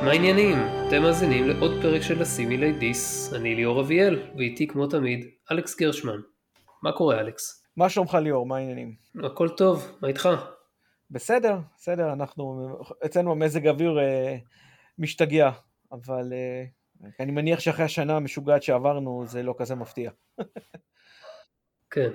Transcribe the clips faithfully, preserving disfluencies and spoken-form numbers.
מה העניינים? אתם מאזינים לעוד פרק של הסימילי דיס. אני ליאור אביאל, ואיתי כמו תמיד, אלכס גרשמן. מה קורה, אלכס? מה שלומך ליאור? מה העניינים? הכל טוב, מה איתך? בסדר, בסדר, אנחנו, אצלנו המזג האוויר אה, משתגע, אבל אה, אני מניח שאחרי השנה המשוגעת שעברנו זה לא כזה מפתיע. כן.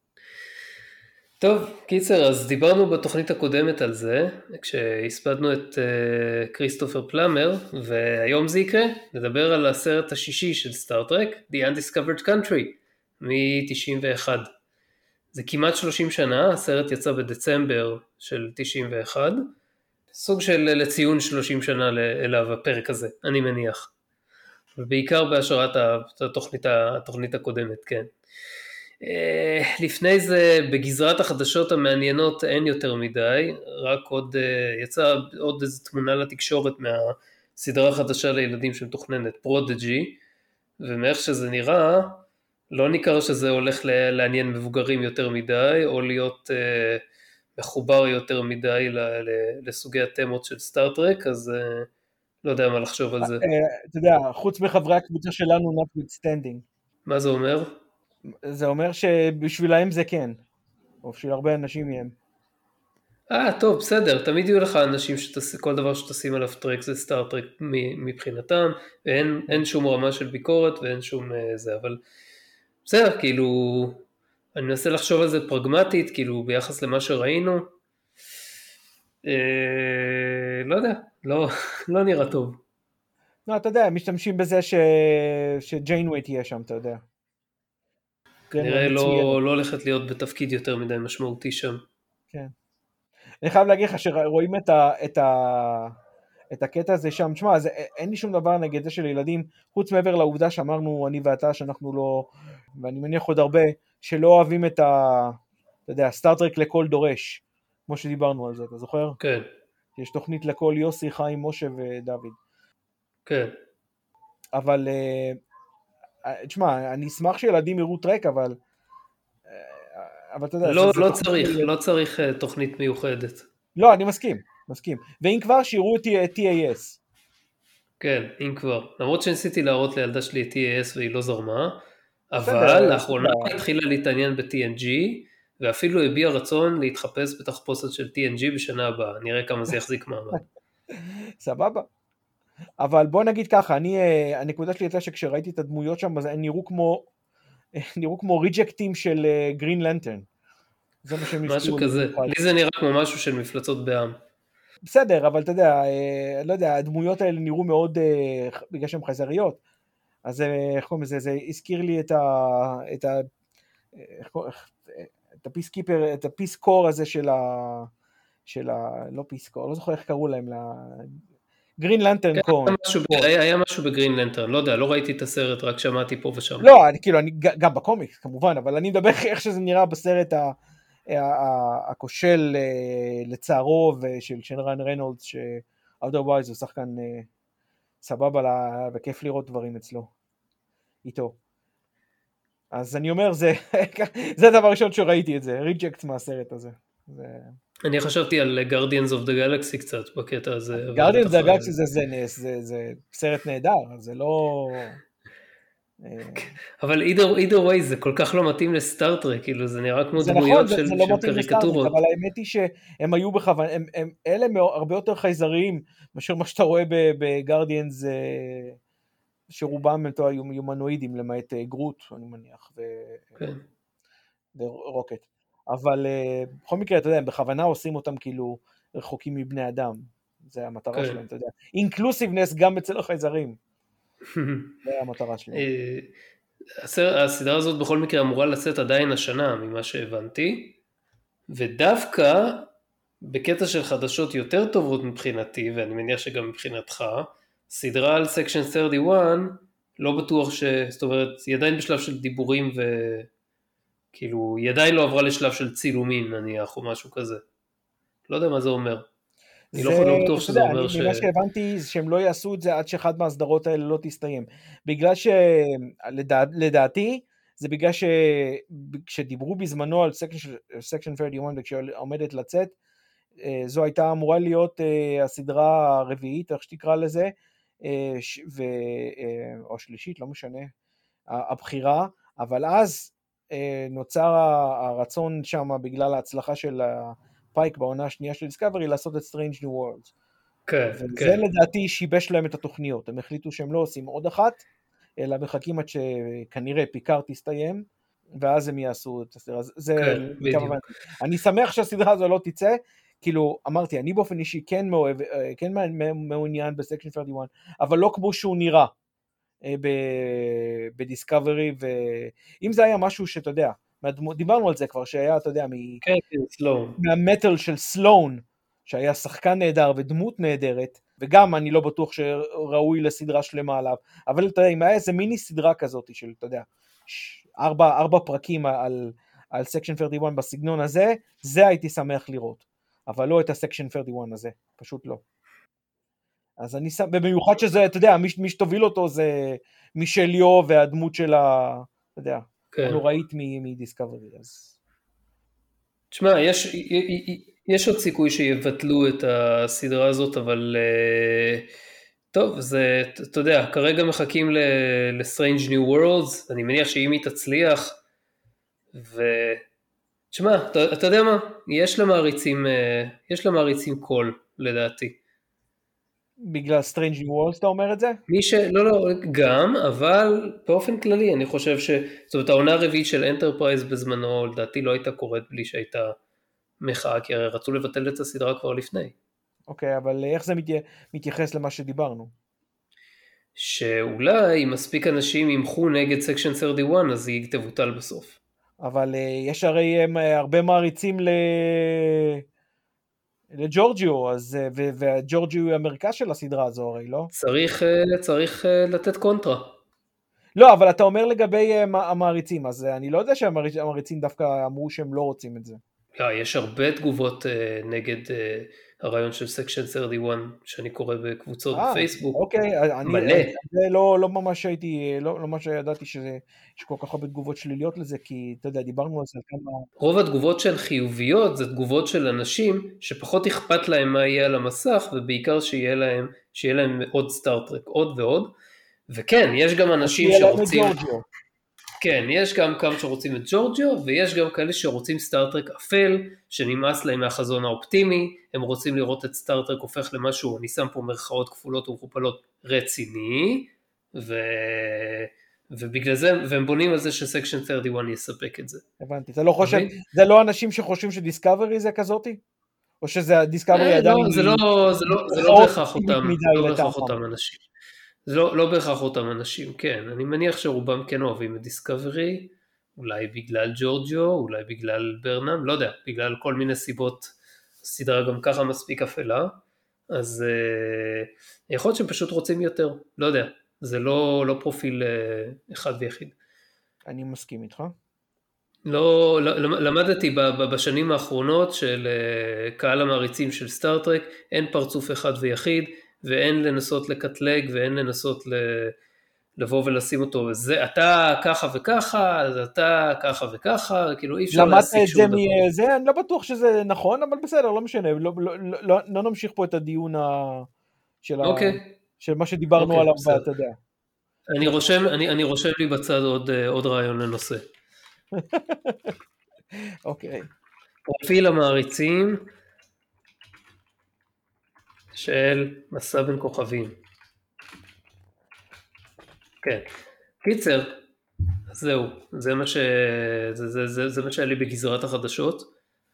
טוב, קיצר, אז דיברנו בתוכנית הקודמת על זה, כשהספדנו את uh, כריסטופר פלאמר, והיום זה יקרה, נדבר על הסרט השישי של סטארטרק, The Undiscovered Country, מ-תשעים ואחת. זה כמעט שלושים שנה, הסרט יצא בדצמבר של תשעים ואחת, סוג של לציון שלושים שנה אליו הפרק הזה, אני מניח. ובעיקר בהשראת התוכנית, התוכנית הקודמת, כן. לפני זה, בגזרת החדשות המעניינות אין יותר מדי, רק עוד, יצא עוד איזו תמונה לתקשורת מהסדרה החדשה לילדים שמתוכננת, פרודג'י, ומאיך שזה נראה, לא ניכר שזה הולך לעניין מבוגרים יותר מדי, או להיות uh, מחובר יותר מדי לסוגי התמות של סטארטרק, אז uh, לא יודע מה לחשוב על זה. אתה יודע, חוץ מחברי הקבוצה שלנו, notwithstanding. מה זה אומר? זה אומר שבשבילהם זה כן, או בשביל הרבה אנשים מהם. אה, טוב, בסדר, תמיד יהיו לך אנשים שכל דבר שתשים עליו טרק זה סטארטרק מבחינתם, ואין אין שום רמה של ביקורת ואין שום זה, אבל בסדר, כאילו, אני מנסה לחשוב על זה פרגמטית, כאילו ביחס למה שראינו, אה, לא יודע, לא, לא נראה טוב. לא, אתה יודע, משתמשים בזה ש... שג'יינווי תהיה שם, אתה יודע. כנראה לא, לא הולכת להיות בתפקיד יותר מדי משמעותי שם. כן. אני חייב להגיד לך שרואים את, ה, את, ה, את הקטע הזה שם, תשמע, זה, אין לי שום דבר נגד זה של ילדים, חוץ מעבר לעובדה שאמרנו אני ואתה שאנחנו לא, ואני מניח עוד הרבה, שלא אוהבים את ה, אתה יודע, סטארטרק לכל דורש, כמו שדיברנו על זה, אתה זוכר? כן. יש תוכנית לכל יוסי, חיים, משה ודוד. כן. אבל, תשמע, אני אשמח שילדים יראו טרק, אבל, אבל אתה יודע, לא, זה, לא זה צריך, תוכנית... לא צריך תוכנית מיוחדת. לא, אני מסכים, מסכים. ואם כבר, שיראו את טי איי אס. כן, אם כבר. למרות שניסיתי להראות לילדה שלי את טי איי אס והיא לא זרמה, אבל לאחרונה היא התחילה להתעניין ב-טי אן ג'י, ואפילו הביע רצון להתחפש בתחפושת של טי אן ג'י בשנה הבאה. נראה כמה זה יחזיק מעמד. סבבה. אבל בוא נגיד ככה, אני, הנקודה שלי הייתה שכשראיתי את הדמויות שם, אז הם נראו כמו, נראו כמו ריג'קטים של גרין לנטרן. זה מה שהם משהו כזה. לי זה נראה כמו משהו של מפלצות בעם. בסדר, אבל אתה יודע, לא יודע, הדמויות האלה נראו מאוד, בגלל שהן חייזריות, אז איך קוראים לזה, זה הזכיר לי את ה... את ה... את הפיס קיפר, את הפיס קור הזה של ה... של ה... לא פיס קור, לא זוכר איך קראו להם, גרין לנטרן קורן. היה משהו בגרין לנטרן, לא יודע, לא ראיתי את הסרט, רק שמעתי פה ושם. לא, אני, כאילו, אני, גם בקומיקס כמובן, אבל אני מדבר איך שזה נראה בסרט ה... הכושל לצערו ושל שנרן ריינולדס, שאוטרווייז הוא שחקן סבבה לה, וכיף לראות דברים אצלו, איתו. אז אני אומר, זה, זה הדבר הראשון שראיתי את זה, ריג'קט מהסרט הזה. זה... אני חשבתי על Guardians of the Galaxy קצת בקטע הזה. Guardians of the Galaxy זה, זה, זה, זה סרט נהדר, זה לא... אבל either, either way זה כל כך לא מתאים לסטארטרק, כאילו זה נראה כמו זה דמויות נכון, של, זה לא של מתאים קריקטורות. אבל האמת היא שהם היו בכוון, הם, הם, אלה הרבה יותר חייזריים, מאשר מה שאתה רואה בגרדיאנס, שרובם הם היו יומנואידים, למעט גרוט, אני מניח, ו... כן. ורוקט. אבל בכל מקרה, אתה יודע, הם בכוונה עושים אותם כאילו רחוקים מבני אדם, זה המטרה כן. שלהם, אתה יודע. אינקלוסיבנס גם אצל החייזרים. זה המטרה שלהם. הסדרה הזאת בכל מקרה אמורה לצאת עדיין השנה ממה שהבנתי, ודווקא בקטע של חדשות יותר טובות מבחינתי, ואני מניח שגם מבחינתך, סדרה על סקשן שלושים ואחת, לא בטוח ש... זאת אומרת, היא עדיין בשלב של דיבורים וכאילו, היא עדיין לא עברה לשלב של צילומים נניח או משהו כזה. לא יודע מה זה אומר. אני לא יכול בטוח שזה אומר ש... ממה שהבנתי זה שהם לא יעשו את זה עד שאחד מהסדרות האלה לא תסתיים. בגלל שלדעתי, זה בגלל שכשדיברו בזמנו על סקשן שלושים ואחת וכשעומדת לצאת, זו הייתה אמורה להיות הסדרה הרביעית, איך שתקרא לזה, ו... או שלישית, לא משנה, הבחירה, אבל אז נוצר הרצון שם בגלל ההצלחה של פייק בעונה השנייה של דיסקאברי לעשות את Strange New Worlds. כן, וזה כן. לדעתי שיבש להם את התוכניות, הם החליטו שהם לא עושים עוד אחת, אלא מחכים עד שכנראה פיקארד תסתיים, ואז הם יעשו את הסדרה. זה כן, בדיוק. אני שמח שהסדרה הזו לא תצא, כאילו אמרתי, אני באופן אישי כן מאוהב, כן מעוניין בסקשן שלושים ואחת, אבל לא כמו שהוא נראה בדיסקאברי, ואם זה היה משהו שאתה יודע, דיברנו על זה כבר, שהיה, אתה יודע, כן, סלון. מהמטל של סלון, שהיה שחקן נהדר ודמות נהדרת, וגם אני לא בטוח שראוי לסדרה שלמה עליו, אבל אתה יודע, אם היה איזה מיני סדרה כזאת של, אתה יודע, ארבע, ארבע פרקים על, על סקשן שלושים ואחת בסגנון הזה, זה הייתי שמח לראות, אבל לא את הסקשן שלושים ואחת הזה, פשוט לא. אז אני שם, במיוחד שזה, אתה יודע, מי, מי שתוביל אותו זה מישל יו, והדמות של ה, אתה יודע, כן. הנוראית מדיסקאברי, אז... תשמע, יש, יש עוד סיכוי שיבטלו את הסדרה הזאת, אבל טוב, זה, אתה יודע, כרגע מחכים ל-Strange New Worlds, אני מניח שאם היא תצליח, ותשמע, אתה, אתה יודע מה, יש לה מעריצים, יש לה מעריצים קול, לדעתי. בגלל Strange New Worlds אתה אומר את זה? מי ש... לא, לא, גם, אבל באופן כללי, אני חושב ש... זאת אומרת, העונה הרביעית של אנטרפרייז בזמנו, לדעתי לא הייתה קורית בלי שהייתה מחאה, כי הרי רצו לבטל את הסדרה כבר לפני. אוקיי, אבל איך זה מתייחס למה שדיברנו? שאולי אם מספיק אנשים ימחו נגד סקשן שלושים ואחת, אז היא תבוטל בסוף. אבל יש הרי הרבה מעריצים ל... לג'ורג'יו, אז, וג'ורג'יו הוא המרכז של הסדרה הזו הרי, לא? צריך, צריך לתת קונטרה. לא, אבל אתה אומר לגבי המעריצים, אז אני לא יודע שהמעריצים דווקא אמרו שהם לא רוצים את זה. לא, יש הרבה תגובות נגד הרעיון של סקשן שלושים ואחת, שאני קורא בקבוצות בפייסבוק. אוקיי, אני, מלא. זה לא, לא ממש הייתי, לא, לא ממש ידעתי שזה, יש כל כך הרבה תגובות שליליות לזה, כי אתה יודע, דיברנו על זה כמה... רוב התגובות שהן חיוביות, זה תגובות של אנשים שפחות אכפת להם מה יהיה על המסך, ובעיקר שיהיה להם, שיהיה להם עוד סטארטרק, עוד ועוד, וכן, יש גם אנשים שרוצים... כן, יש גם כמה שרוצים את ג'ורג'יו, ויש גם כאלה שרוצים סטארטרק אפל, שנמאס להם מהחזון האופטימי, הם רוצים לראות את סטארטרק הופך למשהו, אני שם פה מרכאות כפולות ומכופלות רציני, ו... ובגלל זה, והם בונים על זה שסקשן שלושים ואחת יספק את זה. הבנתי, אתה לא חושב, זה לא אנשים שחושבים שדיסקאברי זה כזאתי? או שזה דיסקאברי עדיין... לא, זה לא, זה לא, זה לא בהכרח אותם, לא בהכרח אותם אנשים. זה לא, לא בהכרח אותם אנשים, כן. אני מניח שרובם כן אוהבים את דיסקאברי, אולי בגלל ג'ורג'יו, אולי בגלל ברנם, לא יודע, בגלל כל מיני סיבות, הסדרה גם ככה מספיק אפלה, אז אה, יכול להיות שהם פשוט רוצים יותר, לא יודע, זה לא, לא פרופיל אה, אחד ויחיד. אני מסכים איתך. לא, למדתי בשנים האחרונות של קהל המעריצים של סטארטרק, אין פרצוף אחד ויחיד, ואין לנסות לקטלג, ואין לנסות לבוא ולשים אותו, וזה, אתה ככה וככה, אז אתה ככה וככה, כאילו אי אפשר להסיק שום דבר. זה, אני לא בטוח שזה נכון, אבל בסדר, לא משנה, לא, לא, לא, לא נמשיך פה את הדיון של, okay. ה, של מה שדיברנו okay, עליו, ואתה יודע. אני רושם, אני, אני רושם לי בצד עוד, עוד רעיון לנושא. אוקיי. פרופיל המעריצים של מסע בין כוכבים. כן. קיצר, זהו, זה מה ש... זה, זה, זה, זה מה שהיה לי בגזרת החדשות.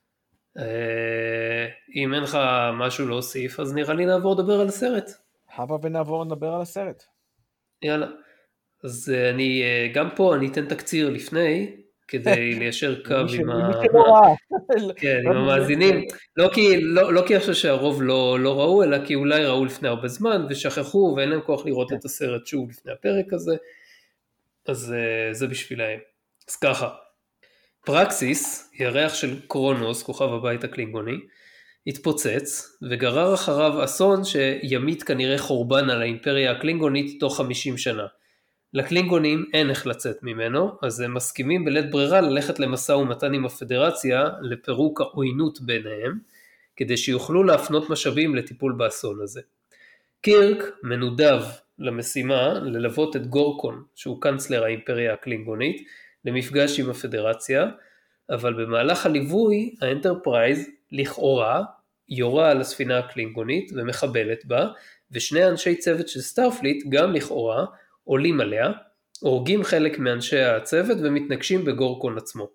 אם אין לך משהו להוסיף, אז נראה לי נעבור לדבר על הסרט. הבה ונעבור לדבר על הסרט. יאללה. אז אני, גם פה אני אתן תקציר לפני, כדי ליישר קו עם המאזינים. לא כי אני חושב שהרוב לא ראו, אלא כי אולי ראו לפני הרבה זמן, ושכחו, ואין להם כוח לראות את הסרט שוב לפני הפרק הזה. אז זה בשבילהם. אז ככה, פרקסיס, ירח של קרונוס, כוכב הבית הקלינגוני, התפוצץ, וגרר אחריו אסון שימית כנראה חורבן על האימפריה הקלינגונית תוך חמישים שנה. לקלינגונים אין איך לצאת ממנו, אז הם מסכימים בלית ברירה ללכת למשא ומתן עם הפדרציה לפירוק העוינות ביניהם, כדי שיוכלו להפנות משאבים לטיפול באסון הזה. קירק מנודב למשימה ללוות את גורקון, שהוא קנצלר האימפריה הקלינגונית, למפגש עם הפדרציה, אבל במהלך הליווי האנטרפרייז לכאורה יורה על הספינה הקלינגונית ומחבלת בה, ושני אנשי צוות של סטארפליט גם לכאורה עולים עליה, הורגים חלק מאנשי הצוות ומתנגשים בגורקון עצמו.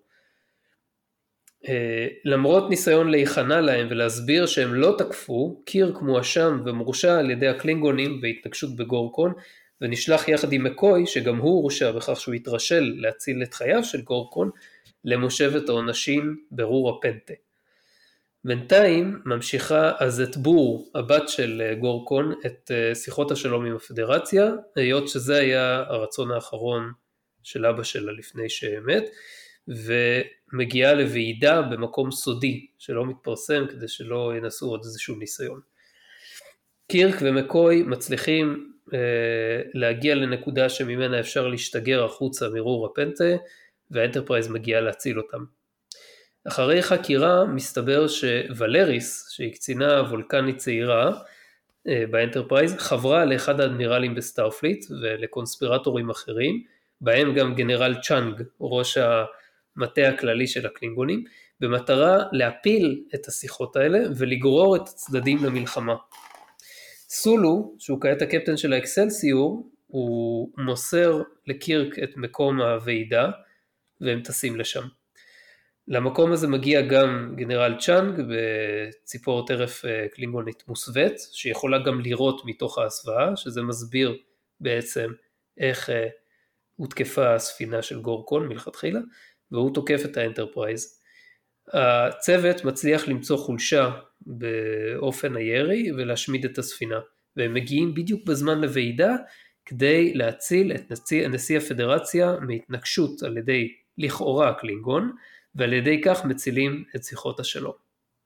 למרות ניסיון להיכנע להם ולהסביר שהם לא תקפו, קירק מואשם ומורשע על ידי הקלינגונים בהתנגשות בגורקון, ונשלח יחד עם מקוי, שגם הוא הורשע בכך שהוא התרשל להציל את חייו של גורקון, למושבת העונשים ברור הפנטה. בינתיים ממשיכה אזת בור, הבת של גורקון, את שיחות השלום עם הפדרציה, היות שזה היה הרצון האחרון של אבא שלה לפני שמת, ומגיעה לוועידה במקום סודי, שלא מתפרסם כדי שלא ינסו עוד איזשהו ניסיון. קירק ומקוי מצליחים אה, להגיע לנקודה שממנה אפשר להשתגר החוצה מרור הפנטה, והאנטרפרייז מגיעה להציל אותם. אחרי חקירה מסתבר שוולריס, שהיא קצינה וולקנית צעירה אה, באנטרפרייז, חברה לאחד האדמירלים בסטארפליט ולקונספירטורים אחרים, בהם גם גנרל צ'אנג, ראש המטה הכללי של הקלינגונים, במטרה להפיל את השיחות האלה ולגרור את הצדדים למלחמה. סולו, שהוא כעת הקפטן של האקסלסיור, הוא מוסר לקירק את מקום הוועידה, והם טסים לשם. למקום הזה מגיע גם גנרל צ'אנג בציפור טרף קלינגונית מוסווית, שיכולה גם לראות מתוך ההסוואה, שזה מסביר בעצם איך הותקפה הספינה של גורקון מלכתחילה, והוא תוקף את האנטרפרייז. הצוות מצליח למצוא חולשה באופן הירי ולהשמיד את הספינה, והם מגיעים בדיוק בזמן לוועידה, כדי להציל את נשיא, נשיא הפדרציה מהתנגשות על ידי לכאורה קלינגון, ועל ידי כך מצילים את שיחות השלום.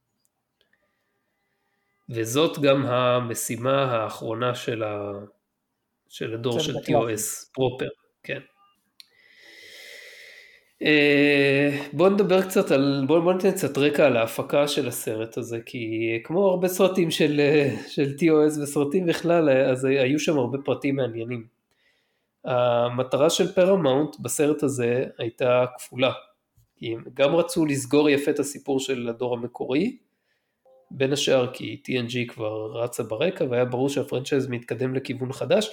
וזאת גם המשימה האחרונה של, ה... של הדור של טי או אס פרופר. כן. בואו נדבר קצת על, בואו בוא ניתן קצת רקע על ההפקה של הסרט הזה, כי כמו הרבה סרטים של, של טי או אס וסרטים בכלל, אז היו שם הרבה פרטים מעניינים. המטרה של פרמאונט בסרט הזה הייתה כפולה, כי הם גם רצו לסגור יפה את הסיפור של הדור המקורי, בין השאר כי טי אן ג'י כבר רצה ברקע, והיה ברור שהפרנצ'ייז מתקדם לכיוון חדש,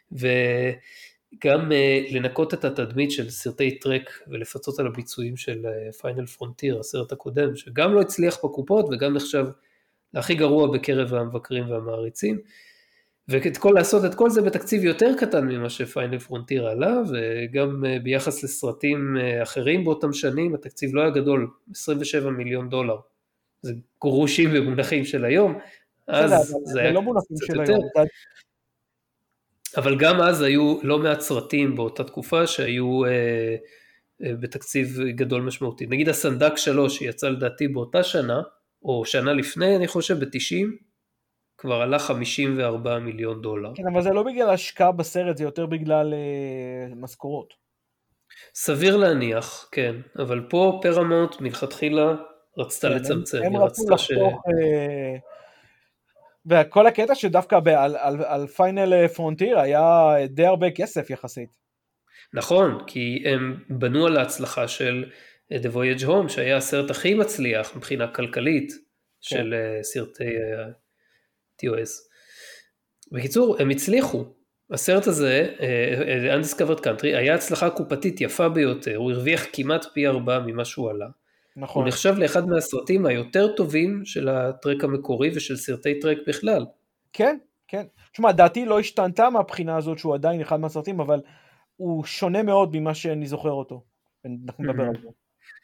וגם לנקות את התדמית של סרטי טרק, ולפצות על הביצועים של פיינל פרונטיר, הסרט הקודם, שגם לא הצליח בקופות, וגם נחשב להכי גרוע בקרב המבקרים והמעריצים, ואת כל, לעשות את כל זה בתקציב יותר קטן ממה שפיינל פרונטיר עלה, וגם ביחס לסרטים אחרים באותם שנים, התקציב לא היה גדול, עשרים ושבעה מיליון דולר. זה גרושים במונחים של היום, אז זה, זה היה לא מונחים של יותר. היום. אבל גם אז היו לא מעט סרטים באותה תקופה, שהיו אה, אה, בתקציב גדול משמעותי. נגיד הסנדק שלוש, שיצא לדעתי באותה שנה, או שנה לפני, אני חושב, ב-תשעים, כבר עלה חמישים וארבעה מיליון דולר. כן, אבל זה לא בגלל השקעה בסרט, זה יותר בגלל אה, משכורות. סביר להניח, כן, אבל פה פרמאונט מלכתחילה רצתה כן, לצמצם. הם, הם רצו לחתוך, ש... אה, וכל הקטע שדווקא ב- על, על, על פיינל פרונטיר היה די הרבה כסף יחסית. נכון, כי הם בנו על ההצלחה של The Voyage Home, שהיה הסרט הכי מצליח מבחינה כלכלית כן. של uh, סרטי... Uh, טי או אס. בקיצור, הם הצליחו. הסרט הזה, uh, Undiscovered Country, היה הצלחה קופתית יפה ביותר, הוא הרוויח כמעט פי ארבע ממה שהוא עלה. נכון. הוא נחשב לאחד מהסרטים היותר טובים של הטרק המקורי ושל סרטי טרק בכלל. כן, כן. תשמע, דעתי לא השתנתה מהבחינה הזאת שהוא עדיין אחד מהסרטים, אבל הוא שונה מאוד ממה שאני זוכר אותו. אנחנו נדבר על זה.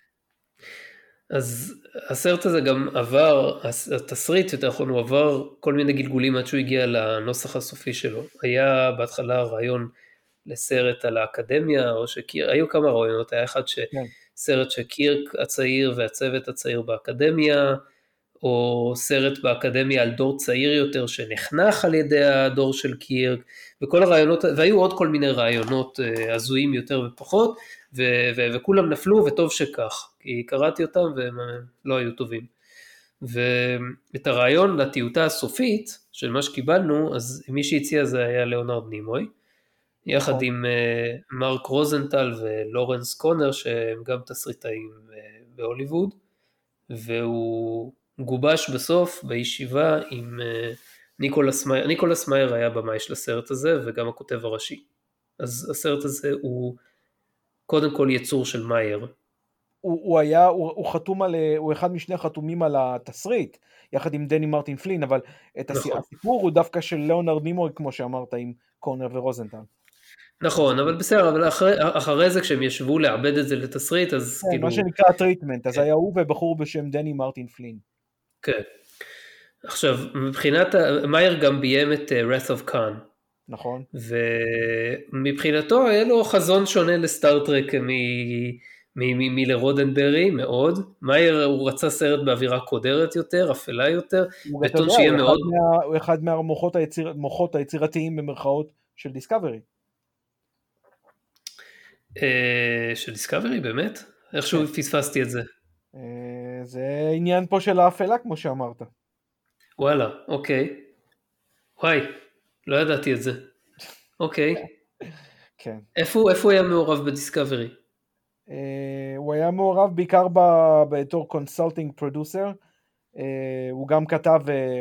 אז הסרט הזה גם עבר, התסריט יותר נכון, הוא עבר כל מיני גלגולים עד שהוא הגיע לנוסח הסופי שלו. היה בהתחלה רעיון לסרט על האקדמיה, או שקיר, היו כמה רעיונות, היה אחד שסרט שקירק הצעיר והצוות הצעיר באקדמיה, או סרט באקדמיה על דור צעיר יותר שנחנך על ידי הדור של קירק, וכל הרעיונות, והיו עוד כל מיני רעיונות הזויים יותר ופחות, ו- ו- וכולם נפלו וטוב שכך, כי קראתי אותם והם לא היו טובים. ואת הרעיון לטיוטה הסופית של מה שקיבלנו, אז מי שהציע זה היה ליאונרד נימוי, יחד נכון. עם uh, מרק רוזנטל ולורנס קונר, שהם גם תסריטאים uh, בהוליווד, והוא גובש בסוף בישיבה עם uh, ניקולס מאייר. ניקולס מאייר היה במאי של הסרט הזה, וגם הכותב הראשי. אז הסרט הזה הוא קודם כל יצור של מאייר. הוא, הוא היה, הוא, הוא חתום על, הוא אחד משני החתומים על התסריט, יחד עם דני מרטין פלין, אבל את נכון. הסיפור הוא דווקא של ליאונרד נימוי, כמו שאמרת, עם קונר ורוזנטל. נכון, אבל בסדר, אבל אחרי, אחרי זה כשהם ישבו לעבד את זה לתסריט, אז כן, כאילו... מה שנקרא הטריטמנט, אז היה הוא ובחור בשם דני מרטין פלין. כן. עכשיו, מבחינת, מאייר גם ביים את Wrath of Khan. נכון. ומבחינתו היה לו חזון שונה לסטארטרק מלרודנברי מאוד. מאייר הוא רצה סרט באווירה קודרת יותר, אפלה יותר, בטון שיהיה מאוד... הוא אחד מהמוחות היציר, מוחות היצירתיים במרכאות של דיסקאברי. של דיסקאברי, באמת? איכשהו פספסתי את זה. זה עניין פה של האפלה, כמו שאמרת. וואלה, אוקיי. וואי, לא ידעתי את זה. אוקיי. כן. איפה, איפה הוא היה מעורב בדיסקאברי? הוא היה מעורב בעיקר בתור קונסולטינג פרודוסר. הוא גם כתב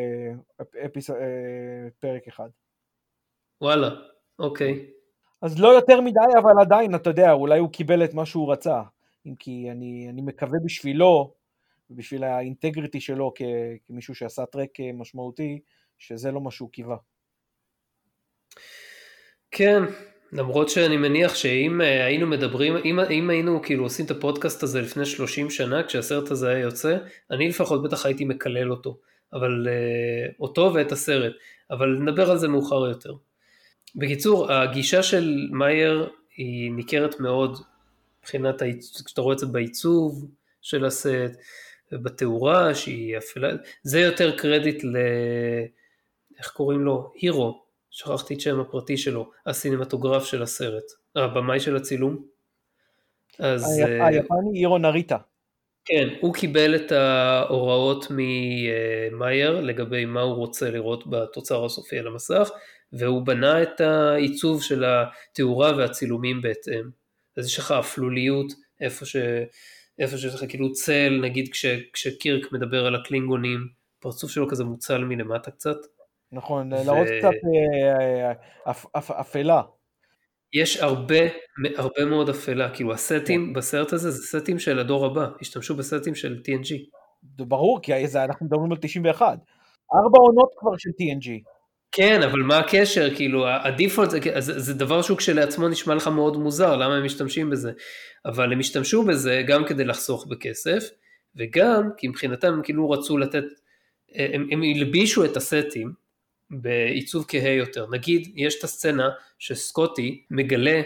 פרק אחד. וואלה, אוקיי. אז לא יותר מדי, אבל עדיין, אתה יודע, אולי הוא קיבל את מה שהוא רצה. אם כי אני, אני מקווה בשבילו, בשביל האינטגריטי שלו כמישהו שעשה טרק משמעותי, שזה לא מה שהוא קיווה. כן, למרות שאני מניח שאם היינו מדברים, אם, אם היינו כאילו עושים את הפודקאסט הזה לפני שלושים שנה, כשהסרט הזה היה יוצא, אני לפחות בטח הייתי מקלל אותו, אבל אותו ואת הסרט, אבל נדבר על זה מאוחר יותר. בקיצור, הגישה של מאייר היא ניכרת מאוד, מבחינת, כשאתה רואה את זה בעיצוב של הסרט, ובתאורה שהיא אפלה, זה יותר קרדיט ל... איך קוראים לו? הירו, שכחתי את שם הפרטי שלו, הסינמטוגרף של הסרט, הבמאי של הצילום. אז... היפני, הירו נריטה. כן, הוא קיבל את ההוראות ממאייר לגבי מה הוא רוצה לראות בתוצר הסופי על המסך, והוא בנה את העיצוב של התאורה והצילומים בהתאם. אז יש לך אפלוליות, איפה ש... איפה שיש לך כאילו צל, נגיד כש... כשקירק מדבר על הקלינגונים, פרצוף שלו כזה מוצל מלמטה קצת. נכון, להראות קצת אפלה. יש הרבה, הרבה מאוד אפלה, כאילו הסטים בסרט הזה זה סטים של הדור הבא, השתמשו בסטים של טי אן ג'י. ברור, כי אנחנו מדברים על תשעים ואחת. ארבע עונות כבר של טי אן ג'י. כן, אבל מה הקשר? כאילו, הדיפולט, זה, זה דבר שהוא כשלעצמו נשמע לך מאוד מוזר, למה הם משתמשים בזה? אבל הם השתמשו בזה גם כדי לחסוך בכסף, וגם כי מבחינתם הם כאילו רצו לתת, הם, הם ילבישו את הסטים בעיצוב כהה יותר. נגיד, יש את הסצנה שסקוטי מגלה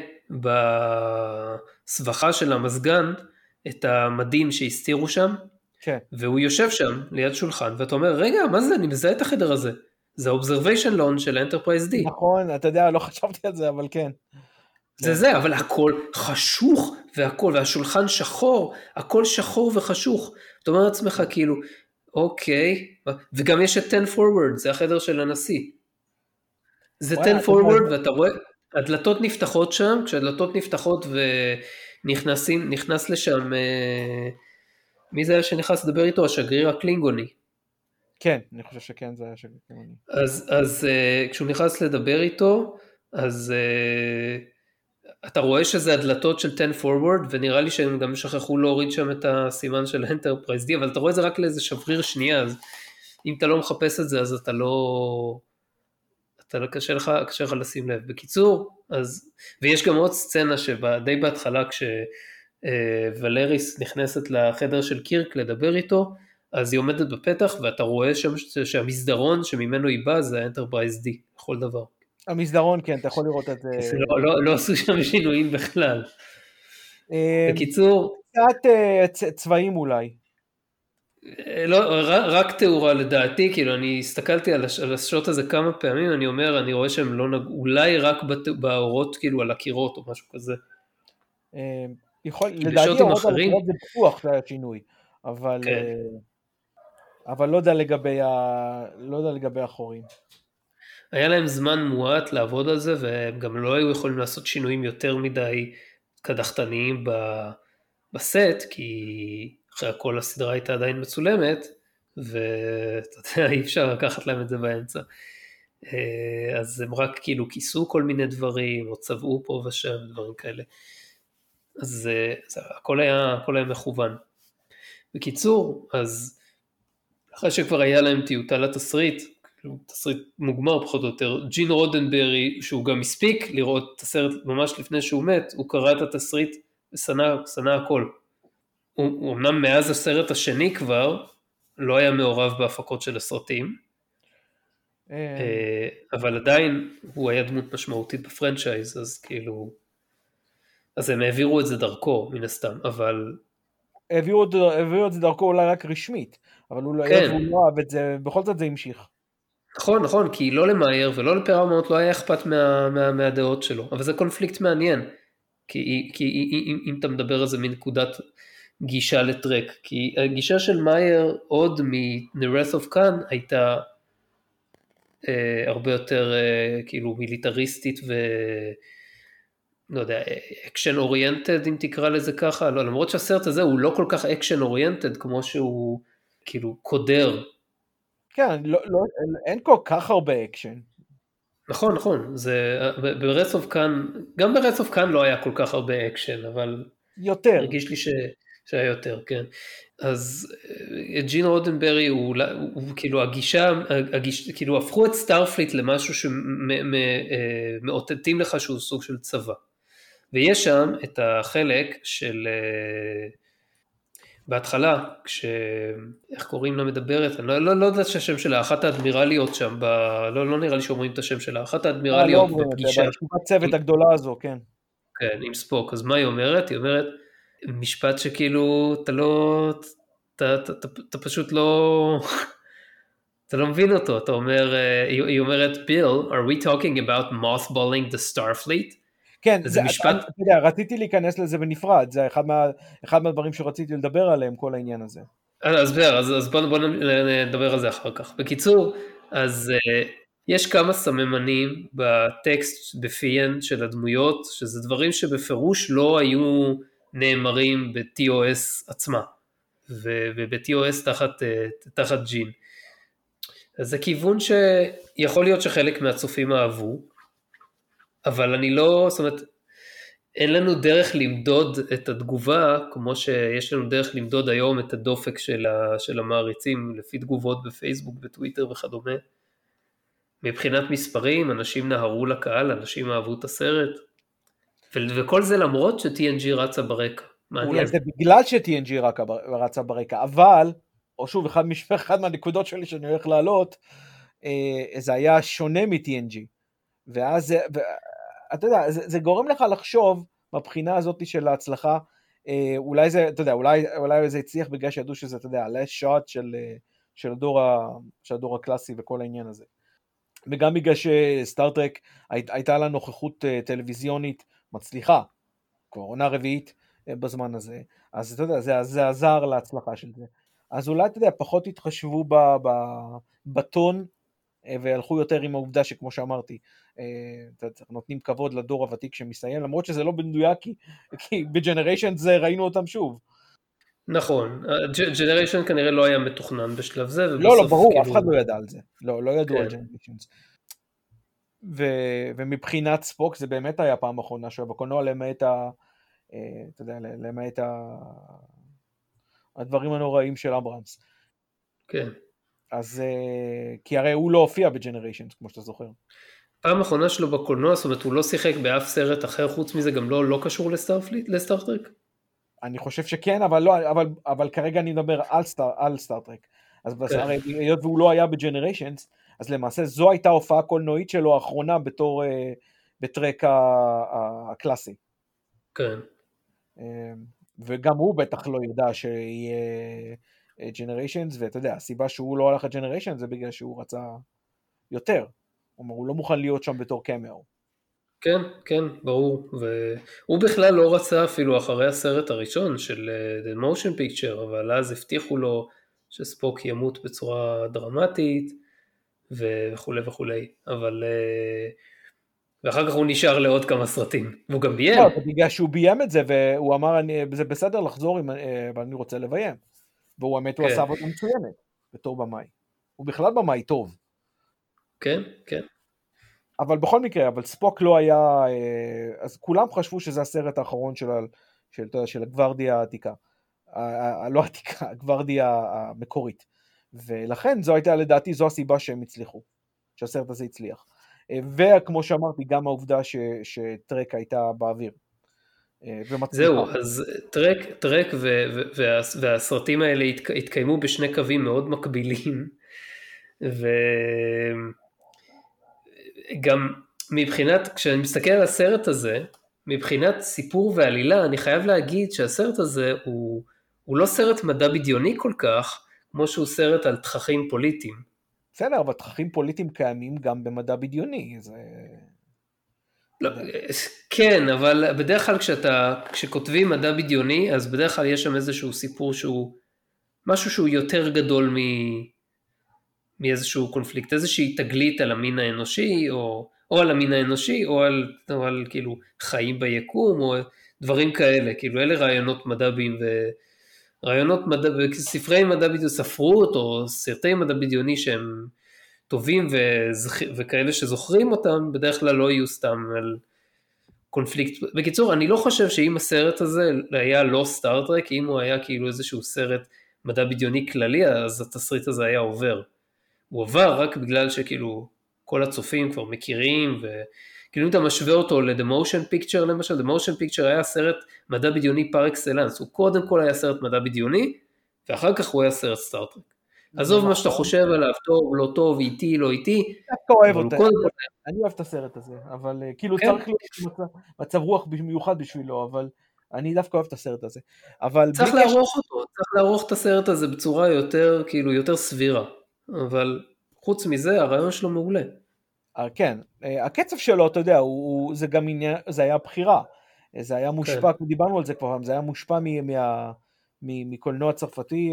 בסבכה של המזגן את המדים שהסתירו שם, כן. והוא יושב שם ליד שולחן, ואתה אומר, רגע, מה זה? אני מזהה את החדר הזה. זה ה-Observation Lawn של Enterprise D. נכון, אתה יודע, לא חשבתי על זה, אבל כן. זה זה, אבל הכל חשוך, והכל, והשולחן שחור, הכל שחור וחשוך. אתה אומר לעצמך כאילו, אוקיי, וגם יש את ten forward, זה החדר של הנשיא. זה ten forward, ואתה רואה, הדלתות נפתחות שם, כשהדלתות נפתחות ונכנסים, נכנס לשם, מי זה היה שנכנס לדבר איתו? השגריר הקלינגוני. כן, אני חושב שכן, זה היה שגריר הקלינגוני. אז, אז כשהוא נכנס לדבר איתו, אז אתה רואה שזה הדלתות של ten forward, ונראה לי שהם גם שכחו להוריד שם את הסימן של Enterprise D, אבל אתה רואה את זה רק לאיזה שבריר שנייה, אז אם אתה לא מחפש את זה, אז אתה לא, אתה לא, קשה לך, קשה לך לשים לב. בקיצור, אז, ויש גם עוד סצנה שדי בהתחלה, כשוולריס נכנסת לחדר של קירק לדבר איתו, אז היא עומדת בפתח, ואתה רואה שם שהמסדרון שממנו היא באה, זה ה-Enterprise D, בכל דבר. המסדרון, כן, אתה יכול לראות את זה. לא, לא, לא עשו שם שינויים בכלל. בקיצור... קצת צבעים אולי. לא, רק תאורה לדעתי, כאילו אני הסתכלתי על השוט הזה כמה פעמים, אני אומר, אני רואה שהם לא נגעו, אולי רק באורות, כאילו על הקירות או משהו כזה. יכול, לדעתי אורות על הקירות זה בטוח שהיה שינוי, אבל... אבל לא יודע לגבי, ה... לא יודע לגבי החורים. היה להם זמן מועט לעבוד על זה, והם גם לא היו יכולים לעשות שינויים יותר מדי קדחתניים בסט, כי אחרי הכל הסדרה הייתה עדיין מצולמת, ואתה יודע, אי אפשר לקחת להם את זה באמצע. אז הם רק כאילו כיסו כל מיני דברים, או צבעו פה ושם, דברים כאלה. אז זה, זה, הכל היה, הכל היה מכוון. בקיצור, אז אחרי שכבר היה להם טיוטה לתסריט, תסריט מוגמר פחות או יותר, ג'ין רודנברי, שהוא גם הספיק לראות את הסרט ממש לפני שהוא מת, הוא קרא את התסריט ושנא, שנא הכל. הוא, הוא אמנם מאז הסרט השני כבר, לא היה מעורב בהפקות של הסרטים, אבל עדיין הוא היה דמות משמעותית בפרנצ'ייז, אז כאילו, אז הם העבירו את זה דרכו, מן הסתם, אבל... העבירו את זה דרכו אולי רק רשמית, אבל הוא לא אוהב את זה, בכל זאת זה המשיך. נכון, נכון, כי לא למאייר ולא לפרמונט לא היה אכפת מה, מה, מהדעות שלו, אבל זה קונפליקט מעניין, כי, כי אם, אם אתה מדבר על זה מנקודת גישה לטרק, כי הגישה של מאייר עוד מ-The Wrath of Khan הייתה אה, הרבה יותר אה, כאילו מיליטריסטית ו... לא יודע, אקשן אוריינטד אם תקרא לזה ככה, לא, למרות שהסרט הזה הוא לא כל כך אקשן אוריינטד כמו שהוא כאילו קודר. כן, לא, לא, אין כל כך הרבה אקשן. נכון, נכון, זה, ב-Wrath of Khan, גם ב-Wrath of Khan לא היה כל כך הרבה אקשן, אבל... יותר. הרגיש לי ש... שהיה יותר, כן. אז ג'ין רודנברי הוא, הוא, הוא כאילו הגישה, הגיש, כאילו הפכו את סטארפליט למשהו שמאותתים לך שהוא סוג של צבא. ויש שם את החלק של... בהתחלה, כש... איך קוראים לה מדברת? אני לא, לא, לא יודעת שהשם שלה, אחת האדמירליות שם, ב... לא, לא נראה לי שאומרים את השם שלה, אחת האדמירליות לא, בפגישה. בישיבת צוות עם... הגדולה הזו, כן. כן, עם ספוק. אז מה היא אומרת? היא אומרת, משפט שכאילו, אתה לא, אתה, אתה, אתה, אתה פשוט לא, אתה לא מבין אותו. אתה אומר, היא, היא אומרת, Bill, are we talking about mothballing the Starfleet? כן, זה, משפט... אתה יודע, רציתי להיכנס לזה בנפרד, זה אחד, מה, אחד מהדברים שרציתי לדבר עליהם, כל העניין הזה. אז בסדר, אז, אז בוא, בוא נדבר על זה אחר כך. בקיצור, אז uh, יש כמה סממנים בטקסט בפיין של הדמויות, שזה דברים שבפירוש לא היו נאמרים ב-טי או אס עצמה, וב-טי או אס תחת, uh, תחת ג'ין. אז זה כיוון שיכול להיות שחלק מהצופים אהבו, אבל אני לא, זאת אומרת, אין לנו דרך למדוד את התגובה, כמו שיש לנו דרך למדוד היום את הדופק של, ה, של המעריצים, לפי תגובות בפייסבוק, בטוויטר וכדומה. מבחינת מספרים, אנשים נהרו לקהל, אנשים אהבו את הסרט, ו- וכל זה למרות ש-טי אן ג'י רצה ברקע. מעניין. אולי זה בגלל ש-טי אן ג'י רצה ברקע, אבל, או שוב, אחד, אחד מהנקודות שלי שאני הולך לעלות, אה, זה היה שונה מ-טי אן ג'י. ואז, ו, אתה יודע, זה, זה גורם לך לחשוב, מבחינה הזאת של ההצלחה, אה, אולי זה, אתה יודע, אולי, אולי זה הצליח בגלל שידעו שזה, אתה יודע, last shot של, של, הדור, ה, של הדור הקלאסי וכל העניין הזה. וגם בגלל שסטארטרק הי, הייתה לה נוכחות uh, טלוויזיונית מצליחה, כבר עונה רביעית uh, בזמן הזה, אז אתה יודע, זה, זה עזר להצלחה של זה. אז אולי, אתה יודע, פחות התחשבו ב, ב, בטון, uh, והלכו יותר עם העובדה שכמו שאמרתי, uh, נותנים כבוד לדור הוותיק שמסיים, למרות שזה לא במדויק, כי, כי בג'נריישן זה ראינו אותם שוב. נכון, ג'נריישן כנראה לא היה מתוכנן בשלב זה. לא, לא, ברור, אף אחד לא ידע על זה. לא, לא ידעו על ג'נריישנס. ומבחינת ספוק, זה באמת היה פעם אחרונה שהיה בקולנוע, למעט ה... אתה יודע, למעט הדברים הנוראים של אברהמס. כן. אז, כי הרי הוא לא הופיע בג'נריישנס, כמו שאתה זוכר. פעם אחרונה שלו בקולנוע, זאת אומרת, הוא לא שיחק באף סרט אחר, חוץ מזה גם לא, לא קשור לסטארפליט, לסטארטרק? אני חושב שכן, אבל לא, אבל, אבל כרגע אני מדבר על סטאר, על סטארטרק. אז כן. הרי, היות והוא לא היה בג'נריישנס, אז למעשה זו הייתה הופעה קולנועית שלו האחרונה בתור, בטרק הקלאסי. כן. וגם הוא בטח לא ידע שיהיה ג'נריישנס, ואתה יודע, הסיבה שהוא לא הלך לג'נריישנס זה בגלל שהוא רצה יותר. הוא לא מוכן להיות שם בתור קאמאו. כן, כן, ברור, והוא בכלל לא רצה אפילו אחרי הסרט הראשון של The Motion Picture, אבל אז הבטיחו לו שספוק ימות בצורה דרמטית, וכו' וכו'. אבל... ואחר כך הוא נשאר לעוד כמה סרטים, והוא גם ביים. לא, בגלל שהוא ביים את זה, והוא אמר, זה בסדר לחזור, אבל אני רוצה לביים. והוא האמת, הוא עשה עבודה מצוינת, בתור במאי. הוא בכלל במאי טוב. כן, כן. אבל בכל מקרה, אבל ספוק לא היה, אז כולם חשבו שזה הסרט האחרון של, של, של הגוורדיה העתיקה. לא העתיקה, הגוורדיה המקורית. ולכן זו הייתה לדעתי, זו הסיבה שהם הצליחו, שהסרט הזה הצליח. וכמו שאמרתי, גם העובדה ש, שטרק הייתה באוויר. זהו, אז טרק, טרק ו, וה, והסרטים האלה התק, התקיימו בשני קווים מאוד מקבילים, וגם מבחינת, כשאני מסתכל על הסרט הזה, מבחינת סיפור ועלילה, אני חייב להגיד שהסרט הזה הוא, הוא לא סרט מדע בדיוני כל כך, כמו שהוא סרט על תככים פוליטיים. בסדר, אבל תככים פוליטיים קיימים גם במדע בדיוני, זה... לא, כן, אבל בדרך כלל כשאתה, כשכותבים מדע בדיוני, אז בדרך כלל יש שם איזשהו סיפור שהוא, משהו שהוא יותר גדול מ, מאיזשהו קונפליקט, איזושהי תגלית על המין האנושי, או, או על המין האנושי, או על, או על כאילו חיים ביקום, או דברים כאלה, כאילו אלה רעיונות מדע בדיוני, רעיונות מדע, ספרי מדע בדיוני, ספרות, או סרטי מדע בדיוני שהם טובים וזכ... וכאלה שזוכרים אותם, בדרך כלל לא יהיו סתם על קונפליקט. בקיצור, אני לא חושב שאם הסרט הזה היה לא סטארטרק, אם הוא היה כאילו איזשהו סרט מדע בדיוני כללי, אז התסריט הזה היה עובר. הוא עובר רק בגלל שכאילו כל הצופים כבר מכירים, וכאילו אם אתה משווה אותו ל-The Motion Picture למשל, The Motion Picture היה סרט מדע בדיוני פר אקסלנס, הוא קודם כל היה סרט מדע בדיוני, ואחר כך הוא היה סרט סטארטרק. עזוב מה שאתה חושב עליו, טוב, לא טוב, איתי, לא איתי. אני אוהב את הסרט הזה, אבל כאילו צריך להיות מצב רוח מיוחד בשבילו, אבל אני דווקא אוהב את הסרט הזה. צריך לערוך אותו, צריך לערוך את הסרט הזה בצורה יותר, כאילו, יותר סבירה. אבל חוץ מזה, הרעיון שלו מעולה. כן, הקצב שלו, אתה יודע, זה גם עניין, זה היה בחירה. זה היה מושפע, דיברנו על זה כבר, זה היה מושפע מקולנוע צרפתי,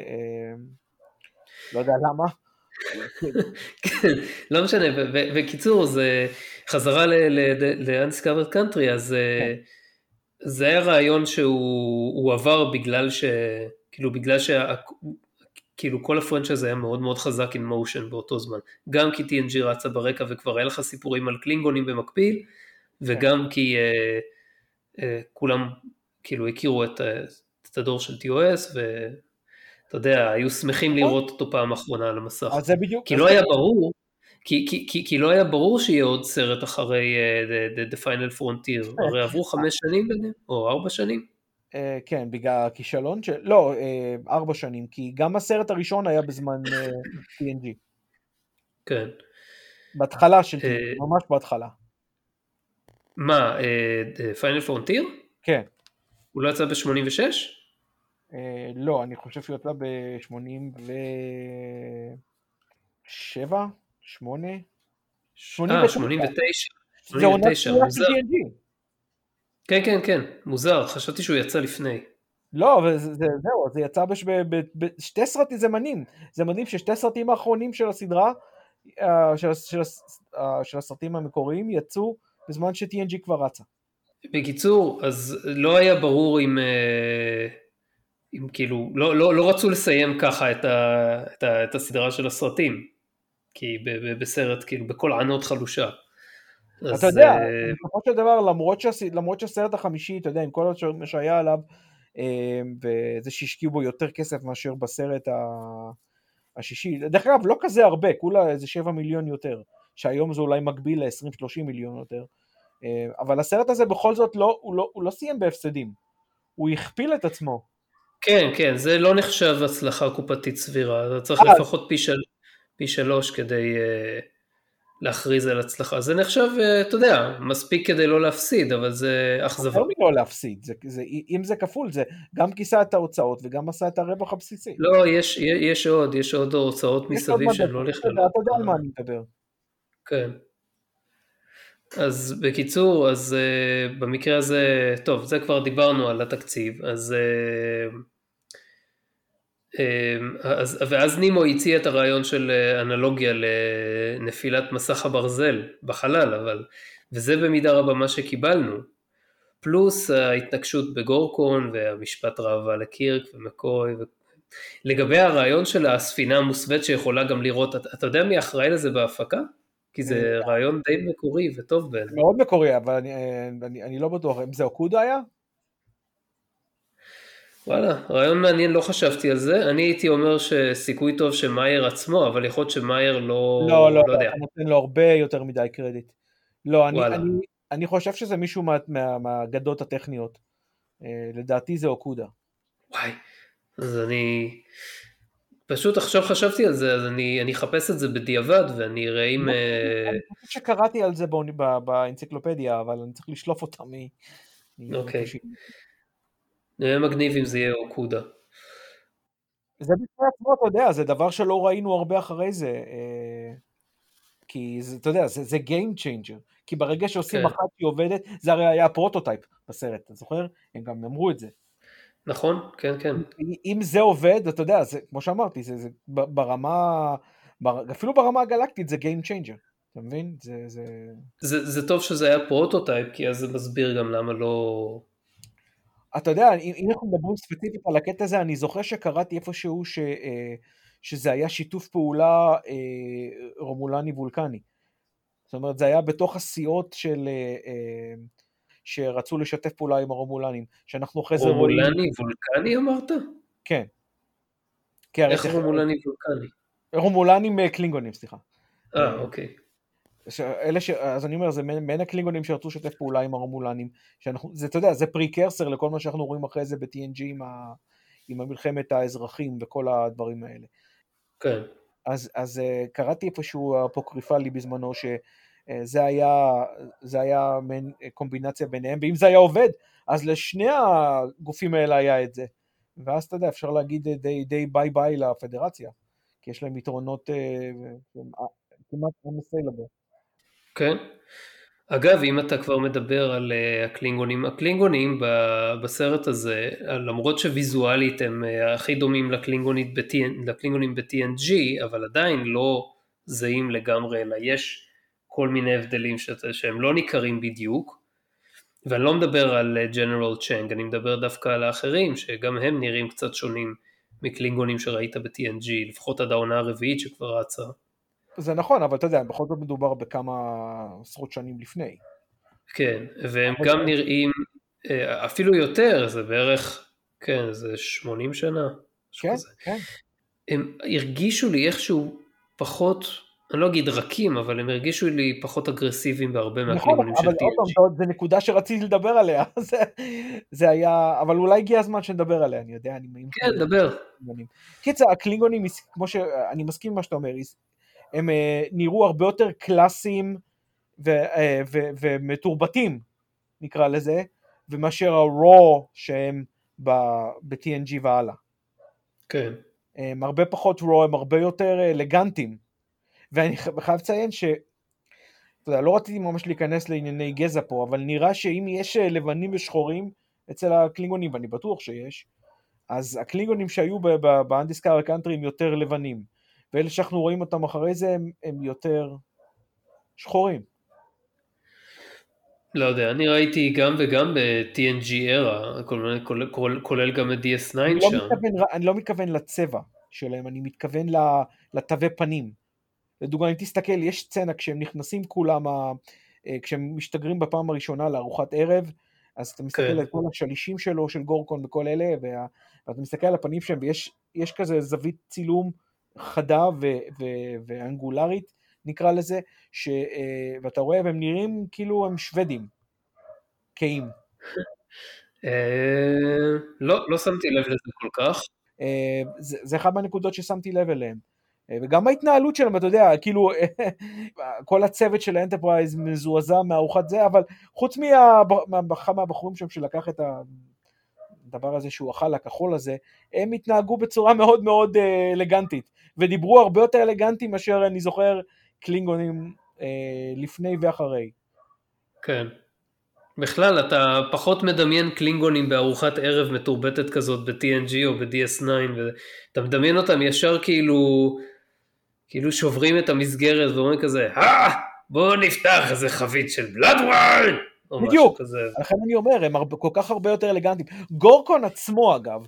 לא יודע למה. כן, לא משנה, בקיצור, זה חזרה ל-Undiscovered Country, אז זה היה רעיון שהוא עבר בגלל ש... כאילו בגלל ש... כאילו כל הפרנצ'ייז היה מאוד מאוד חזק in motion באותו זמן. גם כי טי אן ג'י רצה ברקע וכבר היה לך סיפורים על קלינגונים במקביל, וגם כי כולם כאילו הכירו את הדור של טי או אס, ו... אתה יודע, היו שמחים לראות אותו פעם אחרונה על המסך. אז זה בדיוק. כי לא היה ברור, כי, כי, כי, כי לא היה ברור שיהיה עוד סרט אחרי uh, the, the, the Final Frontier. הרי עברו חמש שנים ביניהם, או ארבע שנים. Uh, כן, בגלל הכישלון של... לא, uh, ארבע שנים, כי גם הסרט הראשון היה בזמן uh, טי אן ג'י. כן. בהתחלה של טי אן ג'י, uh, ממש בהתחלה. מה, uh, the Final Frontier? כן. הוא לא יצא ב-שמונים ושש? לא, אני חושב שהוא יצא ב-שמונים ושבע, שמונה, אה, שמונים ותשע. זה עונת צפייה של טי אן ג'י. כן, כן, כן, מוזר, חשבתי שהוא יצא לפני. לא, זהו, זה יצא בשתי סרטים, זה מדהים, זה מדהים ששתי סרטים האחרונים של הסדרה, של הסרטים המקוריים, יצאו בזמן ש-טי אן ג'י כבר רצה. בקיצור, אז לא היה ברור אם... אם כאילו, לא, לא, לא רצו לסיים ככה את, ה, את, ה, את הסדרה של הסרטים, כי ב, ב, בסרט, כאילו, בכל ענות חלושה. אתה יודע, בסופו של דבר, למרות, שהס, למרות שהסרט החמישי, אתה יודע, עם כל מה שהיה עליו, וזה שהשקיעו בו יותר כסף מאשר בסרט השישי, דרך אגב, לא כזה הרבה, כולה איזה שבע מיליון יותר, שהיום זה אולי מקביל ל-עשרים שלושים מיליון יותר, אבל הסרט הזה בכל זאת לא, הוא לא, הוא לא סיים בהפסדים, הוא הכפיל את עצמו. כן, כן, זה לא נחשב הצלחה קופתית סבירה, אתה צריך לפחות פי, של, פי שלוש כדי uh, להכריז על הצלחה, זה נחשב, uh, אתה יודע, מספיק כדי לא להפסיד, אבל זה אכזבה. לא לא להפסיד, זה, זה, אם זה כפול, זה גם כיסה את ההוצאות וגם עשה את הרווח הבסיסי. לא, יש, יש עוד, יש עוד הוצאות מסביב שהן לא נכללות. אתה יודע על מה אני מדבר. כן. אז בקיצור, אז uh, במקרה הזה, טוב, זה כבר דיברנו על התקציב, אז... Uh, אז, ואז נימו הציע את הרעיון של אנלוגיה לנפילת מסך הברזל בחלל, אבל, וזה במידה רבה מה שקיבלנו. פלוס ההתנגשות בגורקון והמשפט ראווה לקירק ומקוי. ו... לגבי הרעיון של הספינה המוסווית שיכולה גם לראות, אתה, אתה יודע מי אחראי לזה בהפקה? כי זה רעיון די מקורי וטוב בעיני. מאוד מקורי, אבל אני, אני, אני לא בטוח, אם זה אוקודה היה? וואלה, רעיון מעניין, לא חשבתי על זה. אני הייתי אומר שסיכוי טוב שמאייר עצמו, אבל יכול להיות שמאייר לא... לא, לא, לא יודע. אתה נותן לו הרבה יותר מדי קרדיט. לא, אני, וואלה. אני, אני חושב שזה מישהו מה, מה, מהגדות הטכניות. לדעתי זה אוקודה. וואי, אז אני... פשוט עכשיו חשבתי על זה, אז אני, אני אחפש את זה בדיעבד, ואני אראה אם... אני חושב שקראתי על זה באנציקלופדיה, אבל אני צריך לשלוף אותה מ... אוקיי. נראה מגניב אם זה יהיה אוקודה. זה בפני עצמו, אתה יודע, זה דבר שלא ראינו הרבה אחרי זה, כי זה, אתה יודע, זה, זה game changer, כי ברגע שעושים כן. אחת שהיא עובדת, זה הרי היה פרוטוטייפ בסרט, אתה זוכר? הם גם אמרו את זה. נכון, כן, כן. אם זה עובד, אתה יודע, זה, כמו שאמרתי, זה, זה ברמה, בר, אפילו ברמה הגלקטית זה game changer, אתה מבין? זה, זה... זה, זה טוב שזה היה פרוטוטייפ, כי אז זה מסביר גם למה לא... אתה יודע, אם, אם אנחנו מדברים ספציפית על הקטע הזה, אני זוכר שקראתי איפשהו ש, שזה היה שיתוף פעולה רומולני וולקני. זאת אומרת, זה היה בתוך הסיעות של... שרצו לשתף פעולה עם הרומולנים, שאנחנו אחרי זה רואים... רומולני וולקני אמרת? כן. איך רומולני וולקני? רומולנים קלינגונים, סליחה. אה, אוקיי. אלה ש... אז אני אומר, זה בין הקלינגונים שרצו לשתף פעולה עם הרומולנים, שאנחנו... זה, אתה יודע, זה פריקרסר לכל מה שאנחנו רואים אחרי זה ב-טי אן ג'י עם, ה... עם המלחמת האזרחים וכל הדברים האלה. כן. אז, אז קראתי איפשהו אפוקריפלי בזמנו ש... זה היה, זה היה מין קומבינציה ביניהם, ואם זה היה עובד, אז לשני הגופים האלה היה את זה. ואז אתה יודע, אפשר להגיד די, די ביי ביי לפדרציה, כי יש להם יתרונות כמעט unassailable. כן. אגב, אם אתה כבר מדבר על הקלינגונים, הקלינגונים בסרט הזה, למרות שוויזואלית הם הכי דומים לקלינגונים ב-טי אן ג'י, אבל עדיין לא זהים לגמרי, אלא יש כל מיני הבדלים שהם לא ניכרים בדיוק, ואני לא מדבר על ג'נרל צ'נג, אני מדבר דווקא על האחרים, שגם הם נראים קצת שונים מקלינגונים שראית ב-טי אן ג'י, לפחות עד העונה הרביעית שכבר רצה. זה נכון, אבל אתה יודע, בכל זאת מדובר בכמה עשרות שנים לפני. כן, והם גם נראים אפילו יותר, זה בערך, כן, זה שמונים שנה. כן, כן. הם הרגישו לי איכשהו פחות, אני לא אגיד רכים, אבל הם הרגישו לי פחות אגרסיביים בהרבה מהקלינגונים של טי אן ג'י. נכון, אבל זה נקודה שרציתי לדבר עליה, זה היה, אבל אולי הגיע הזמן שנדבר עליה, אני יודע, אני... כן, דבר. קיצר, הקלינגונים, כמו שאני מסכים עם מה שאתה אומר, הם נראו הרבה יותר קלאסיים ומתורבתים, נקרא לזה, ומאשר ה-raw שהם ב-טי אן ג'י והלאה. כן. הם הרבה פחות raw, הם הרבה יותר אלגנטיים. ואני חייב לציין ש... אתה יודע, לא רציתי ממש להיכנס לענייני גזע פה, אבל נראה שאם יש לבנים ושחורים אצל הקלינגונים, ואני בטוח שיש, אז הקלינגונים שהיו ב-Undiscovered Country הם יותר לבנים. ואלה שאנחנו רואים אותם אחרי זה הם, הם יותר שחורים. לא יודע, אני ראיתי גם וגם ב-טי אן ג'י era, כולל, כולל, כולל גם את די אס תשע אני שם. לא מתכוון, אני לא מתכוון לצבע שלהם, אני מתכוון לתווי פנים. לדוגמה, אם תסתכל, יש סצנה כשהם נכנסים כולם, כשהם משתגרים בפעם הראשונה לארוחת ערב, אז אתה מסתכל כן. על כל השלישים שלו, של גורקון וכל אלה, וה, ואתה מסתכל על הפנים שלהם, ויש יש כזה זווית צילום חדה ו, ו, ואנגולרית, נקרא לזה, ש, ואתה רואה, והם נראים כאילו הם שוודים, קיים. לא, לא שמתי לב לזה כל כך. זה, זה אחד מהנקודות ששמתי לב אליהם. וגם ההתנהלות שלהם, אתה יודע, כאילו, כל הצוות של האנטרפרייז מזועזע מארוחת זה, אבל חוץ מהבחר מהבחורים שם שלקח את הדבר הזה שהוא אכל, הכחול הזה, הם התנהגו בצורה מאוד מאוד אלגנטית, ודיברו הרבה יותר אלגנטיים מאשר אני זוכר קלינגונים לפני ואחרי. כן. בכלל, אתה פחות מדמיין קלינגונים בארוחת ערב מתורבתת כזאת ב-טי אן ג'י או ב-די אס נייין, ואתה מדמיין אותם ישר כאילו, כאילו שוברים את המסגרת ואומרים כזה, אה, בואו נפתח איזה חבית של בלאד וויין, או משהו בדיוק, כזה. לכן אני אומר, הם הרבה, כל כך הרבה יותר אלגנטיים. גורקון עצמו אגב,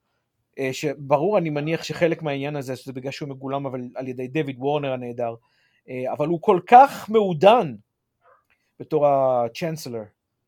שברור אני מניח שחלק מהעניין הזה, שזה בגלל שהוא מגולם אבל על ידי דויד וורנר הנהדר, אבל הוא כל כך מעודן בתור הצ'אנסלר.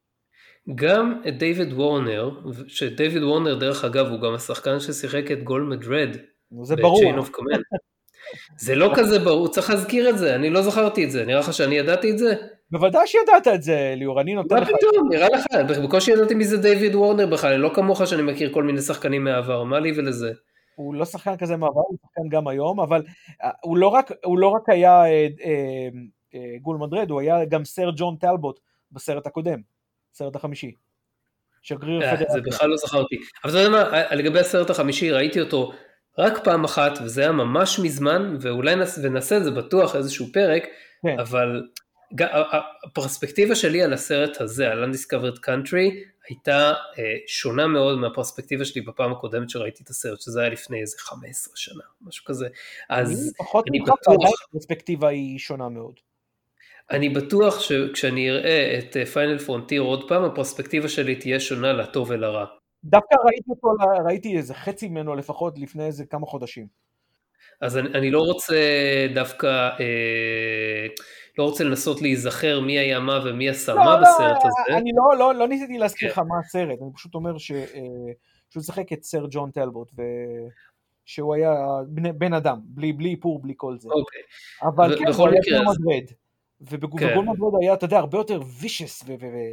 גם את דיוויד וורנר, שדיוויד וורנר דרך אגב הוא גם השחקן ששיחק את גול מדרד, זה ברור. ב-Chain of Command. זה לא כזה ברור, צריך להזכיר את זה, אני לא זכרתי את זה, נראה לך שאני ידעתי את זה? בוודאי שידעת את זה, ליאור, אני נותן לך. מה פתאום, נראה לך, בקושי ידעתי מי זה דיוויד וורנר בכלל, לא כמוך שאני מכיר כל מיני שחקנים מהעבר, מה לי ולזה? הוא לא שחקן כזה מעבר, הוא שחקן גם היום, אבל הוא לא רק, הוא לא רק היה אה, אה, אה, גול מדרד, הוא היה גם סר ג'ון טלבוט בסרט הקודם, סרט החמישי. שגריר פדרציה. זה בכלל לא זכרתי. אבל אתה יודע מה, לגבי הסרט החמישי, ראיתי אותו רק פעם אחת, וזה היה ממש מזמן, ואולי נעשה את זה בטוח איזשהו פרק, כן. אבל הפרספקטיבה שלי על הסרט הזה, על Undiscovered Country, הייתה שונה מאוד מהפרספקטיבה שלי בפעם הקודמת שראיתי את הסרט, שזה היה לפני איזה חמש עשרה שנה, משהו כזה. אז פחות אני בטוח, בטוח... הפרספקטיבה היא שונה מאוד. אני בטוח שכשאני אראה את פיינל פרונטיר עוד פעם, הפרספקטיבה שלי תהיה שונה לטוב ולרע. דווקא ראיתי אותו, ראיתי איזה חצי ממנו לפחות לפני איזה כמה חודשים. אז אני, אני לא רוצה דווקא, אה, לא רוצה לנסות להיזכר מי היה מה ומי עשה מה בסרט הזה. אני לא, לא, לא ניסיתי להזכיר לך מה הסרט, אני פשוט אומר ש, שהוא שחק את סר ג'ון טלבוט, ושהוא היה בן, בן אדם, בלי, בלי איפור, בלי כל זה. אוקיי. אבל ו- כן, הוא היה גול אז... מדרד, ובגול מדרד היה, אתה יודע, הרבה יותר וישס,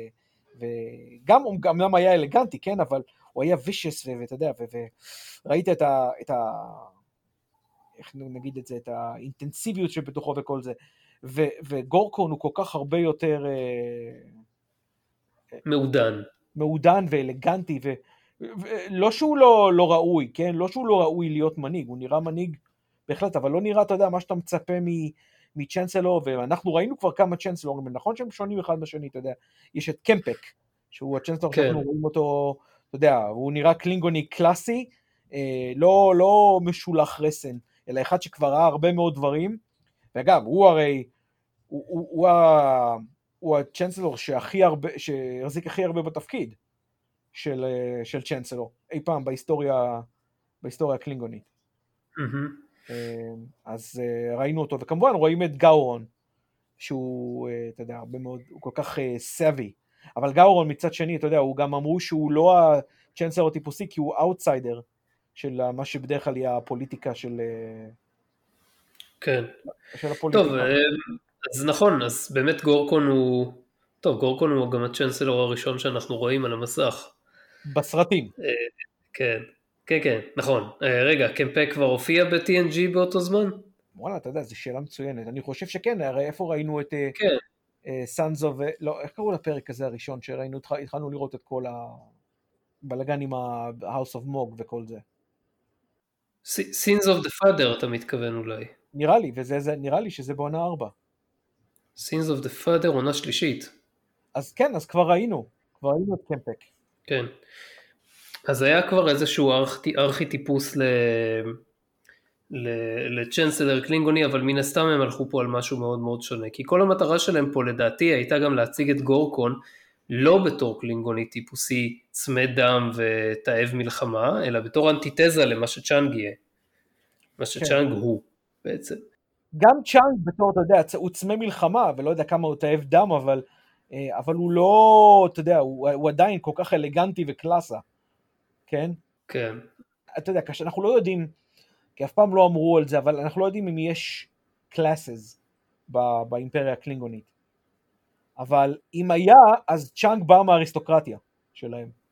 וגם הוא גם היה אלגנטי, כן, אבל הוא היה וישס, ואתה יודע, וראית את ה... את ה איך נגיד את זה, את האינטנסיביות שבתוכו וכל זה, ו, וגורקון הוא כל כך הרבה יותר מעודן. מעודן ואלגנטי, ו, ולא שהוא לא, לא ראוי, כן? לא שהוא לא ראוי להיות מנהיג, הוא נראה מנהיג בהחלט, אבל לא נראה, אתה יודע, מה שאתה מצפה מצ'אנסלור, ואנחנו ראינו כבר כמה צ'אנסלורים, נכון שהם שונים אחד בשני, אתה יודע, יש את קמפק, שהוא הצ'אנסלור כן. שאנחנו רואים אותו, אתה יודע, הוא נראה קלינגוני קלאסי, לא, לא משולח רסן, אלא אחד שכבר ראה הרבה מאוד דברים, ואגב, הוא הרי, הוא, הוא, הוא, הוא, הוא הצ'אנסלור שהכי הרבה, שהחזיק הכי הרבה בתפקיד של, של צ'אנסלור, אי פעם בהיסטוריה, בהיסטוריה הקלינגונית. Mm-hmm. אז ראינו אותו, וכמובן רואים את גאורון, שהוא, אתה יודע, הרבה מאוד, הוא כל כך סאבי, אבל גאורון מצד שני, אתה יודע, הוא גם אמרו שהוא לא הצ'אנסלור הטיפוסי, כי הוא אאוטסיידר, של מה שבדרך כלל יהיה הפוליטיקה של... כן. של הפוליטיקה. טוב, אז נכון, אז באמת גורקון הוא... טוב, גורקון הוא גם הצ'אנסלור הראשון שאנחנו רואים על המסך. בסרטים. כן, כן, כן, נכון. רגע, קמפק כבר הופיע ב-טי אן ג'י באותו זמן? וואלה, אתה יודע, זו שאלה מצוינת. אני חושב שכן, הרי איפה ראינו את... כן. סאנזו ו... לא, איך קראו לפרק הזה הראשון, שראינו, התחלנו לראות את כל הבלגן עם ה-House of Mog וכל זה. Sins of the Father אתה מתכוון אולי. נראה לי, וזה זה, נראה לי שזה בעונה ארבע. Sins of the Father עונה שלישית. אז כן, אז כבר ראינו, כבר ראינו את קמפק. כן. אז היה כבר איזשהו ארכי, ארכי טיפוס ל... לצ'אנסלר קלינגוני, אבל מן הסתם הם הלכו פה על משהו מאוד מאוד שונה, כי כל המטרה שלהם פה לדעתי הייתה גם להציג את גורקון, לא בתור קלינגוני טיפוסי צמא דם ותאב מלחמה, אלא בתור אנטיתזה למה שצ'אנג יהיה, מה שצ'אנג הוא בעצם. גם צ'אנג בתור, אתה יודע, הוא צמא מלחמה, ולא יודע כמה הוא תאב דם, אבל, אבל הוא לא, אתה יודע, הוא, הוא עדיין כל כך אלגנטי וקלאסה, כן? כן. אתה יודע, כשאנחנו לא יודעים, כי אף פעם לא אמרו על זה, אבל אנחנו לא יודעים אם יש classes בא, באימפריה הקלינגונית. אבל אם היה, אז צ'אנג בא מהאריסטוקרטיה שלהם.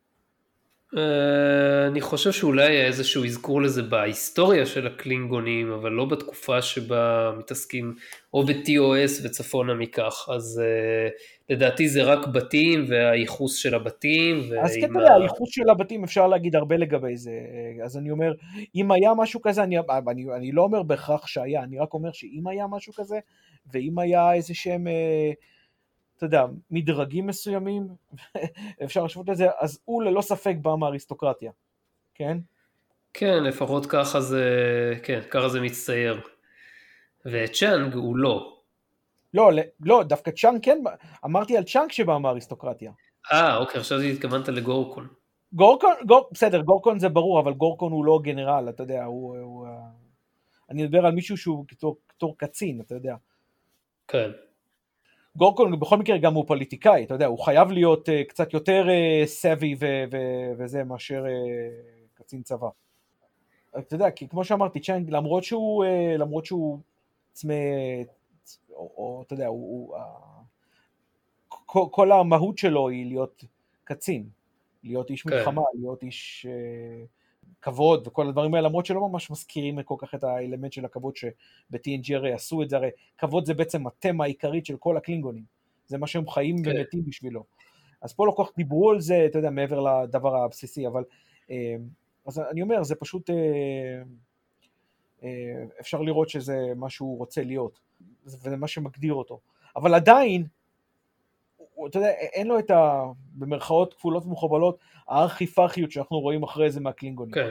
אני חושב שאולי היה איזשהו אזכור לזה בהיסטוריה של הקלינגונים, אבל לא בתקופה שבה מתעסקים או ב-טי או אס וצפונה מכך, אז לדעתי זה רק בתים והייחוס של הבתים. אז כן, תראה, הייחוס של הבתים אפשר להגיד הרבה לגבי זה, אז אני אומר, אם היה משהו כזה, אני, אני, אני לא אומר בהכרח שהיה, אני רק אומר שאם היה משהו כזה, ואם היה איזה שהם... אתה יודע, מדרגים מסוימים, אפשר לשפוט את זה, אז הוא ללא ספק בא מהאריסטוקרטיה, כן? כן, לפחות ככה זה, כן, ככה זה מצטייר. וצ'אנג הוא לא. לא, לא, דווקא צ'אנג כן, אמרתי על צ'אנג שבא מהאריסטוקרטיה. אה, אוקיי, עכשיו התכוונת לגורקון. גורקון, גור, בסדר, גורקון זה ברור, אבל גורקון הוא לא גנרל, אתה יודע, הוא, הוא, אני מדבר על מישהו שהוא כתור, כתור קצין, אתה יודע. כן. גורקון בכל מקרה גם הוא פוליטיקאי, אתה יודע, הוא חייב להיות uh, קצת יותר uh, סבי ו- ו- וזה מאשר uh, קצין צבא. אתה יודע, כי כמו שאמרתי, צ'אנג, למרות שהוא, uh, למרות שהוא צמא, או, או אתה יודע, הוא, הוא, uh, כל, כל המהות שלו היא להיות קצין, להיות איש מלחמה, כן. להיות איש uh, כבוד וכל הדברים האלה, למרות שלא ממש מזכירים כל כך את האלמנט של הכבוד שב-טי אן ג'י הרי עשו את זה, הרי כבוד זה בעצם התמה העיקרית של כל הקלינגונים, זה מה שהם חיים כן. ומתים בשבילו. אז פה לא כל כך דיברו על זה, אתה יודע, מעבר לדבר הבסיסי, אבל uh, אז אני אומר, זה פשוט uh, uh, אפשר לראות שזה מה שהוא רוצה להיות, וזה מה שמגדיר אותו. אבל עדיין, אתה יודע, אין לו את ה... במרכאות כפולות ומחובלות, הארכיפרכיות שאנחנו רואים אחרי זה מהקלינגונים. כן.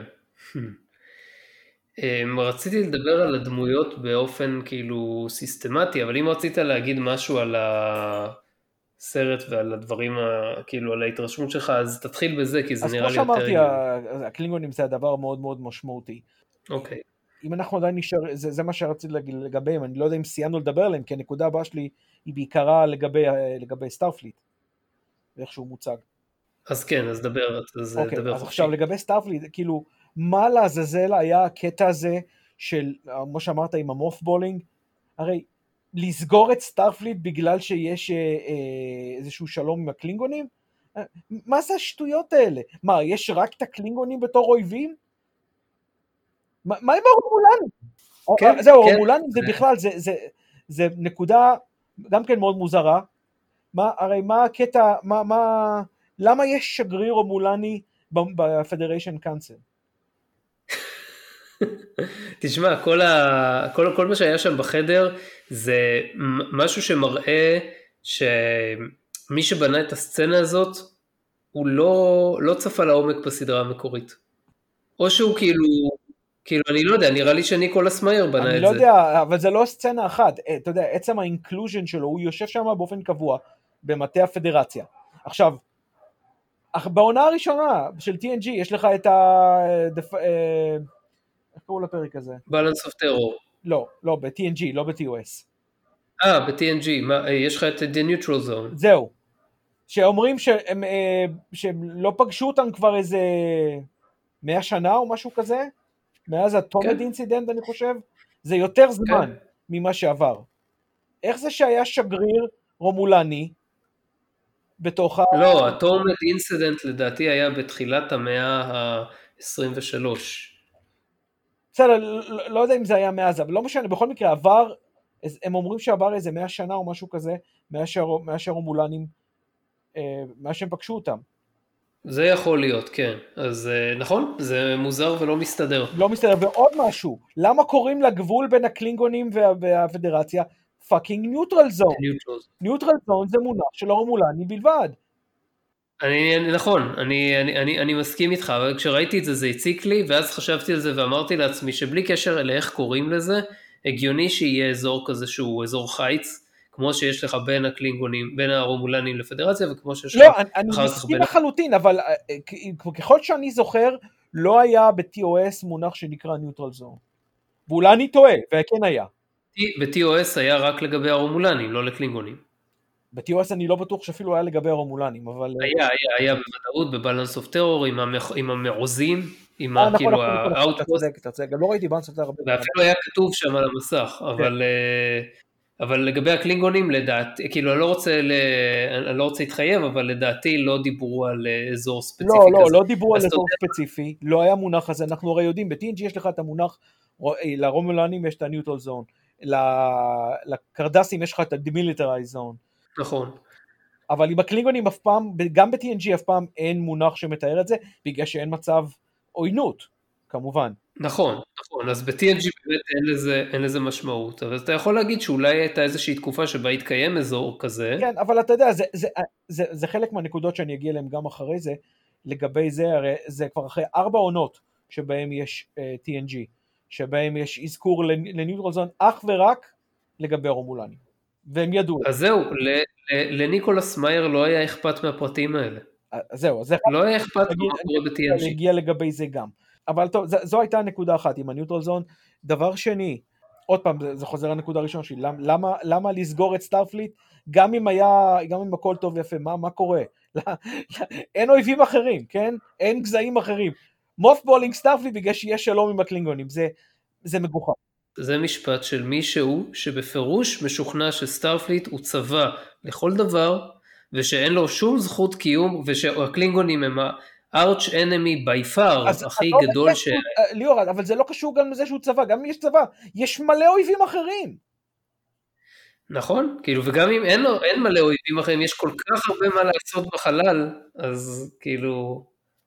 רציתי לדבר על הדמויות באופן כאילו סיסטמטי, אבל אם רצית להגיד משהו על הסרט ועל הדברים, כאילו על ההתרשמות שלך, אז תתחיל בזה, כי זה נראה לי יותר... אז כמו שאמרתי, הקלינגונים זה הדבר מאוד מאוד משמעותי. אוקיי. אם אנחנו עדיין נשאר, זה, זה מה שרציתי להגיד לגביהם, אני לא יודע אם סיימנו לדבר עליהם, כי הנקודה הבאה שלי היא בעיקרה לגבי, לגבי סטארפליט, ואיך שהוא מוצג. אז כן, אז דבר, אז אוקיי, דבר אז חופשי. עכשיו לגבי סטארפליט, כאילו, מה לעזאזל היה הקטע הזה של, כמו שאמרת עם המופבולינג, הרי לסגור את סטארפליט בגלל שיש אה, אה, איזשהו שלום עם הקלינגונים? מה זה השטויות האלה? מה, יש רק את הקלינגונים בתור אויבים? מה, מה עם הרומולנים? כן, זהו, כן. הרומולנים זה בכלל, זה, זה, זה נקודה גם כן מאוד מוזרה. מה, הרי מה הקטע, מה, מה, למה יש שגריר רומולני בפדריישן קאנסל? תשמע, כל, ה... כל, כל מה שהיה שם בחדר זה משהו שמראה שמי שבנה את הסצנה הזאת הוא לא, לא צפה לעומק בסדרה המקורית. או שהוא כאילו, כאילו אני לא יודע, נראה לי שניקולס מאייר בנה את זה. אני לא יודע, אבל זה לא סצנה אחת. אתה יודע, עצם האינקלוז'ן שלו, הוא יושב שם באופן קבוע במטה הפדרציה. עכשיו, בעונה הראשונה של טי אן ג'י יש לך את ה... איך קראו לפרק הזה? Balance of Terror. לא, לא, ב-טי אן ג'י, לא ב-טי או אס. אה, ב-טי אן ג'י, יש לך את The Neutral Zone. זהו. שאומרים שהם, שהם לא פגשו אותם כבר איזה מאה שנה או משהו כזה, מאז הטומד אינסידנט אני חושב, זה יותר זמן ממה שעבר. איך זה שהיה שגריר רומולני בתוך ה... לא, הטומד אינסידנט לדעתי היה בתחילת המאה ה-עשרים ושלוש. בסדר, לא, לא יודע אם זה היה מאז, אבל לא משנה, בכל מקרה עבר, הם אומרים שעבר איזה מאה שנה או משהו כזה, מאה שהרומולנים, מה שהם פגשו אותם. זה יכול להיות, כן. אז נכון, זה מוזר ולא מסתדר. לא מסתדר, ועוד משהו, למה קוראים לגבול בין הקלינגונים והפדרציה פאקינג ניוטרל זון? ניוטרל זון זה מונח של הרומולני בלבד. אני, נכון, אני, אני, אני, אני מסכים איתך, אבל כשראיתי את זה, זה הציק לי, ואז חשבתי על זה ואמרתי לעצמי שבלי קשר לאיך קוראים לזה, הגיוני שיהיה אזור כזה שהוא אזור חיץ, כמו שיש לך בין הקלינגונים, בין הרומולנים לפדרציה, וכמו שיש לך... לא, אני, אני מסכים לחלוטין, אבל ככל שאני זוכר, לא היה ב-טי או אס מונח שנקרא ניוטרל זון. ואולי אני טועה, וכן היה. ב-טי או אס היה רק לגבי הרומולנים, לא לקלינגונים. ב-טי או אס אני לא בטוח שאפילו היה לגבי הרומולנים, אבל... היה, היה, היה בוודאות, בבלנס אוף טרור, עם המעוזים, עם כאילו האוטפוסט. גם לא ראיתי בלנס אוף טרור. ואפילו היה כתוב שם על המסך, אבל... אבל לגבי הקלינגונים, לדעתי, כאילו, אני לא רוצה, אני לא רוצה להתחייב, אבל לדעתי לא דיברו על אזור ספציפי כזה. לא, לא, לא דיברו על אזור ספציפי, לא היה מונח הזה, אנחנו הרי יודעים, ב-טי אן ג'י יש לך את המונח, לרומולנים יש את הניוטרל זון, לקרדסים יש לך את ה-demilitarized zone. נכון. אבל עם הקלינגונים אף פעם, גם ב-טי אן ג'י אף פעם אין מונח שמתאר את זה, בגלל שאין מצב עוינות, כמובן. נכון, נכון, אז ב-טי אן ג'י באמת אין לזה, אין לזה משמעות, אבל אתה יכול להגיד שאולי הייתה איזושהי תקופה שבה התקיים אזור כזה. כן, אבל אתה יודע, זה, זה, זה, זה חלק מהנקודות שאני אגיע אליהן גם אחרי זה, לגבי זה, הרי זה כבר אחרי ארבע עונות שבהם יש uh, טי אן ג'י, שבהם יש אזכור לניוטרל זון אך ורק לגבי הרומולנים, והם ידעו. אז זהו, ל- ל- לניקולס מאייר לא היה אכפת מהפרטים האלה. אז זהו, זה לא היה אכפת אני מה קורה ב-טי אן ג'י. אגיע לגבי זה גם. אבל טוב, זו, זו הייתה נקודה אחת עם הניוטרל זון. דבר שני, עוד פעם, זה, זה חוזר לנקודה הראשונה שלי, למה, למה, למה לסגור את סטארפליט, גם אם היה, גם אם הכל טוב ויפה, מה, מה קורה? אין אויבים אחרים, כן? אין גזעים אחרים. מות'בולינג סטארפליט בגלל שיש שלום עם הקלינגונים, זה, זה מגוחך. זה משפט של מישהו שבפירוש משוכנע שסטארפליט הוא צבא לכל דבר, ושאין לו שום זכות קיום, ושהקלינגונים הם הארץ' אנמי בי פאר הכי גדול ש... ליאור, אבל זה לא קשור גם לזה שהוא צבא, גם אם יש צבא, יש מלא אויבים אחרים. נכון, כאילו, וגם אם אין, לו, אין מלא אויבים אחרים, יש כל כך הרבה מה לעשות בחלל, אז כאילו...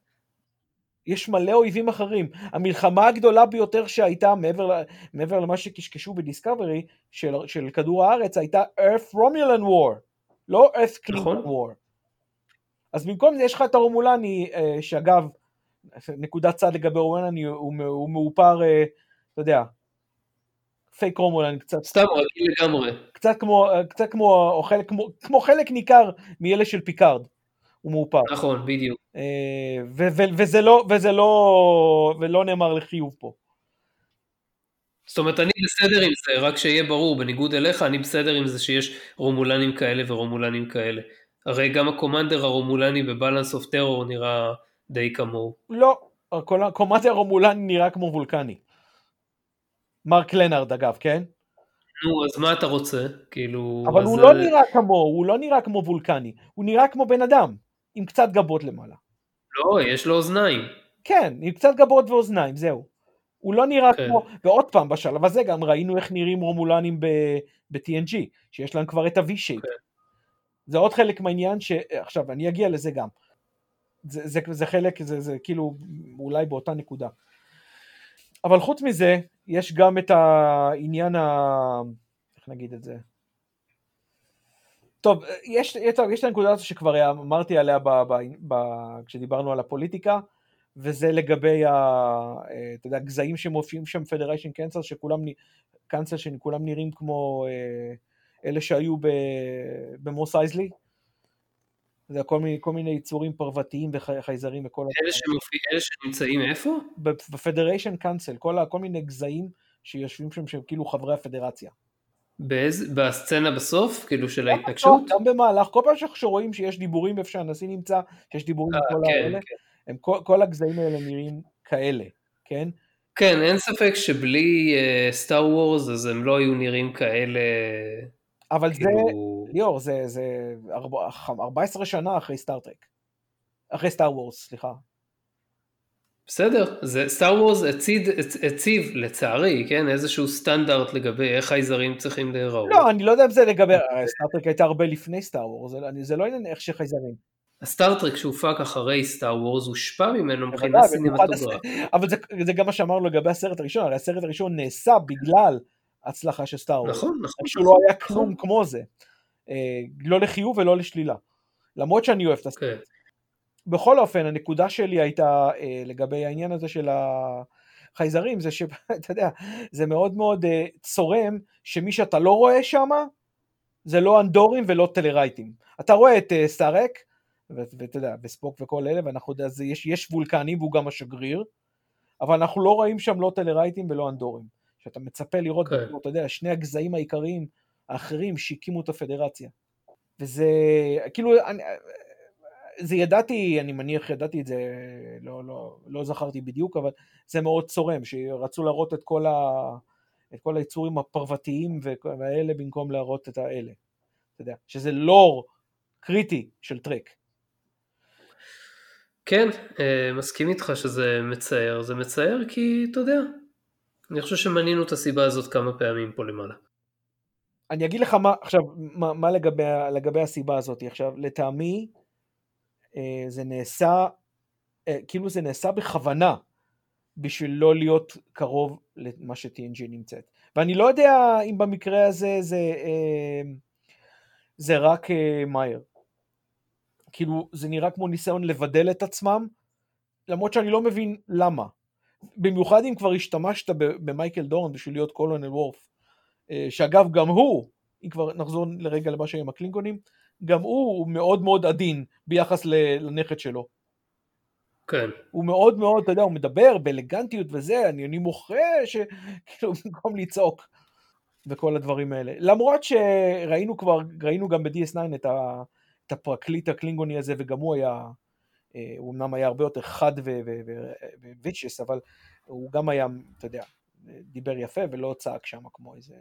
יש מלא אויבים אחרים. המלחמה הגדולה ביותר שהייתה, מעבר, מעבר למה שקשקשו בדיסקאברי, של, של כדור הארץ, הייתה Earth Romulan War, לא Earth Klingon נכון. War. אז במקום זה יש לך את הרומולני, שאגב, נקודת צד לגבי רומולני, הוא, הוא מאופר, אתה יודע, פייק רומולני קצת. סתם רגיל לגמרי. קצת כמו, קצת כמו, או חלק, כמו, כמו חלק ניכר מאלה של פיקארד. הוא מאופר. נכון, בדיוק. ו- ו- וזה לא, וזה לא, ולא נאמר לחיוב פה. זאת אומרת, אני בסדר עם זה, רק שיהיה ברור, בניגוד אליך, אני בסדר עם זה שיש רומולנים כאלה ורומולנים כאלה. הרי גם הקומנדר הרומולני בבלנס אוף טרור נראה די כמוהו. לא, הקומנדר הרומולני נראה כמו וולקני. מרק לנארד אגב, כן? נו, אז מה אתה רוצה? כאילו... אבל אז... הוא לא נראה כמו, הוא לא נראה כמו וולקני, הוא נראה כמו בן אדם, עם קצת גבות למעלה. לא, יש לו אוזניים. כן, עם קצת גבות ואוזניים, זהו. הוא לא נראה כן. כמו, ועוד פעם בשלב הזה גם ראינו איך נראים רומולנים ב-טי אן ג'י, שיש להם כבר את ה-V-shape. כן. זה עוד חלק מהעניין שעכשיו אני אגיע לזה גם. זה, זה, זה חלק, זה, זה כאילו אולי באותה נקודה. אבל חוץ מזה, יש גם את העניין ה... איך נגיד את זה? טוב, יש, יש, יש את הנקודה הזו שכבר אמרתי עליה ב, ב, ב, כשדיברנו על הפוליטיקה, וזה לגבי ה... אתה יודע, גזעים שמופיעים שם, פדריישן קאנסל, שכולם, קאנסל שכולם נראים כמו אלה שהיו במוס אייזלי. זה כל מיני, כל מיני יצורים פרוותיים וחייזרים וכל... אלה שמופיעים, אלה שנמצאים איפה? בפדריישן קאנסל, כל, כל מיני גזעים שיושבים שם שהם כאילו חברי הפדרציה. באיז, בסצנה בסוף, כאילו של ההתנגשות? גם במהלך, כל פעם שאנחנו רואים שיש דיבורים איפה שהנשיא נמצא, שיש דיבורים אה, בכל כן, האלה, כן. הם, כל, כל הגזעים האלה נראים כאלה, כן? כן, אין ספק שבלי סטאר uh, וורס אז הם לא היו נראים כאלה... אבל כאילו... זה, ליאור, זה, זה ארבע עשרה שנה אחרי סטארטרק. אחרי סטאר וורס, סליחה. בסדר, זה סטאר וורס הציב, הציב לצערי, כן, איזשהו סטנדרט לגבי איך חייזרים צריכים להיראות. לא, אני לא יודע אם זה לגבי, סטארטרק הייתה הרבה לפני סטאר וורס, זה, זה לא עניין איך שחייזרים. הסטארטרק שהופק אחרי סטאר וורס הושפע ממנו מבחינה סינמטוגרפית. אבל זה, זה גם מה שאמרנו לגבי הסרט הראשון, הרי הסרט הראשון נעשה בגלל הצלחה של סטאר וורס. נכון, נכון. שהוא לא היה כלום כמו זה. לא לחיוב ולא לשלילה. למרות שאני אוהב את הסרט. בכל אופן, הנקודה שלי הייתה לגבי העניין הזה של החייזרים, זה שאתה יודע, זה מאוד מאוד צורם, שמי שאתה לא רואה שם, זה לא אנדורים ולא טלרייטים. אתה רואה את סטארק, ואתה יודע, וספוק וכל אלה, ואנחנו יודע, יש, יש וולקנים והוא גם השגריר, אבל אנחנו לא רואים שם לא טלרייטים ולא אנדורים. שאתה מצפה לראות, okay. אתה יודע, שני הגזעים העיקריים האחרים שהקימו את הפדרציה. וזה, כאילו, אני, זה ידעתי, אני מניח ידעתי את זה, לא, לא, לא זכרתי בדיוק, אבל זה מאוד צורם, שרצו להראות את כל, ה, את כל היצורים הפרוותיים והאלה, במקום להראות את האלה. אתה יודע, שזה לור קריטי של טרק. כן, מסכים איתך שזה מצער, זה מצער כי, אתה יודע, אני חושב שמנינו את הסיבה הזאת כמה פעמים פה למעלה. אני אגיד לך מה, עכשיו, מה, מה לגבי, לגבי הסיבה הזאת, עכשיו, לטעמי, זה נעשה, כאילו זה נעשה בכוונה, בשביל לא להיות קרוב למה ש-טי אן ג'י נמצאת. ואני לא יודע אם במקרה הזה זה, זה רק מאייר. כאילו, זה נראה כמו ניסיון לבדל את עצמם, למרות שאני לא מבין למה. במיוחד אם כבר השתמשת במייקל דורן בשביל להיות קולונל וורף, שאגב גם הוא, אם כבר נחזור לרגע למה שהם הקלינגונים, גם הוא מאוד מאוד עדין ביחס לנכד שלו. כן. הוא מאוד מאוד, אתה יודע, הוא מדבר באלגנטיות וזה, אני, אני מוחה שכאילו במקום לצעוק וכל הדברים האלה. למרות שראינו כבר, ראינו גם ב-די אס ניין את, ה, את הפרקליט הקלינגוני הזה, וגם הוא היה, הוא אמנם היה הרבה יותר חד וויצ'ס, אבל הוא גם היה, אתה יודע, דיבר יפה ולא צעק שם כמו איזה...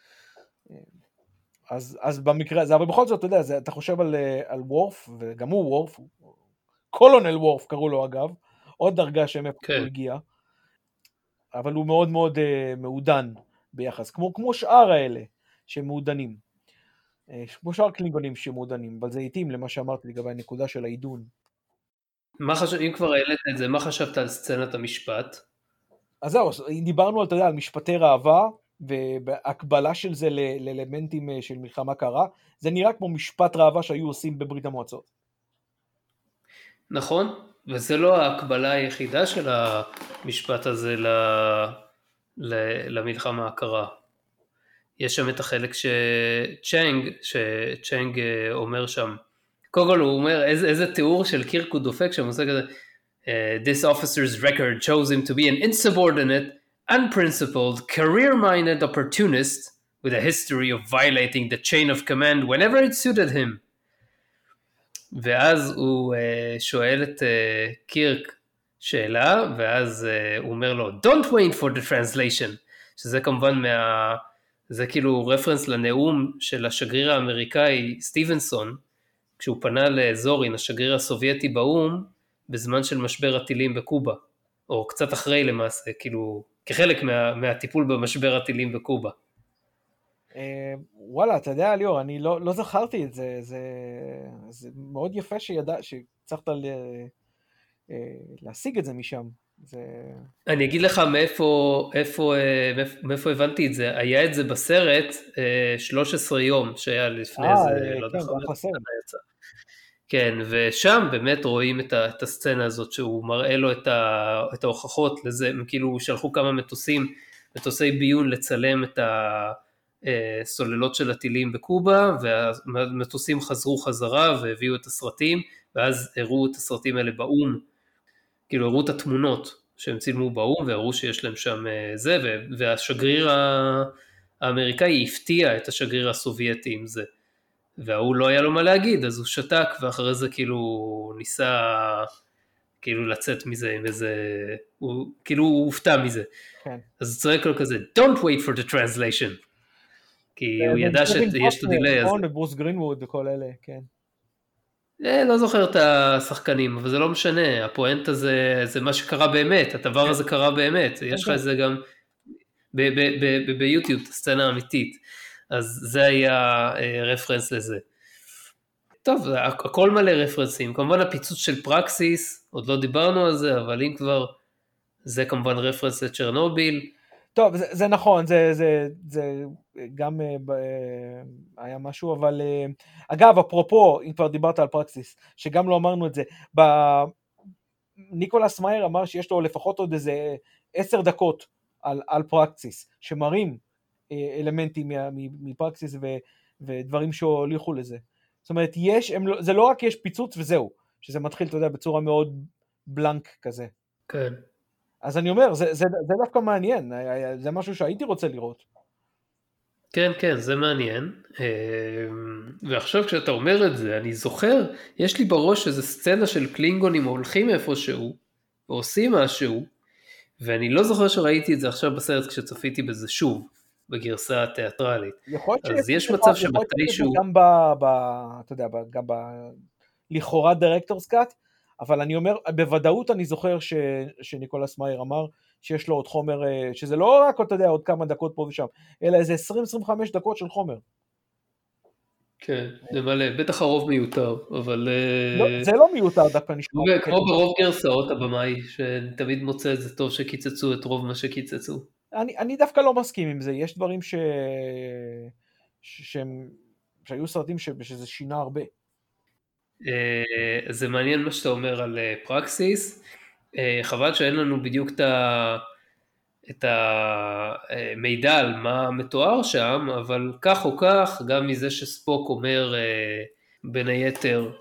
אז, אז במקרה הזה, אבל בכל זאת, אתה יודע, זה, אתה חושב על, על וורף, וגם הוא וורף, קולונל וורף קראו לו אגב, עוד דרגה שמאיפה כן. הוא הגיע, אבל הוא מאוד מאוד uh, מעודן ביחס, כמו, כמו שאר האלה שמעודנים, uh, כמו שאר קלינגונים שמעודנים, אבל זה התאים למה שאמרתי לגבי הנקודה של העידון. מה חשב, אם כבר העלית את זה, מה חשבת על סצנת המשפט? אז זהו, דיברנו אתה יודע, על משפטי ראווה, ובהקבלה של זה לאלמנטים של מלחמה קרה, זה נראה כמו משפט ראווה שהיו עושים בברית המועצות. נכון, וזה לא ההקבלה היחידה של המשפט הזה ל... ל... למלחמה הקרה. יש שם את החלק שצ'אנג, שצ'אנג אומר שם, קודם כל הוא אומר, איזה, איזה תיאור של קירק הוא דופק שם, הוא עושה כזה, This officer's record shows him to be an insubordinate, unprincipled, career-minded opportunist with a history of violating the chain of command whenever it suited him. ואז הוא uh, שואל את uh, קירק שאלה, ואז uh, הוא אומר לו, Don't wait for the translation, שזה כמובן מה... זה כאילו רפרנס לנאום של השגריר האמריקאי סטיבנסון, כשהוא פנה לזורין, השגריר הסובייטי באום, בזמן של משבר הטילים בקובה, או קצת אחרי למעשה, כאילו, כחלק מה, מהטיפול במשבר הטילים בקובה. וואלה, אתה יודע, ליאור, אני לא, לא זכרתי את זה, זה, זה מאוד יפה שידע, שצריכת ל, להשיג את זה משם. זה... אני אגיד לך מאיפה, איפה, מאיפה, מאיפה הבנתי את זה, היה את זה בסרט שלושה עשר יום, שהיה לפני 아, זה, כן, לא יודע, חמש שנים. כן, ושם באמת רואים את, ה, את הסצנה הזאת, שהוא מראה לו את, ה, את ההוכחות לזה, כאילו שלחו כמה מטוסים, מטוסי ביון לצלם את הסוללות של הטילים בקובה, והמטוסים חזרו חזרה והביאו את הסרטים, ואז הראו את הסרטים האלה באום, כאילו הראו את התמונות שהם צילמו באום, והראו שיש להם שם זה, והשגריר האמריקאי הפתיע את השגריר הסובייטי עם זה. והוא לא היה לו מה להגיד, אז הוא שתק, ואחרי זה כאילו ניסה כאילו לצאת מזה עם איזה, הוא, כאילו הוא הופתע מזה. כן. אז הוא צועק לו כזה, Don't wait for the translation, כי הוא ידע שיש את הדילי הזה. ברוס גרינווד וכל אלה, כן. לא זוכר את השחקנים, אבל זה לא משנה, הפואנט הזה, זה מה שקרה באמת, הדבר הזה קרה באמת, יש לך את זה גם ביוטיוב, הסצנה האמיתית. אז זה היה רפרנס לזה. טוב, הכל מלא רפרנסים, כמובן הפיצוץ של פרקסיס, עוד לא דיברנו על זה, אבל אם כבר, זה כמובן רפרנס לצ'רנוביל. טוב, זה, זה נכון, זה, זה, זה גם היה משהו, אבל אגב, אפרופו, אם כבר דיברת על פרקסיס, שגם לא אמרנו את זה, ניקולס מאייר אמר שיש לו לפחות עוד איזה עשר דקות על, על פרקסיס, שמראים אלמנטים מפרקסיס ו, ודברים שהוליכו לזה. זאת אומרת, יש, הם, זה לא רק יש פיצוץ וזהו, שזה מתחיל, אתה יודע, בצורה מאוד בלנק כזה. כן. אז אני אומר, זה, זה, זה דווקא מעניין, זה משהו שהייתי רוצה לראות. כן, כן, זה מעניין. ועכשיו כשאתה אומר את זה, אני זוכר, יש לי בראש איזו סצנה של קלינגונים הולכים איפשהו, ועושים משהו, ואני לא זוכר שראיתי את זה עכשיו בסרט כשצפיתי בזה שוב, בגרסה התיאטרלית. אז יש מצב שמתישהו... גם ב... אתה יודע, גם ב... לכאורה דירקטורס קאט, אבל אני אומר, בוודאות אני זוכר ש... שניקולס מאייר אמר שיש לו עוד חומר, שזה לא רק, אתה יודע, עוד כמה דקות פה ושם, אלא איזה עשרים עד עשרים וחמש דקות של חומר. כן, זה מלא, בטח הרוב מיותר, אבל לא, זה לא מיותר דווקא נשמע. כמו ברוב גרסאות הבמאי, שתמיד מוצא את זה טוב שקיצצו את רוב מה שקיצצו. אני, אני דווקא לא מסכים עם זה, יש דברים ש... ש... שהם... שהיו סרטים ש... שזה שינה הרבה. זה מעניין מה שאתה אומר על פרקסיס, חבל שאין לנו בדיוק את ה... את המידע על מה מתואר שם, אבל כך או כך, גם מזה שספוק אומר בין היתר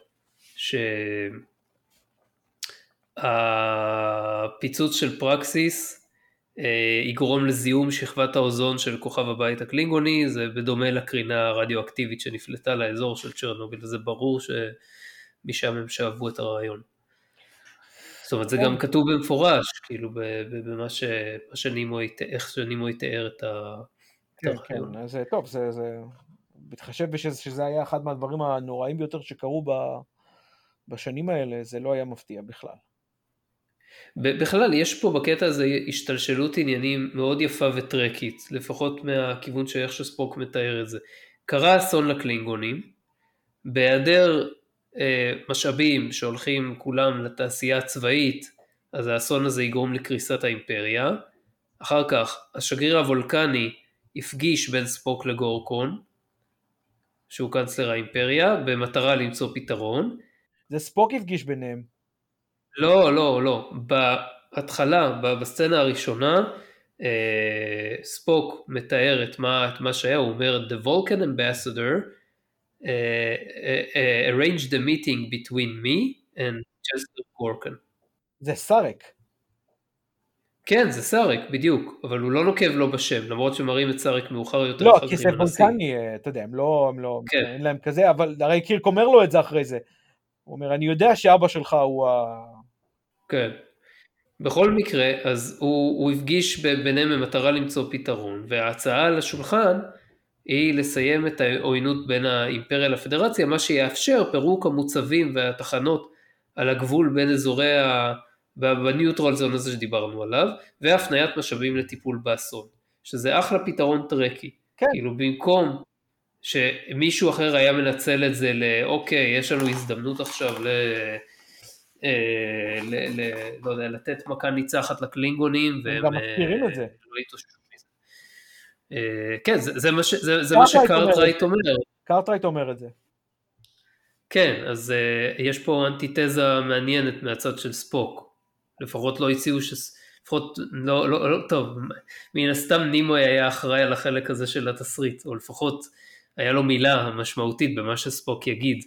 שהפיצוץ של פרקסיס יגרום לזיהום שכבת האוזון של כוכב הבית הקלינגוני, זה בדומה לקרינה הרדיואקטיבית שנפלטה לאזור של צ'רנוביל, זה ברור שמשם הם שאהבו את הרעיון. זאת אומרת, זה גם כתוב במפורש, כאילו, במה שנימו, איך שנימו יתאר את הרעיון. כן, זה טוב, זה, זה, מתחשב שזה היה אחד מהדברים הנוראים ביותר שקרו בשנים האלה, זה לא היה מפתיע בכלל. בכלל, יש פה בקטע הזה השתלשלות עניינים מאוד יפה וטרקית, לפחות מהכיוון שאיך שספוק מתאר את זה. קרה אסון לקלינגונים, בהיעדר משאבים שהולכים כולם לתעשייה הצבאית, אז האסון הזה יגרום לקריסת האימפריה. אחר כך השגריר הוולקני הפגיש בין ספוק לגורקון, שהוא קנצלר האימפריה, במטרה למצוא פתרון. זה ספוק הפגיש ביניהם. לא, לא, לא. בהתחלה, בסצנה הראשונה, ספוק מתאר את מה, את מה שהיה, הוא אומר, The Vulcan ambassador Uh, uh, uh, arranged the meeting between me and Chester Gorkin. זה סארק. כן, זה סארק, בדיוק, אבל הוא לא נוקב לו בשם, למרות שמראים את סארק מאוחר יותר. לא, כי זה וולקני, אתה יודע, הם לא, הם לא, כן. אין להם כזה, אבל הרי קירק אומר לו את זה אחרי זה. הוא אומר, אני יודע שאבא שלך הוא ה... כן. בכל מקרה, אז הוא, הוא הפגיש ביניהם במטרה למצוא פתרון, וההצעה על השולחן, היא לסיים את העוינות בין האימפריה לפדרציה, מה שיאפשר פירוק המוצבים והתחנות על הגבול בין אזורי ה... בניוטרל זון הזה שדיברנו עליו, והפניית משאבים לטיפול באסון, שזה אחלה פתרון טרקי, כן. כאילו במקום שמישהו אחר היה מנצל את זה לאוקיי, יש לנו הזדמנות עכשיו ל... ל... ל... לא יודע, לתת מכה ניצחת לקלינגונים, והם גם מכירים את זה. לא יתוששו. כן, זה מה, זה, זה מה שקארטרייט אומר. קארטרייט אומר את זה. כן, אז uh, יש פה אנטיתזה מעניינת מהצד של ספוק. לפחות לא הציעו ש... לפחות לא, לא, לא, טוב, מן הסתם נימוי היה אחראי על החלק הזה של התסריט, או לפחות היה לו מילה משמעותית במה שספוק יגיד.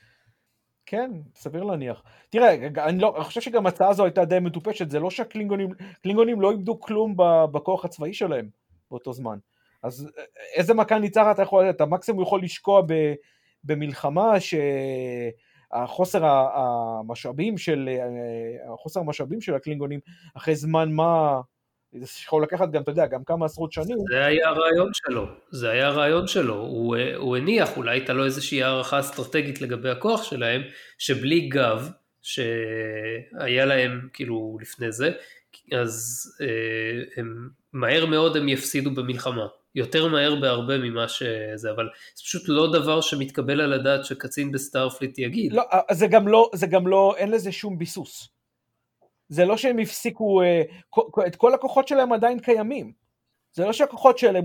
כן, סביר להניח. תראה, אני, לא, אני חושב שגם הצעה הזו הייתה די מטופשת, זה לא שהקלינגונים קלינגונים לא איבדו כלום בכוח הצבאי שלהם באותו זמן. אז איזה מכה ניצחת אתה יכול, אתה מקסימום יכול לשקוע ב, במלחמה שהחוסר המשאבים של, החוסר המשאבים של הקלינגונים, אחרי זמן מה, זה יכול לקחת גם, אתה יודע, גם כמה עשרות שנים. זה היה הרעיון שלו, זה היה הרעיון שלו, הוא, הוא הניח, אולי הייתה לו איזושהי הערכה אסטרטגית לגבי הכוח שלהם, שבלי גב, שהיה להם כאילו לפני זה, אז הם, מהר מאוד הם יפסידו במלחמה, יותר מהר בהרבה ממה שזה, אבל זה פשוט לא דבר שמתקבל על הדעת שקצין בסטארפליט יגיד. לא, זה גם לא, זה גם לא, אין לזה שום ביסוס. זה לא שהם הפסיקו, את כל הכוחות שלהם עדיין קיימים. זה לא שהכוחות שלהם,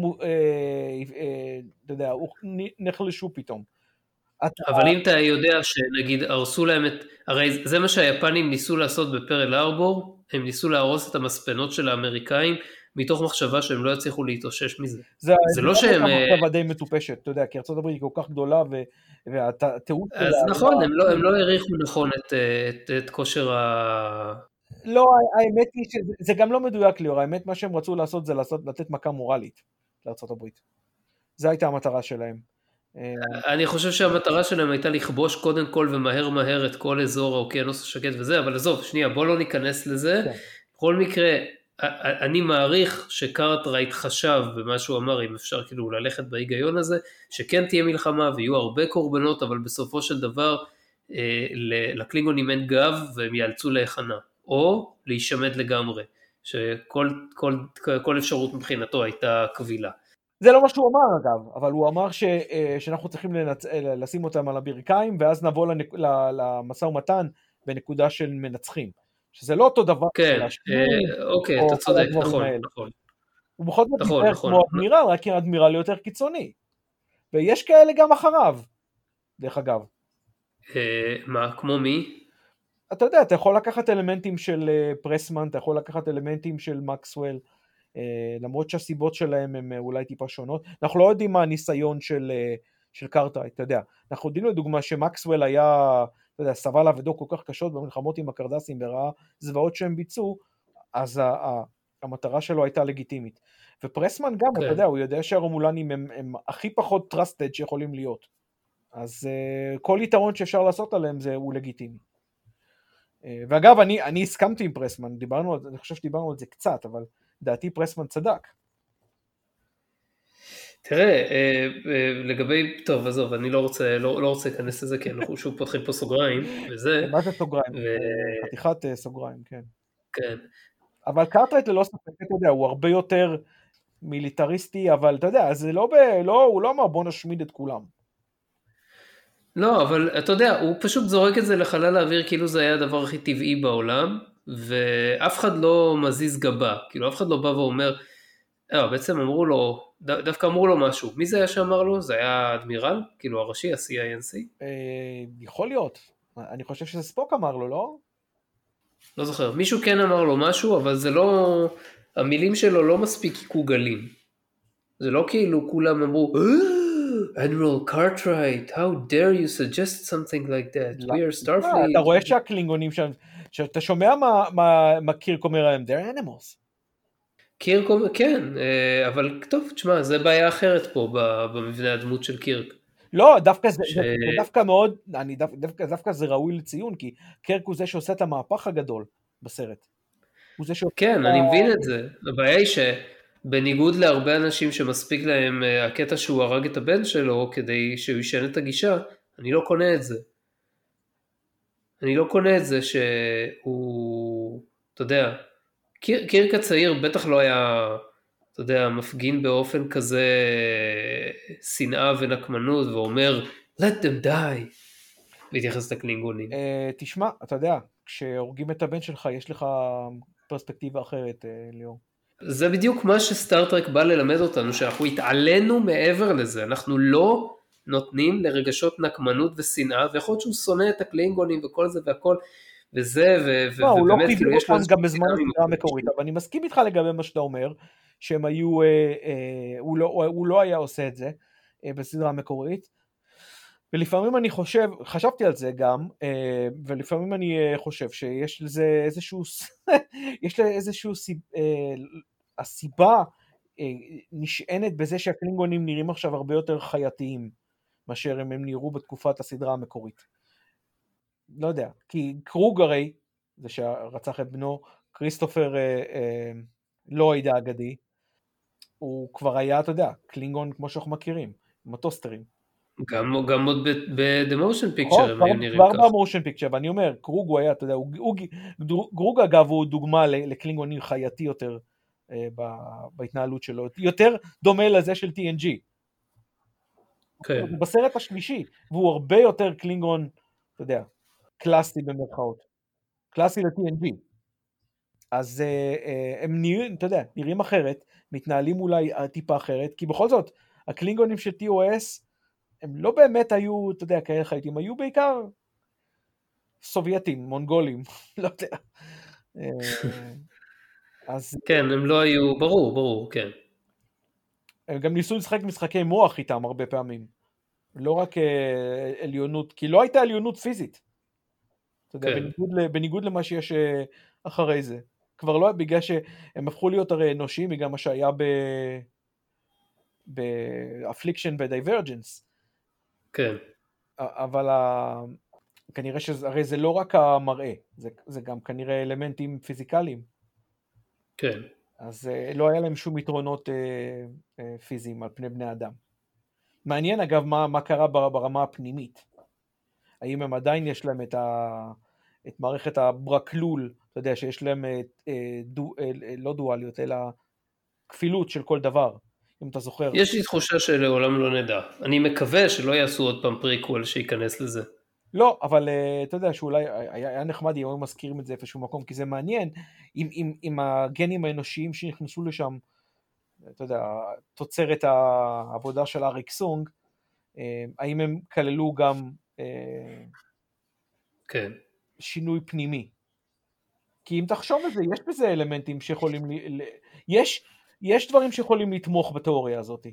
אתה יודע, נחלשו פתאום. אבל אם אתה יודע שנגיד הרסו להם את, הרי זה מה שהיפנים ניסו לעשות בפרל ארבור, הם ניסו להרוס את המספנות של האמריקאים, מתוך מחשבה שהם לא יצליחו להתאושש מזה. זה, זה לא שהם... זה מחשבה די מטופשת, אתה יודע, כי ארצות הברית היא כל כך גדולה, והתיעוד... אז נכון, הם לא, הם לא העריכו נכון את, את, את כושר ה... לא, האמת היא שזה גם לא מדויק ליאור, האמת מה שהם רצו לעשות זה לעשות, לתת מכה מורלית לארצות הברית. זו הייתה המטרה שלהם. אני חושב שהמטרה שלהם הייתה לכבוש קודם כל ומהר מהר את כל אזור האוקיינוס השקט וזה, אבל עזוב, שנייה, בוא לא ניכנס לזה. בכל מקרה, אני מעריך שקארטרייט חשב במה שהוא אמר, אם אפשר כאילו ללכת בהיגיון הזה, שכן תהיה מלחמה ויהיו הרבה קורבנות, אבל בסופו של דבר לקלינגונים אין גב והם יאלצו להיכנע, או להישמד לגמרי, שכל כל, כל אפשרות מבחינתו הייתה קבילה. זה לא מה שהוא אמר אגב, אבל הוא אמר ש, שאנחנו צריכים לנצ... לשים אותם על הברכיים, ואז נבוא לנק... למשא ומתן בנקודה של מנצחים. שזה לא אותו דבר, כן, להשמיד, אה, אוקיי, או אתה כל צודק, הדברים נכון, האלה. נכון. הוא בכל זאת נכון, דיבר נכון. כמו אדמירל, רק עם אדמירל יותר קיצוני. ויש כאלה גם אחריו, דרך אגב. אה, מה, כמו מי? אתה יודע, אתה יכול לקחת אלמנטים של פרסמן, אתה יכול לקחת אלמנטים של מקסוול, למרות שהסיבות שלהם הן אולי טיפה שונות. אנחנו לא יודעים מה הניסיון של, של קארטרייט, אתה יודע. אנחנו יודעים לדוגמה שמקסוול היה, אתה יודע, סבל אבדות כל כך קשות במלחמות עם הקרדסים וראה זוועות שהם ביצעו, אז ה- ה- המטרה שלו הייתה לגיטימית. ופרסמן גם, כן. אתה יודע, הוא יודע שהרומולנים הם, הם הכי פחות trusted שיכולים להיות. אז uh, כל יתרון שאפשר לעשות עליהם זה הוא לגיטימי. Uh, ואגב, אני, אני הסכמתי עם פרסמן, דיברנו, אני חושב שדיברנו על זה קצת, אבל דעתי פרסמן צדק. תראה, אה, אה, לגבי, טוב, עזוב, אני לא רוצה, לא, לא רוצה להיכנס לזה, כי אנחנו שוב פותחים פה סוגריים, וזה, מה זה סוגריים? ו... uh, חתיכת uh, סוגריים, כן. כן. אבל קארטרייט ללא ספק, אתה יודע, הוא הרבה יותר מיליטריסטי, אבל אתה יודע, זה לא, ב, לא, הוא לא אמר בוא נשמיד את כולם. לא, אבל אתה יודע, הוא פשוט זורק את זה לחלל האוויר כאילו זה היה הדבר הכי טבעי בעולם, ואף אחד לא מזיז גבה, כאילו אף אחד לא בא ואומר, אה, בעצם אמרו לו, ד, דווקא אמרו לו משהו, מי זה היה שאמר לו? זה היה אדמירל, כאילו הראשי, ה-סי איי אן סי? אה, יכול להיות, אני חושב שזה ספוק אמר לו, לא? לא זוכר, מישהו כן אמר לו משהו, אבל זה לא, המילים שלו לא מספיק עיקו גלים, זה לא כאילו כולם אמרו, Admiral Cartwright, how dare you suggest something like that? We are Starfleet. אתה רואה שהקלינגונים שם, שאתה שומע מה קירק אומר עליהם, they're animals. קירק, כן, אבל טוב, תשמע, זה בעיה אחרת פה במבנה הדמות של קירק. לא, דווקא זה, ש... זה דווקא מאוד, אני דווקא, דווקא זה ראוי לציון, כי קירק הוא זה שעושה את המהפך הגדול בסרט. הוא זה שעושה כן, אני מבין את זה. הבעיה היא שבניגוד להרבה אנשים שמספיק להם הקטע שהוא הרג את הבן שלו כדי שהוא ישן את הגישה, אני לא קונה את זה. אני לא קונה את זה שהוא, אתה יודע, קיר, קירק הצעיר בטח לא היה, אתה יודע, מפגין באופן כזה שנאה ונקמנות ואומר, let them die, להתייחס לקלינגונים. Uh, תשמע, אתה יודע, כשהורגים את הבן שלך, יש לך פרספקטיבה אחרת, uh, ליאור. זה בדיוק מה שסטארטרק בא ללמד אותנו, שאנחנו התעלינו מעבר לזה, אנחנו לא נותנים לרגשות נקמנות ושנאה, ויכול להיות שהוא שונא את הקלינגונים וכל זה והכל, וזה, ו- לא, ובאמת, הוא לא חיבר כאילו, יש לו אותם איזושהי גם בזמן הסדרה המקורית, אבל אני מסכים איתך לגבי מה שאתה אומר, שהם היו, אה, אה, הוא, לא, הוא לא היה עושה את זה אה, בסדרה המקורית, ולפעמים אני חושב, חשבתי על זה גם, אה, ולפעמים אני אה, חושב שיש לזה איזשהו, יש לזה איזשהו, אה, הסיבה אה, נשענת בזה שהקלינגונים נראים עכשיו הרבה יותר חייתיים, מאשר הם, הם נראו בתקופת הסדרה המקורית. לא יודע, כי קרוג הרי, זה שרצח את בנו, כריסטופר אה, אה, לויד האגדי, הוא כבר היה, אתה יודע, קלינגון כמו שאנחנו מכירים, עם הטוסטרים. גם, גם עוד ב-The Motion Picture הם היו נראים ככה. ככה. כבר ב-Motion Picture, ואני אומר, קרוג הוא היה, אתה יודע, הוא, הוא, קרוג אגב הוא דוגמה לקלינגוני חייתי יותר אה, בהתנהלות שלו, יותר דומה לזה של טי אן ג'י. כן. הוא בסרט השלישי, והוא הרבה יותר קלינגון, אתה יודע, קלאסי במרכאות. קלאסי ל-טי אן ג'י. אז uh, הם נראים, אתה יודע, נראים אחרת, מתנהלים אולי טיפה אחרת, כי בכל זאת, הקלינגונים של טי או אס, הם לא באמת היו, אתה יודע, כאלה חייטים, היו בעיקר סובייטים, מונגולים, לא יודע. אז... כן, הם לא היו, ברור, ברור, כן. הם גם ניסו לשחק משחקי מוח איתם הרבה פעמים. לא רק uh, עליונות, כי לא הייתה עליונות פיזית. אתה יודע, כן. בניגוד, בניגוד למה שיש uh, אחרי זה. כבר לא, בגלל שהם הפכו להיות הרי אנושיים, בגלל מה שהיה ב... באפליקשן ודייברג'נס. כן. אבל ה... כנראה שהרי זה לא רק המראה, זה, זה גם כנראה אלמנטים פיזיקליים. כן. אז לא היה להם שום יתרונות אה, אה, פיזיים על פני בני אדם. מעניין אגב מה, מה קרה ברמה הפנימית. האם הם עדיין יש להם את, ה, את מערכת הברקלול, אתה יודע שיש להם אה, דו, אה, לא דואליות, אלא כפילות של כל דבר. אם אתה זוכר. יש לי תחושה שלעולם לא נדע. אני מקווה שלא יעשו עוד פעם פריקוול שייכנס לזה. לא, אבל uh, אתה יודע שאולי היה, היה נחמד אם היו מזכירים את זה איפשהו מקום, כי זה מעניין, עם, עם, עם הגנים האנושיים שנכנסו לשם, אתה יודע, תוצרת העבודה של אריק סונג, uh, האם הם כללו גם uh, כן. שינוי פנימי. כי אם תחשוב על זה, יש בזה אלמנטים שיכולים, ל... יש, יש דברים שיכולים לתמוך בתיאוריה הזאת.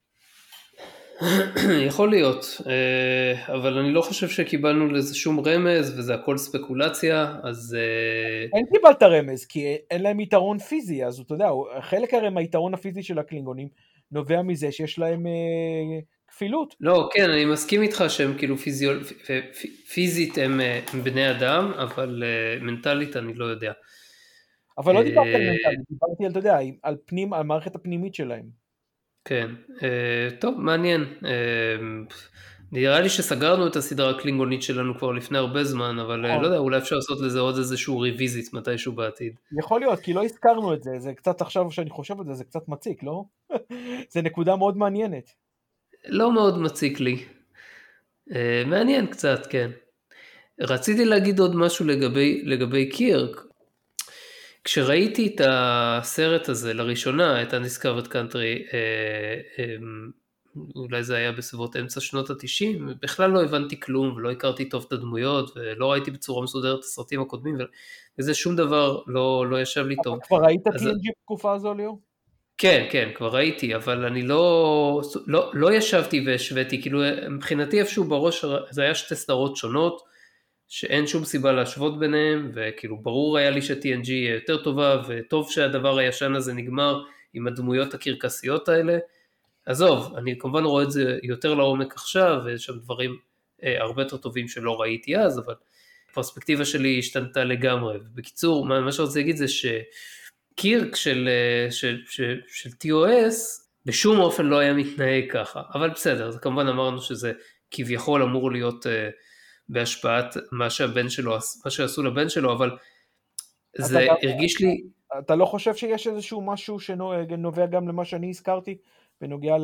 יכול להיות, אבל אני לא חושב שקיבלנו לזה שום רמז, וזה הכל ספקולציה, אז... אין קיבלת רמז, כי אין להם יתרון פיזי, אז אתה יודע, חלק הרי מהיתרון הפיזי של הקלינגונים, נובע מזה שיש להם כפילות. לא, כן, אני מסכים איתך שהם כאילו פיזיול... פיזית הם, הם בני אדם, אבל מנטלית אני לא יודע. אבל לא דיברתי על מנטלית, דיברתי על, אתה יודע, על פנים, על מערכת הפנימית שלהם. כן, טוב, מעניין. נראה לי שסגרנו את הסדרה הקלינגונית שלנו כבר לפני הרבה זמן, אבל לא יודע, אולי אפשר לעשות לזה עוד איזשהו ריוויזית מתישהו בעתיד. יכול להיות, כי לא הזכרנו את זה, זה קצת עכשיו שאני חושב על זה, זה קצת מציק, לא? זה נקודה מאוד מעניינת. לא מאוד מציק לי. מעניין קצת, כן. רציתי להגיד עוד משהו לגבי, לגבי קירק. כשראיתי את הסרט הזה לראשונה, את Undiscovered Country, אולי זה היה בסביבות אמצע שנות ה-תשעים, בכלל לא הבנתי כלום ולא הכרתי טוב את הדמויות ולא ראיתי בצורה מסודרת את הסרטים הקודמים וזה שום דבר לא, לא ישב לי טוב. אתה כבר ראית טי אן ג'י בתקופה הזו, ליאור? כן, כן, כבר ראיתי, אבל אני לא, לא, לא ישבתי והשוויתי, כאילו מבחינתי איפשהו בראש זה היה שתי סדרות שונות, שאין שום סיבה להשוות ביניהם, וכאילו ברור היה לי ש-טי אן ג'י יהיה יותר טובה, וטוב שהדבר הישן הזה נגמר עם הדמויות הקרקסיות האלה. עזוב, אני כמובן רואה את זה יותר לעומק עכשיו, ויש שם דברים אה, הרבה יותר טובים שלא ראיתי אז, אבל הפרספקטיבה שלי השתנתה לגמרי. בקיצור, מה, מה שרציתי להגיד זה שקירק של, של, של, של טי או אס בשום אופן לא היה מתנהג ככה, אבל בסדר, זה כמובן אמרנו שזה כביכול אמור להיות... אה, בהשפעת מה שהבן שלו, מה שעשו לבן שלו, אבל זה גם, הרגיש לי... אתה לא חושב שיש איזשהו משהו שנובע גם למה שאני הזכרתי, בנוגע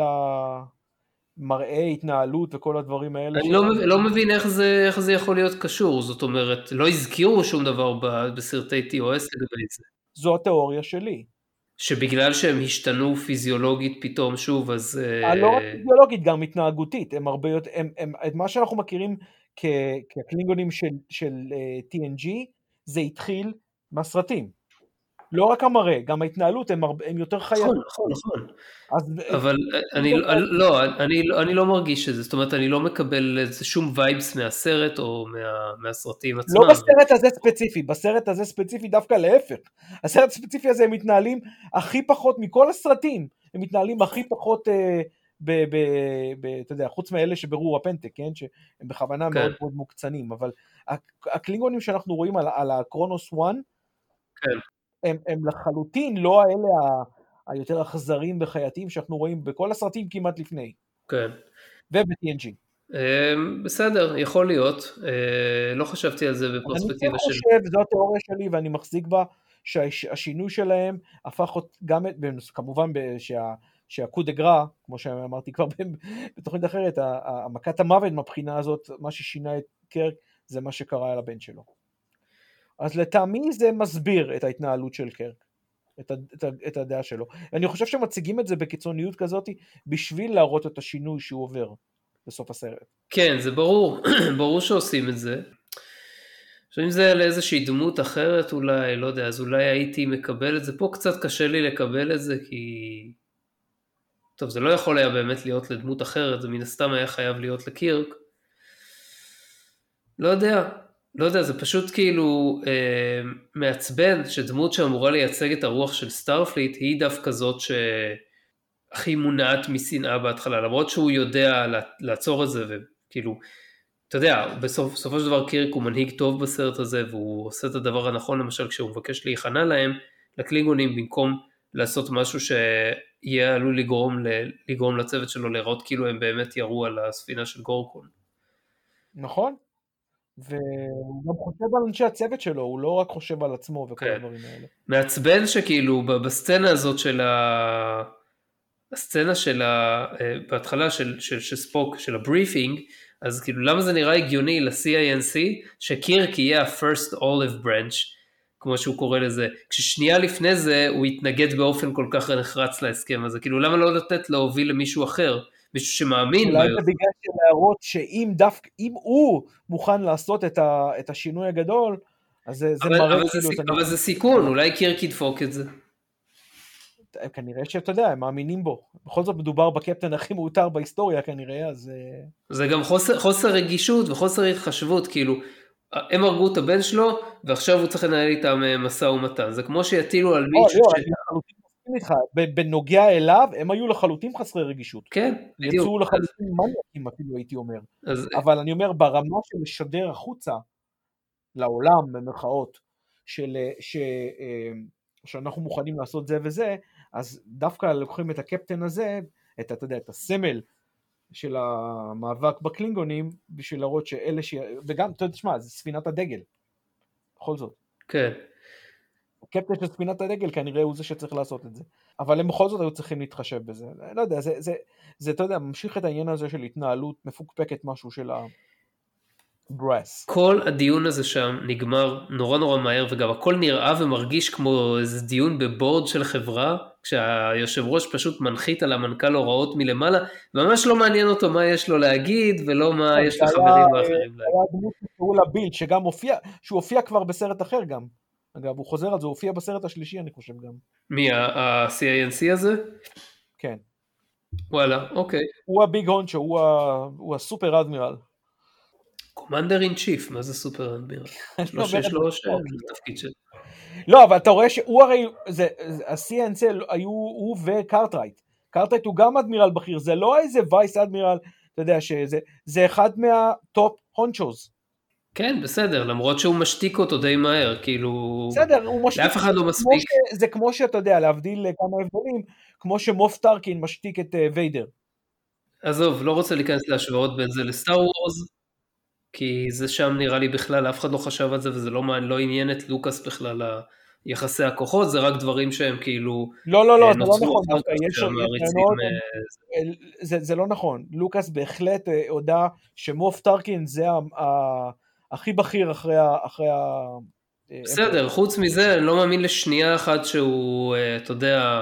למראה, התנהלות וכל הדברים האלה? אני לא, לא מבין איך זה, איך זה יכול להיות קשור, זאת אומרת, לא הזכירו שום דבר בסרטי טי או אס לגבי זה. זו התיאוריה שלי. שבגלל שהם השתנו פיזיולוגית פתאום שוב, אז... לא רק פיזיולוגית, גם התנהגותית, הם הרבה יותר, הם, הם, את מה שאנחנו מכירים כקלינגונים של, של uh, טי אן ג'י, זה התחיל מהסרטים. לא רק המראה, גם ההתנהלות, הם, הם יותר חיים. נכון, נכון, נכון. אבל אני, לא, אני, אני לא מרגיש את זה, זאת אומרת, אני לא מקבל שום וייבס מהסרט או מה, מהסרטים עצמם. לא בסרט הזה ספציפי, בסרט הזה ספציפי דווקא להפך. הסרט הספציפי הזה הם מתנהלים הכי פחות מכל הסרטים, הם מתנהלים הכי פחות... אה, ב, ב, ב, אתה יודע, חוץ מאלה שברור הפנטק, כן? שהם בכוונה כן. מאוד מאוד מוקצנים, אבל הקלינגונים שאנחנו רואים על, על הקרונוס אחת, כן. הם, הם לחלוטין לא האלה ה, היותר אכזרים בחייתיים שאנחנו רואים בכל הסרטים כמעט לפני. כן. וב-טי אן ג'י. בסדר, יכול להיות. לא חשבתי על זה בפרספקטיבה אני שלי. חושב, זו התיאוריה שלי ואני מחזיק בה, שהשינוי שלהם הפך גם, כמובן שה... שהקו דה גרה, כמו שאמרתי כבר בתוכנית אחרת, המכת המוות מבחינה הזאת, מה ששינה את קרק, זה מה שקרה על הבן שלו. אז לטעמי זה מסביר את ההתנהלות של קרק, את, את, את הדעה שלו. אני חושב שמציגים את זה בקיצוניות כזאת, בשביל להראות את השינוי שהוא עובר בסוף הסרט. כן, זה ברור, ברור שעושים את זה. עכשיו אם זה לאיזושהי דמות אחרת אולי, לא יודע, אז אולי הייתי מקבל את זה, פה קצת קשה לי לקבל את זה, כי... טוב, זה לא יכול היה באמת להיות לדמות אחרת, זה מן הסתם היה חייב להיות לקירק. לא יודע, לא יודע, זה פשוט כאילו אה, מעצבן, שדמות שאמורה לייצג את הרוח של סטארפליט, היא דווקא זאת שהכי מונעת משנאה בהתחלה, למרות שהוא יודע לעצור את זה, וכאילו, אתה יודע, בסוף, בסופו של דבר קירק הוא מנהיג טוב בסרט הזה, והוא עושה את הדבר הנכון, למשל כשהוא מבקש להיכנע להם, לקלינגונים, במקום לעשות משהו שיהיה עלול לגרום, לגרום לצוות שלו להיראות כאילו הם באמת ירו על הספינה של גורקון. נכון, והוא גם חושב על אנשי הצוות שלו, הוא לא רק חושב על עצמו וכל כן. הדברים האלה. מעצבן שכאילו בסצנה הזאת של, ה... הסצנה של ה... בהתחלה של, של, של ספוק, של הבריפינג, אז כאילו למה זה נראה הגיוני ל-סי איי אן סי, שקירק יהיה ה-first olive branch, כמו שהוא קורא לזה, כששנייה לפני זה הוא התנגד באופן כל כך נחרץ להסכם הזה, כאילו למה לא לתת להוביל למישהו אחר, מישהו שמאמין. אולי זה בגלל של להראות שאם דווקא, אם הוא מוכן לעשות את, ה, את השינוי הגדול, אז זה, זה אבל, מראה אבל, כאילו... זה, אבל זה סיכון, אולי קירק ידפוק את זה. כנראה שאתה יודע, הם מאמינים בו. בכל זאת מדובר בקפטן הכי מאותר בהיסטוריה כנראה, אז... זה גם חוסר, חוסר רגישות וחוסר התחשבות, כאילו, הם הרגו את הבן שלו, ועכשיו הוא צריך לנהל איתם משא ומתן. זה כמו שיטילו על מישהו... לא, לא, אני לחלוטין מסכים איתך. בנוגע אליו, הם היו לחלוטין חסרי רגישות. כן, בדיוק. יצאו לחלוטין מניאקים, אפילו הייתי אומר. אבל אני אומר, ברמה של לשדר החוצה, לעולם, במרכאות, של... שאנחנו מוכנים לעשות זה וזה, אז דווקא לוקחים את הקפטן הזה, את, אתה יודע, את הסמל של המאבק בקלינגונים, בשביל להראות שאלה ש... וגם, אתה יודע, תשמע, זה ספינת הדגל, בכל זאת. כן. הקפטן של ספינת הדגל כנראה הוא זה שצריך לעשות את זה. אבל הם בכל זאת היו צריכים להתחשב בזה. לא יודע, זה, זה, זה, אתה יודע, ממשיך את העניין הזה של התנהלות מפוקפקת משהו של ה... ברס. כל הדיון הזה שם נגמר נורא נורא מהר, וגם הכל נראה ומרגיש כמו איזה דיון בבורד של חברה, כשהיושב ראש פשוט מנחית על המנכ"ל הוראות מלמעלה, ממש לא מעניין אותו מה יש לו להגיד, ולא מה יש לחברים האחרים להגיד. היה דמות שקראו לה ביל, שגם הופיע, שהוא הופיע כבר בסרט אחר גם. אגב, הוא חוזר על זה, הוא הופיע בסרט השלישי, אני חושב גם. מי, ה-סי איי אן סי הזה? כן. וואלה, אוקיי. הוא הביג הונצ'ו, הוא הסופר אדמירל. קומנדר אין צ'יף, מה זה סופר אדמירל? לא שיש לו תפקיד שלו. לא, אבל אתה רואה שהוא הרי, ה-סי אן סי היו הוא וקארטרייט. קארטרייט הוא גם אדמירל בכיר, זה לא איזה וייס אדמירל, אתה יודע שזה אחד מהטופ הונצ'וז. כן, בסדר, למרות שהוא משתיק אותו די מהר, כאילו... בסדר, הוא משתיק... לאף אחד לא מספיק. זה כמו שאתה יודע, להבדיל כמה הבדלים, כמו שמוף טרקין משתיק את ויידר. עזוב, לא רוצה להיכנס להשוואות בין זה לסטאר וורז, כי זה שם נראה לי בכלל, אף אחד לא חשב על זה, וזה לא, לא עניין את לוקאס בכלל יחסי הכוחות, זה רק דברים שהם כאילו... לא, לא, לא, זה לא נכון, יש שהמעריצים... זה, זה לא נכון, לוקאס בהחלט הודע שמוף טרקין זה הכי בכיר אחרי ה... אחרי ה... בסדר, חוץ מזה, אני לא מאמין לשנייה אחת שהוא, אתה יודע,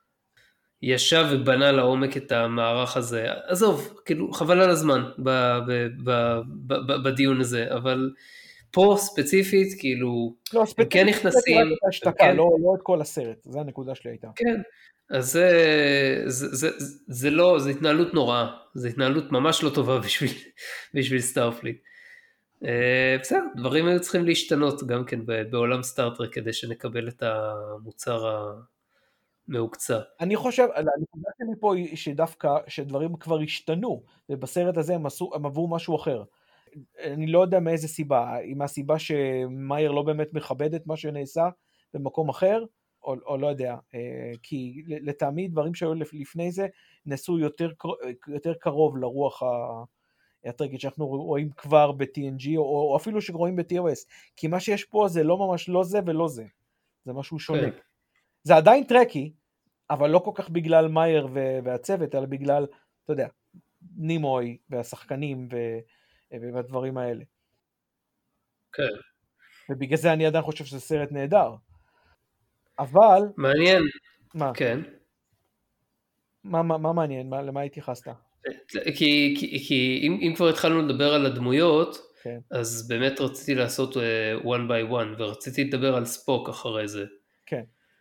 ישב ובנה לעומק את המערך הזה. עזוב, כאילו, חבל על הזמן ב, ב, ב, ב, ב, בדיון הזה, אבל פה ספציפית, כאילו, לא, ספציפית, כן נכנסים... רק את השתקה, כן... לא, לא את כל הסרט, זה הנקודה שלי הייתה. כן, אז זה, זה, זה, זה, זה לא, זה התנהלות נוראה, זה התנהלות ממש לא טובה בשביל, בשביל סטארפליט. בסדר, דברים היו צריכים להשתנות גם כן בעולם סטארטרק כדי שנקבל את המוצר המעוקצה. אני חושב, הנקודה שלי פה היא שדווקא שדברים כבר השתנו, ובסרט הזה הם, עשו, הם עברו משהו אחר. אני לא יודע מאיזה סיבה, אם הסיבה שמאייר לא באמת מכבד את מה שנעשה במקום אחר, או, או לא יודע, כי לטעמי דברים שהיו לפני זה נעשו יותר, יותר קרוב לרוח ה... הטרגית שאנחנו רואים כבר ב-טי אן ג'י, או, או אפילו שרואים ב-טי או אס, כי מה שיש פה זה לא ממש לא זה ולא זה, זה משהו שונה. כן. זה עדיין טרקי, אבל לא כל כך בגלל מאייר והצוות, אלא בגלל, אתה יודע, נימוי והשחקנים והדברים האלה. כן. ובגלל זה אני עדיין חושב שזה סרט נהדר. אבל... מעניין. מה? כן. מה, מה, מה מעניין? מה, למה התייחסת? כי, כי, כי אם, אם כבר התחלנו לדבר על הדמויות, כן. אז באמת רציתי לעשות uh, one by one, ורציתי לדבר על ספוק אחרי זה. כן.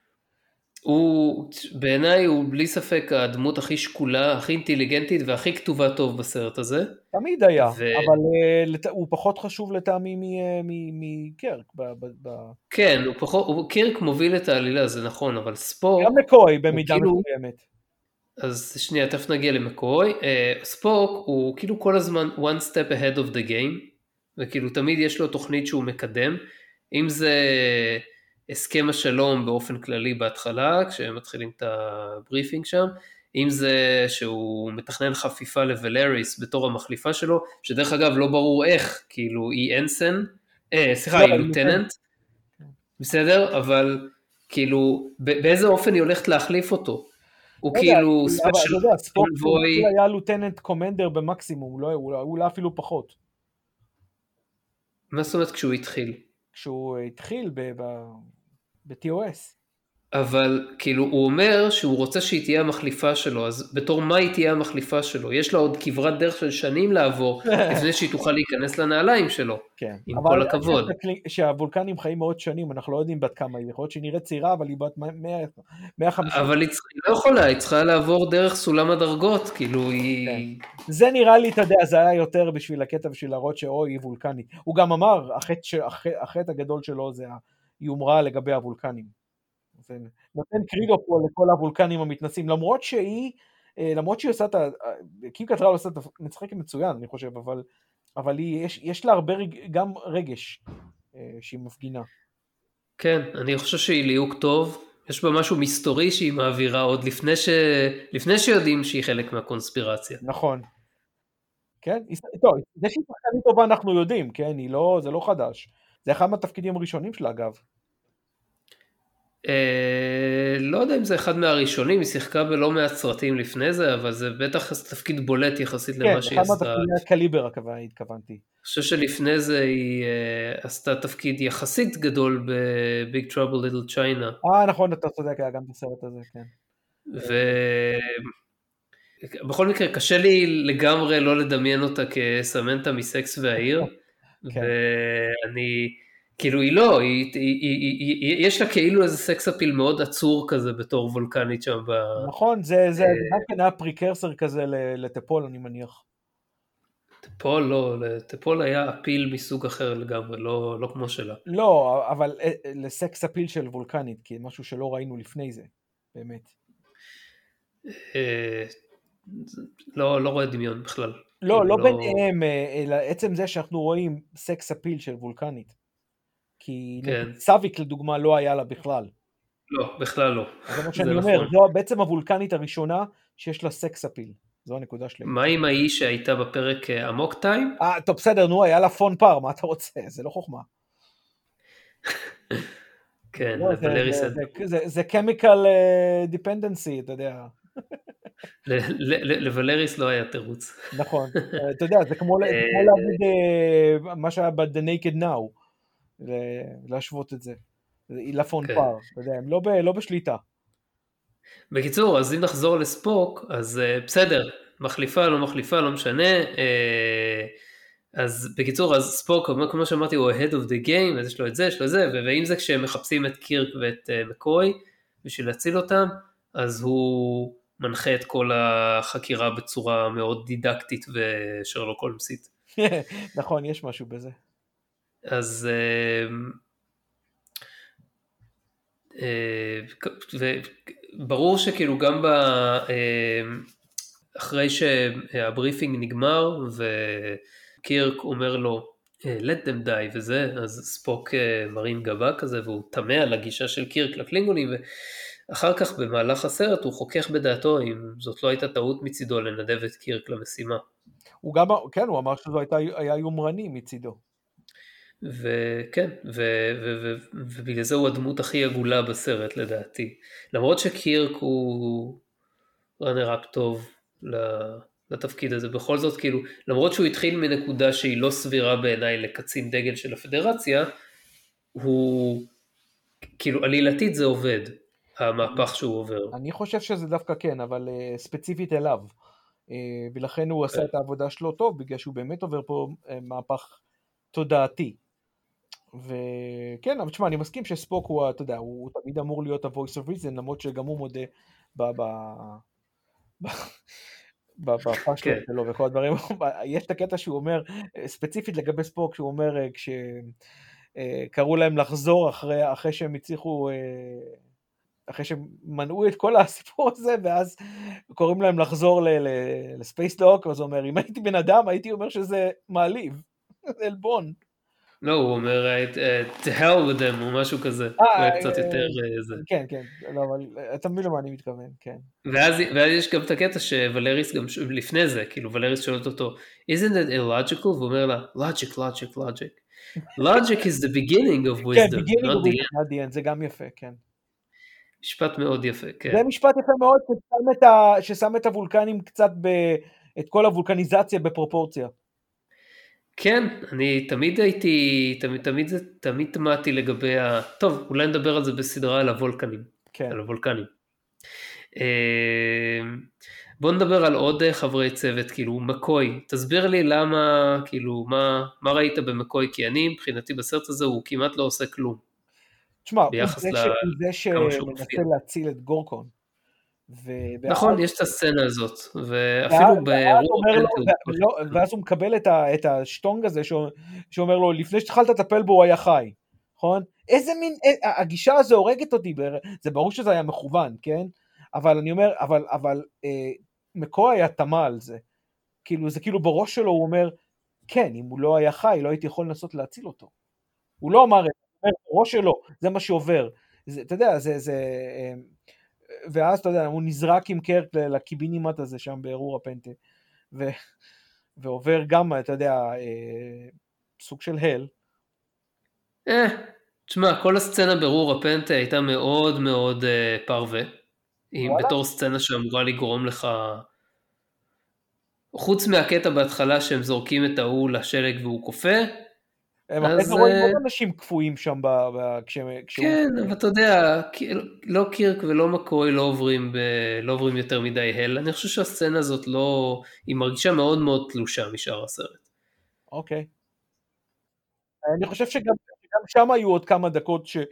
הוא, בעיניי הוא בלי ספק הדמות הכי שקולה, הכי אינטליגנטית והכי כתובה טוב בסרט הזה. תמיד היה, ו... אבל uh, לת... הוא פחות חשוב לטעמי מקירק. ב... ב... ב... כן, הוא פחות, הוא, קירק מוביל את העלילה, זה נכון, אבל ספוק... גם מקוי במידה כאילו... מסוימת. אז שנייה, תכף נגיע למקוי. Uh, ספוק הוא כאילו כל הזמן one step ahead of the game, וכאילו תמיד יש לו תוכנית שהוא מקדם, אם זה הסכם השלום באופן כללי בהתחלה, כשהם מתחילים את הבריפינג שם, אם זה שהוא מתכנן חפיפה לוולריס בתור המחליפה שלו, שדרך אגב לא ברור איך, כאילו היא אנסן, אה, סליחה, היא לוטננט, בסדר, אבל כאילו באיזה אופן היא הולכת להחליף אותו? הוא כאילו ספיישל אנבוי. הוא היה לוטננט קומנדר במקסימום, הוא לא אפילו פחות. מה זאת אומרת כשהוא התחיל? כשהוא התחיל ב-טי או אס. אבל כאילו הוא אומר שהוא רוצה שהיא תהיה המחליפה שלו, אז בתור מה היא תהיה המחליפה שלו? יש לה עוד כברת דרך של שנים לעבור, לפני שהיא תוכל להיכנס לנעליים שלו, כן. עם כל הכבוד. אבל שהוולקנים חיים מאוד שנים, אנחנו לא יודעים בת כמה היא, יכול להיות שהיא נראית צעירה, אבל היא בת מאה וחמישים. אבל היא לא יכולה, היא צריכה לעבור דרך סולם הדרגות, כאילו היא... זה נראה לי, אתה יודע, זה היה יותר בשביל הקטע, בשביל להראות שאוי, היא וולקנית. הוא גם אמר, החטא הגדול שלו זה היומרה לגבי הוולקנים. נותן קרידו פה לכל הוולקנים המתנסים, למרות שהיא, למרות שהיא עושה את ה... קים קטרל עושה את המשחק מצוין, אני חושב, אבל, אבל היא, יש, יש לה הרבה רג, גם רגש שהיא מפגינה. כן, אני חושב שהיא ליהוק טוב, יש בה משהו מסתורי שהיא מעבירה עוד לפני, ש... לפני שיודעים שהיא חלק מהקונספירציה. נכון. כן, טוב, זה שהיא שחקנית טובה אנחנו יודעים, כן, היא לא, זה לא חדש. זה אחד מהתפקידים הראשונים שלה, אגב. אה, לא יודע אם זה אחד מהראשונים, היא שיחקה בלא מעט סרטים לפני זה, אבל זה בטח תפקיד בולט יחסית למה שהיא עשתה. כן, אחד מהתפקידי הקליבר התכוונתי. אני חושב שלפני זה היא uh, עשתה תפקיד יחסית גדול ב-Big Trouble Little China. אה, נכון, אתה צודק, היה גם בסרט הזה, כן. ובכל מקרה, קשה לי לגמרי לא לדמיין אותה כסמנטה מסקס והעיר, ואני... כאילו היא לא, היא, היא, היא, היא, יש לה כאילו איזה סקס אפיל מאוד עצור כזה בתור וולקנית שם. ב... נכון, זה, זה גם כן היה פריקרסר כזה לטפול, אני מניח. טפול לא, לטפול היה אפיל מסוג אחר לגמרי, לא, לא כמו שלה. לא, אבל לסקס אפיל של וולקנית, כי משהו שלא ראינו לפני זה, באמת. לא, לא רואה דמיון בכלל. לא, לא ביניהם, אלא עצם זה שאנחנו רואים סקס אפיל של וולקנית. כי סאביק לדוגמה לא היה לה בכלל. לא, בכלל לא. זה מה שאני אומר, זו בעצם הוולקנית הראשונה שיש לה סקס אפיל. זו הנקודה שלי. מה עם האי שהייתה בפרק עמוק טיים? אה, טוב, בסדר, נו, היה לה פון פאר, מה אתה רוצה? זה לא חוכמה. כן, זה chemical dependency, אתה יודע. לוולריס לא היה תירוץ. נכון, אתה יודע, זה כמו להגיד מה שהיה ב-The Naked Now. להשוות את זה, לפון פאר, אתה יודע, הם לא בשליטה. בקיצור, אז אם נחזור לספוק, אז בסדר, מחליפה, לא מחליפה, לא משנה, אז בקיצור, אז ספוק, כמו שאמרתי, הוא ה-head of the game, אז יש לו את זה, יש לו זה, ואם זה כשהם מחפשים את קירק ואת מקוי, בשביל להציל אותם, אז הוא מנחה את כל החקירה בצורה מאוד דידקטית ושרלוק הולמסית. נכון, יש משהו בזה. אז ברור שכאילו גם אחרי שהבריפינג נגמר וקירק אומר לו let them die וזה, אז ספוק מרים גבה כזה והוא תמה על הגישה של קירק לקלינגונים, ואחר כך במהלך הסרט הוא חוכך בדעתו אם זאת לא הייתה טעות מצידו לנדב את קירק למשימה. הוא גם, כן, הוא אמר שזה היה יומרני מצידו. וכן, ובגלל זה הוא הדמות הכי עגולה בסרט לדעתי. למרות שקירק הוא ראנר-אפ טוב לתפקיד הזה, בכל זאת כאילו, למרות שהוא התחיל מנקודה שהיא לא סבירה בעיניי לקצין דגל של הפדרציה, הוא כאילו עלילתית זה עובד, המהפך שהוא עובר. אני חושב שזה דווקא כן, אבל ספציפית אליו, ולכן הוא עשה את העבודה שלו טוב, בגלל שהוא באמת עובר פה מהפך תודעתי. וכן, אבל תשמע, אני מסכים שספוק הוא, אתה יודע, הוא תמיד אמור להיות ה-voice of reason, למרות שגם הוא מודה בפשלות שלו וכל הדברים. יש את הקטע שהוא אומר, ספציפית לגבי ספוק, שהוא אומר, כשקראו להם לחזור אחרי שהם הצליחו, אחרי שהם מנעו את כל הסיפור הזה, ואז קוראים להם לחזור לספייס דוק, אז הוא אומר, אם הייתי בן אדם, הייתי אומר שזה מעליב, זה אלבון. לא, הוא אומר, to hell with them, או משהו כזה, קצת יותר זה. כן, כן, אבל אתה מבין למה אני מתכוון, כן. ואז יש גם את הקטע שוולריס גם לפני זה, כאילו ולריס שואלת אותו, isn't it illogical? והוא אומר לה, logic, logic, logic. Logic is the beginning of wisdom, כן, beginning of wisdom, not the end, זה גם יפה, כן. משפט מאוד יפה, כן. זה משפט יפה מאוד, ששם את, ה, ששם את הוולקנים קצת, ב, את כל הוולקניזציה בפרופורציה. כן, אני תמיד הייתי, תמיד, תמיד, תמיד תמדתי לגבי ה... טוב, אולי נדבר על זה בסדרה על הוולקנים. כן. על הוולקנים. בוא נדבר על עוד חברי צוות, כאילו מקוי, תסביר לי למה, כאילו, מה, מה ראית במקוי, כי אני מבחינתי בסרט הזה הוא כמעט לא עושה כלום. תשמע, הוא ביחס זה, ש... הוא זה שמנסה להציל את גורקון. ו... נכון, ואז... יש את הסצנה הזאת, ואפילו באירוע פנטי... ואז הוא מקבל את, ה... את השטונג הזה, ש... שאומר לו, לפני שהתחלת לטפל בו, הוא היה חי. נכון? איזה מין, הגישה הזו הורגת אותי, זה ברור שזה היה מכוון, כן? אבל אני אומר, אבל, אבל אה, מקוי היה תמה על זה. כאילו, זה כאילו בראש שלו, הוא אומר, כן, אם הוא לא היה חי, לא הייתי יכול לנסות להציל אותו. הוא לא אמר, הוא אומר, בראש שלו, זה מה שעובר. זה, אתה יודע, זה, זה, אה, ואז, אתה יודע, הוא נזרק עם קרק לקיבינימט הזה שם באירוע פנטה, ו, ועובר גם, אתה יודע, אה, סוג של הל. אה, תשמע, כל הסצנה ברור הפנטה הייתה מאוד מאוד אה, פרווה, בתור סצנה שאמורה לגרום לך, חוץ מהקטע בהתחלה שהם זורקים את ההוא לשלג והוא קופה, הם אחרי זה רואים עוד אנשים קפואים שם, כן, אבל אתה יודע, לא קירק ולא מקוי לא עוברים, לא עוברים יותר מדי הל, אני חושב שהסצנה הזאת לא, היא מרגישה מאוד מאוד תלושה משאר הסרט. אוקיי. אני חושב שגם שם היו עוד כמה דקות ש...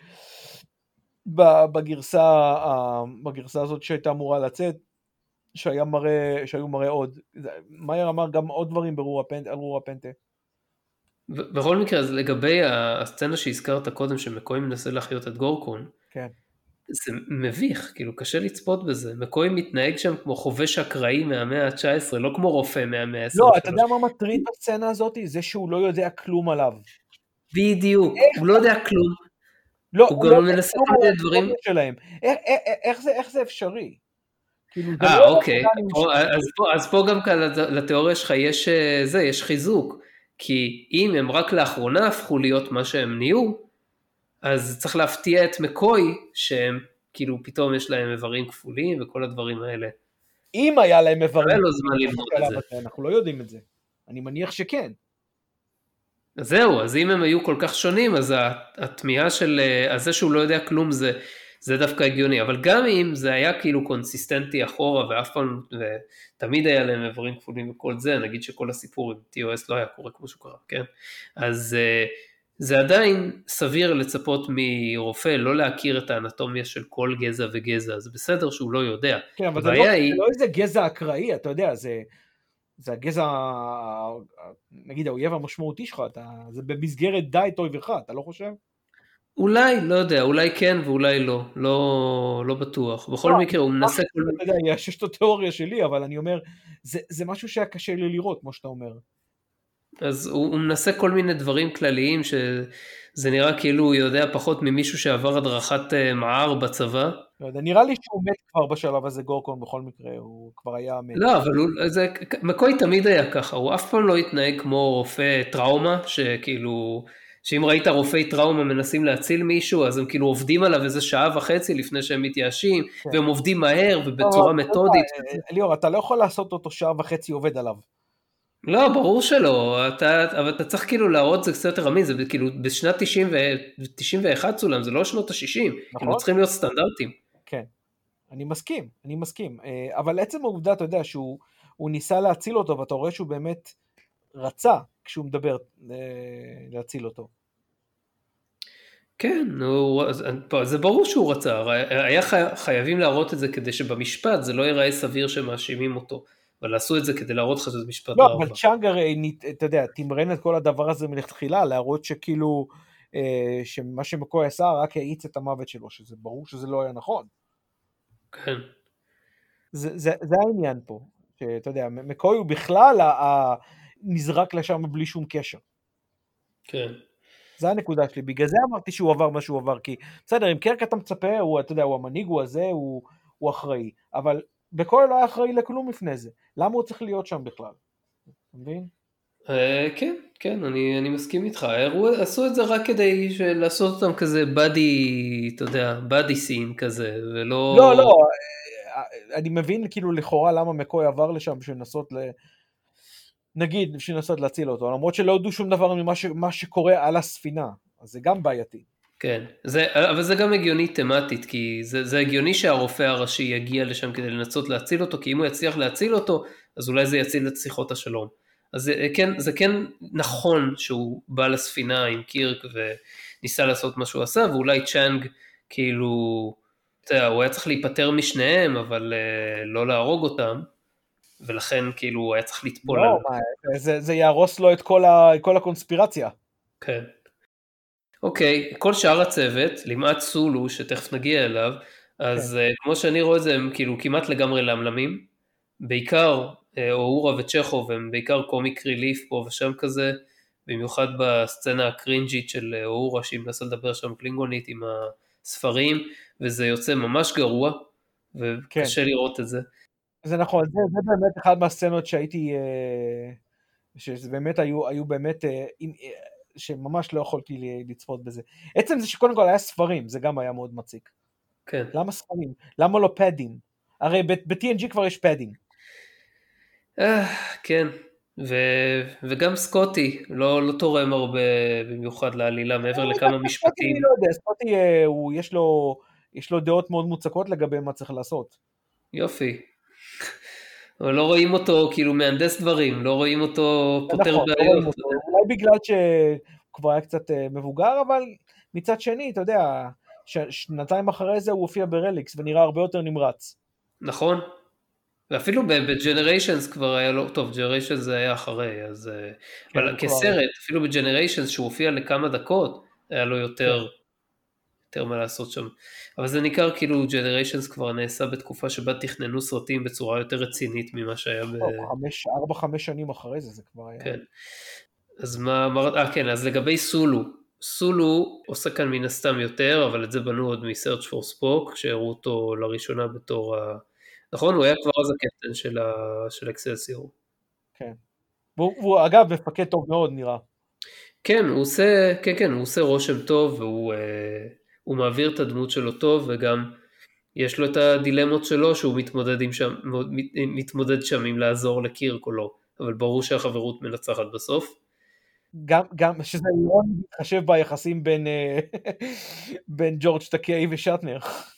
בגרסה, בגרסה הזאת שהייתה אמורה לצאת, שהיה מראה, שהיו מראה עוד. מאייר אמר גם עוד דברים ברור הפנטה, על רור הפנטה. בכל מקרה, אז לגבי הסצנה שהזכרת קודם, שמקוי מנסה להחיות את גורקון, כן. זה מביך, כאילו קשה לצפות בזה. מקוי מתנהג שם כמו חובש אקראי מהמאה ה-תשע עשרה, לא כמו רופא מהמאה ה-עשרים ושלוש. לא, אתה יודע מה מטריד בסצנה הזאת? זה שהוא לא יודע כלום עליו. בדיוק, הוא לא יודע כלום. לא, הוא גם מנסה כל מיני דברים. איך זה אפשרי? אה, אוקיי. אז פה גם כאן לתיאוריה שלך יש זה, יש חיזוק. כי אם הם רק לאחרונה הפכו להיות מה שהם נהיו, אז צריך להפתיע את מקוי, שהם כאילו פתאום יש להם איברים כפולים וכל הדברים האלה. אם היה להם איברים כפולים, לא זמן ללמוד את זה. אנחנו לא יודעים את זה. אני מניח שכן. אז זהו, אז אם הם היו כל כך שונים, אז התמיהה של, אז זה שהוא לא יודע כלום זה, זה דווקא הגיוני, אבל גם אם זה היה כאילו קונסיסטנטי אחורה, ואף פעם, ותמיד היה להם איברים כפולים וכל זה, נגיד שכל הסיפור עם טי או אס לא היה קורה כמו שהוא קרה, כן? אז זה עדיין סביר לצפות מרופא, לא להכיר את האנטומיה של כל גזע וגזע, זה בסדר שהוא לא יודע. כן, אבל זה לא, היא... לא איזה גזע אקראי, אתה יודע, זה... זה הגזע, נגיד, האויב המשמעותי שלך, אתה, זה במסגרת די את אויבך, אתה לא חושב? אולי, לא יודע, אולי כן ואולי לא, לא, לא בטוח. בכל לא, מקרה, הוא מנסה... כל... אתה יודע, יש את התיאוריה שלי, אבל אני אומר, זה, זה משהו שהיה קשה לי לראות, כמו שאתה אומר. אז הוא, הוא מנסה כל מיני דברים כלליים, שזה נראה כאילו הוא יודע פחות ממישהו שעבר הדרכת מער בצבא. לא יודע, נראה לי שהוא מת כבר בשלב הזה, גורקון, בכל מקרה, הוא כבר היה מת. לא, אבל הוא, זה, מקוי תמיד היה ככה, הוא אף פעם לא התנהג כמו רופא טראומה, שכאילו, שאם ראית רופאי טראומה מנסים להציל מישהו, אז הם כאילו עובדים עליו איזה שעה וחצי לפני שהם מתייאשים, כן. והם עובדים מהר ובצורה מתודית. ליאור, אתה לא יכול לעשות אותו שעה וחצי עובד עליו. לא, ברור שלא, אתה, אבל אתה צריך כאילו להראות זה קצת יותר אמין, זה כאילו בשנת תשעים ואחת צולם, זה לא שנות ה-שישים, נכון? כאילו צריכים להיות סטנדרטים. כן, אני מסכים, אני מסכים, אבל עצם העובדה, אתה יודע, שהוא הוא ניסה להציל אותו, ואתה רואה שהוא באמת רצה, כשהוא מדבר להציל אותו. כן, הוא, זה ברור שהוא רצה, היה חייבים להראות את זה כדי שבמשפט זה לא ייראה סביר שמאשימים אותו. אבל עשו את זה כדי להראות לך שזה משפט לא, אבל צ'אנג הרי, אתה יודע, תמרן את כל הדבר הזה מלכתחילה, להראות שכאילו, שמה שמקוי עשה רק העיץ את המוות שלו, שזה ברור שזה לא היה נכון. כן. זה, זה, זה העניין פה, שאתה יודע, מקוי הוא בכלל נזרק לשם בלי שום קשר. כן. זה הנקודה שלי, בגלל זה אמרתי שהוא עבר מה שהוא עבר, כי בסדר, אם קרק אתה מצפה, הוא, אתה יודע, הוא המנהיג, הוא הזה, הוא, הוא אחראי, אבל... בקוי לא היה אחראי לכלום לפני זה. למה הוא צריך להיות שם בכלל? מבין? כן, כן, אני, אני מסכים איתך. הראו, עשו את זה רק כדי לעשות אותם כזה בדי, אתה יודע, בדי סין כזה, לא, לא, ולא... אני מבין כאילו לכאורה למה מקוי עבר לשם בשביל לנסות ל... נגיד, בשביל לנסות להציל אותו, למרות שלא הודו שום דבר ממה ש... מה שקורה על הספינה, אז זה גם בעייתי. כן, זה, אבל זה גם הגיוני תמטית, כי זה, זה הגיוני שהרופא הראשי יגיע לשם כדי לנסות להציל אותו, כי אם הוא יצליח להציל אותו, אז אולי זה יציל את שיחות השלום. אז זה כן, זה כן נכון שהוא בא לספינה עם קירק וניסה לעשות מה שהוא עשה, ואולי צ'אנג כאילו, אתה יודע, הוא היה צריך להיפטר משניהם, אבל uh, לא להרוג אותם, ולכן כאילו הוא היה צריך לטפול על... לא, מה, זה, זה יהרוס לו את כל, ה... כל הקונספירציה. כן. אוקיי, כל שאר הצוות, למעט סולו, שתכף נגיע אליו, אז כן. uh, כמו שאני רואה את זה, הם כאילו כמעט לגמרי למלמים, בעיקר uh, אורה וצ'כוב הם בעיקר קומיק ריליף פה ושם כזה, במיוחד בסצנה הקרינג'ית של uh, אורה, שהיא מנסה לדבר שם קלינגונית עם הספרים, וזה יוצא ממש גרוע, כן. וקשה לראות את זה. זה נכון, זה, זה באמת אחד מהסצנות שהייתי, אה, שזה באמת היו, היו באמת, אה, עם, אה, שממש לא יכולתי לצפות בזה. עצם זה שקודם כל היה ספרים, זה גם היה מאוד מציק. כן. למה ספרים? למה לא פדים? הרי ב-טי אן ג'י כבר יש פדים. אה, כן, ו... וגם סקוטי לא, לא תורם הרבה במיוחד לעלילה, מעבר לכמה סקוטי, משפטים. לא יודע, סקוטי, אה, הוא, יש לו, יש לו דעות מאוד מוצקות לגבי מה צריך לעשות. יופי. אבל לא רואים אותו כאילו מהנדס דברים, לא רואים אותו זה פותר נכון, לא רואים בעיות. אותו. אולי בגלל שהוא כבר היה קצת אה, מבוגר, אבל מצד שני, אתה יודע, ש- שנתיים אחרי זה הוא הופיע ברליקס ונראה הרבה יותר נמרץ. נכון? ואפילו בג'נריישנס כבר היה לו, טוב, ג'נריישנס זה היה אחרי, אז... אה, כן, אבל הוא כבר, כסרט, אפילו בג'נריישנס שהוא הופיע לכמה דקות, היה לו כן. יותר, יותר מה לעשות שם. אבל זה ניכר כאילו ג'נריישנס כבר נעשה בתקופה שבה תכננו סרטים בצורה יותר רצינית ממה שהיה ב... טוב, חמש, ארבע, חמש שנים אחרי זה, זה כבר היה. כן. אז מה, מה, אה כן, אז לגבי סולו, סולו עושה כאן מן הסתם יותר, אבל את זה בנו עוד מ-Search for Spock, שהראו אותו לראשונה בתור ה... נכון, הוא היה כבר אז הקפטן של, ה... של אקסלסיור. כן. והוא, והוא אגב מפקד טוב מאוד נראה. כן, הוא עושה, כן, כן, הוא עושה רושם טוב, והוא אה, הוא מעביר את הדמות שלו טוב, וגם יש לו את הדילמות שלו, שהוא מתמודד, עם שם, מתמודד שם אם לעזור לקירק או לא, אבל ברור שהחברות מנצחת בסוף. גם, גם, שזה לא מתחשב ביחסים בין, אה, בין ג'ורג' טקיי ושטנר.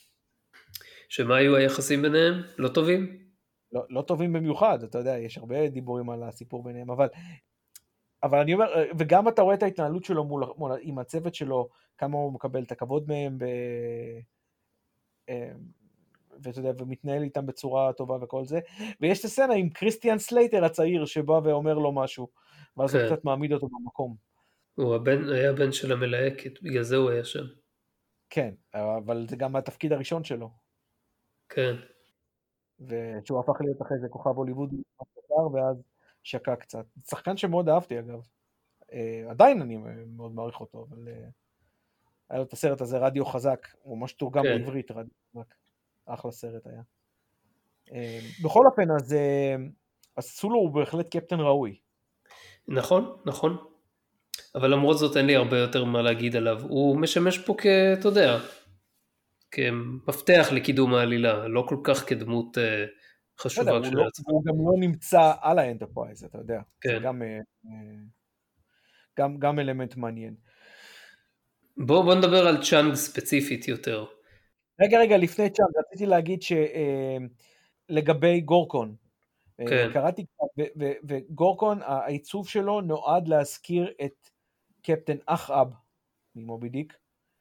שמה היו היחסים ביניהם? לא טובים? לא, לא טובים במיוחד, אתה יודע, יש הרבה דיבורים על הסיפור ביניהם, אבל, אבל אני אומר, וגם אתה רואה את ההתנהלות שלו מול, מול, עם הצוות שלו, כמה הוא מקבל את הכבוד מהם, ב, ואתה יודע, ומתנהל איתם בצורה טובה וכל זה, ויש את הסצנה עם קריסטיאן סלייטר הצעיר, שבא ואומר לו משהו, ואז הוא כן. קצת מעמיד אותו במקום. הוא הבן, היה הבן של המלהקת, בגלל זה הוא היה שם. כן, אבל זה גם התפקיד הראשון שלו. כן. ושהוא הפך להיות אחרי זה כוכב הוליוודי, ואז שקע קצת. שחקן שמאוד אהבתי אגב. עדיין אני מאוד מעריך אותו, אבל היה לו את הסרט הזה, רדיו חזק, הוא ממש תורגם כן. לעברית, רדיו חזק. אחלה סרט היה. בכל אופן, אז, אז סולו הוא בהחלט קפטן ראוי. נכון, נכון. אבל למרות זאת אין לי הרבה יותר מה להגיד עליו. הוא משמש פה כ... אתה יודע, כמפתח לקידום העלילה, לא כל כך כדמות uh, חשובה הוא, לא, הוא גם לא נמצא על האנטרפרייז, אתה יודע. כן. זה גם, גם, גם אלמנט מעניין. בואו בוא נדבר על צ'אנג ספציפית יותר. רגע, רגע, לפני צ'אנג, רציתי להגיד שלגבי גורקון, כן. קראתי, וגורקון, העיצוב שלו נועד להזכיר את קפטן אחאב ממובי דיק,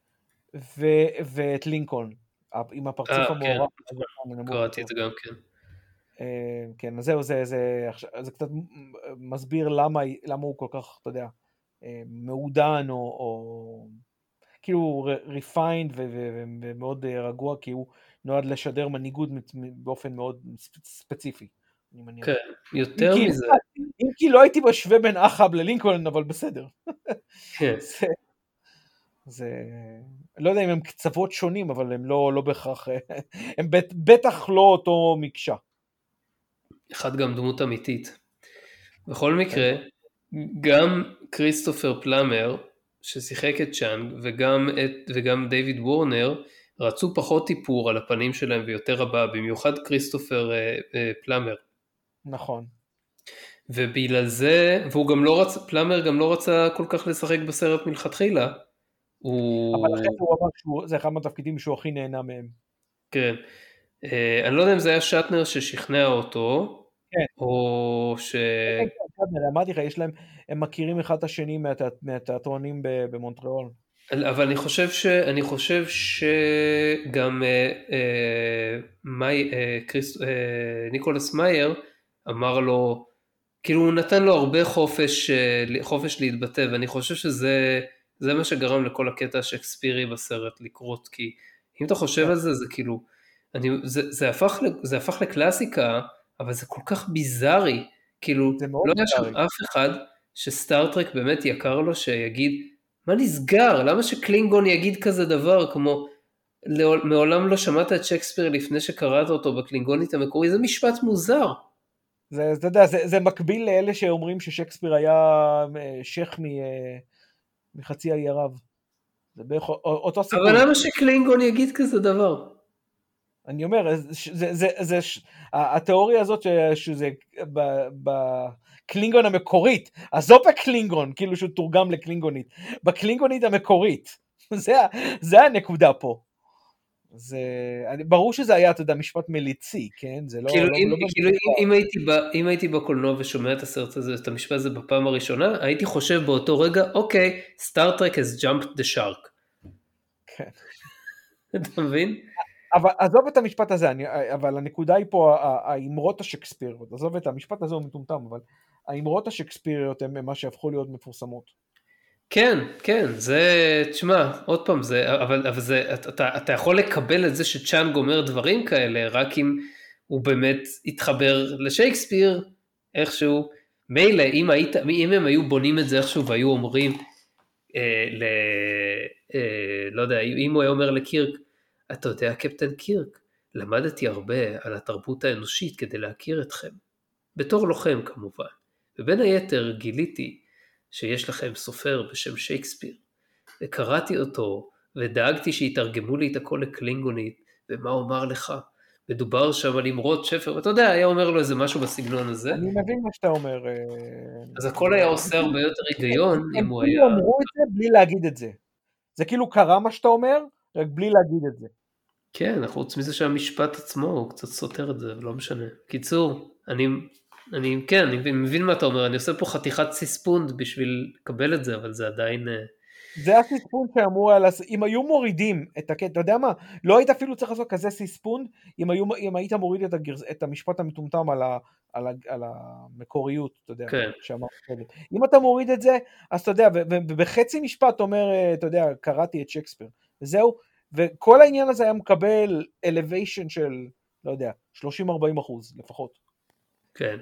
ואת לינקולן, עם הפרצוף המעורב. כן, קראתי את זה גם כן. כן, אז זהו, זה, זה, זה קצת מסביר למה, למה הוא כל כך, אתה יודע, מעודן, או, או כאילו refined ומאוד רגוע, כי הוא נועד לשדר מנהיגות באופן מאוד ספציפי. כן, יותר אם מזה. אם כי לא הייתי משווה בין אחאב ללינקולן, אבל בסדר. כן. זה, זה, לא יודע אם הם קצוות שונים, אבל הם לא, לא בהכרח, הם בטח לא אותו מקשה. אחד גם דמות אמיתית. בכל מקרה, גם כריסטופר פלאמר, ששיחק את צ'אנג, וגם, את, וגם דיוויד וורנר, רצו פחות איפור על הפנים שלהם ויותר הבא, במיוחד כריסטופר אה, אה, פלאמר. נכון. ובגלל זה, והוא גם לא רצה, פלאמר גם לא רצה כל כך לשחק בסרט מלכתחילה. אבל הוא... אחרי זה הוא אמר שזה אחד מהתפקידים שהוא הכי נהנה מהם. כן. אה, אני לא יודע אם זה היה שטנר ששכנע אותו, כן. או ש... כן, כן, כן, אמרתי לך, יש להם, הם מכירים אחד את השני מהתיאטרונים במונטריאול. אבל אני חושב ש... אני חושב שגם אה, אה, מי... אה, קריס... אה, ניקולס מאייר אמר לו, כאילו הוא נתן לו הרבה חופש, אה, חופש להתבטא, ואני חושב שזה זה מה שגרם לכל הקטע השקספירי בסרט לקרות, כי אם אתה חושב כן. על זה, זה כאילו, אני, זה, זה, הפך, זה הפך לקלאסיקה, אבל זה כל כך ביזארי, כאילו זה מאוד לא היה שם ביזארי. אף אחד שסטארטרק באמת יקר לו שיגיד, מה נסגר? למה שקלינגון יגיד כזה דבר? כמו, מעולם לא שמעת את שייקספיר לפני שקראת אותו בקלינגונית המקורי, זה משפט מוזר. זה, אתה יודע, זה, זה מקביל לאלה שאומרים ששייקספיר היה שייח מ, מחצי האי ערב. זה בערך אותו סיפור. אבל למה שקלינגון יגיד כזה דבר? אני אומר, זה, זה, זה, זה, התיאוריה הזאת שזה בקלינגון המקורית, עזוב בקלינגון, כאילו שהוא תורגם לקלינגונית, בקלינגונית המקורית, זה, זה הנקודה פה. זה, ברור שזה היה, אתה יודע, משפט מליצי, כן? זה לא... כאילו, לא, אם, לא כאילו אם, אם, הייתי ב, אם הייתי בקולנוע ושומע את הסרט הזה, את המשפט הזה בפעם הראשונה, הייתי חושב באותו רגע, אוקיי, Star Trek has jumped the shark. כן. אתה מבין? אבל עזוב את המשפט הזה, אני, אבל הנקודה היא פה, האמרות השקספיריות, עזוב את המשפט הזה, הוא מטומטם, אבל האמרות השקספיריות הן מה שהפכו להיות מפורסמות. כן, כן, זה, תשמע, עוד פעם, זה, אבל, אבל זה, אתה, אתה יכול לקבל את זה שצ'אנג אומר דברים כאלה, רק אם הוא באמת התחבר לשייקספיר, איכשהו, מילא, אם, היית, אם הם היו בונים את זה איכשהו והיו אומרים, אה, ל, אה, לא יודע, אם הוא היה אומר לקירק, אתה יודע, קפטן קירק, למדתי הרבה על התרבות האנושית כדי להכיר אתכם, בתור לוחם כמובן, ובין היתר גיליתי, שיש לכם סופר בשם שייקספיר, וקראתי אותו, ודאגתי שיתרגמו לי את הכל לקלינגונית, ומה אומר לך? מדובר שם על אמרות שפר, ואתה יודע, היה אומר לו איזה משהו בסגנון הזה. אני מבין מה שאתה אומר. אז הכל היה עושה הרבה יותר היגיון, אם הוא היה... הם כאילו אמרו את זה בלי להגיד את זה. זה כאילו קרה מה שאתה אומר, רק בלי להגיד את זה. כן, חוץ מזה שהמשפט עצמו הוא קצת סותר את זה, לא משנה. קיצור, אני... אני, כן, אני מבין מה אתה אומר, אני עושה פה חתיכת סיספונד בשביל לקבל את זה, אבל זה עדיין... זה הסיספונד שאמרו, אם היו מורידים את הקטע, אתה יודע מה, לא היית אפילו צריך לעשות כזה סיספונד, אם, היו, אם היית מוריד את, הגרז, את המשפט המטומטם על, ה, על, ה, על המקוריות, אתה יודע, כן. שאמר, אם אתה מוריד את זה, אז אתה יודע, ובחצי משפט אומר, אתה יודע, קראתי את שייקספיר, וזהו, וכל העניין הזה היה מקבל elevation של, לא יודע, שלושים ארבעים אחוז לפחות. כן.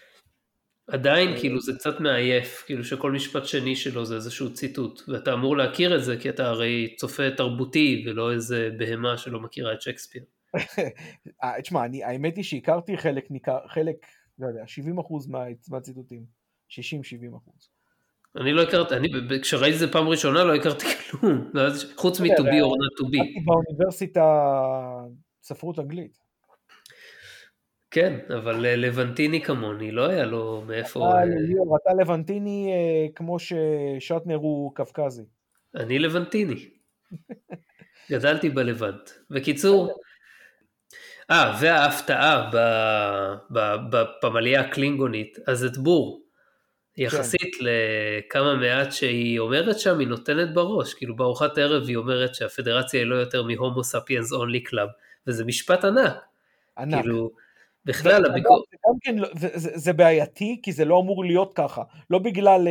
עדיין כאילו זה קצת מעייף, כאילו שכל משפט שני שלו זה איזשהו ציטוט, ואתה אמור להכיר את זה כי אתה הרי צופה תרבותי ולא איזה בהמה שלא מכירה את שייקספיר. תשמע, האמת היא שהכרתי חלק, חלק, לא יודע, שבעים אחוז מהציטוטים, שישים שבעים אחוז. אני לא הכרתי, אני כשראיתי זה פעם ראשונה לא הכרתי כלום, חוץ מ-to be or not to be. הייתי באוניברסיטה ספרות אנגלית. כן, אבל לבנטיני כמוני, לא היה לו מאיפה... אתה לבנטיני כמו ששטנר הוא קווקזי. אני לבנטיני. גדלתי בלבנט. בקיצור, אה, וההפתעה בפמליה הקלינגונית, אז את בור, יחסית לכמה מעט שהיא אומרת שם, היא נותנת בראש, כאילו בארוחת ערב היא אומרת שהפדרציה היא לא יותר מהומו ספיאנס אונלי קלאב, וזה משפט ענק. ענק. כאילו, בכלל הביקור... זה בעייתי, כי זה לא אמור להיות ככה. לא בגלל...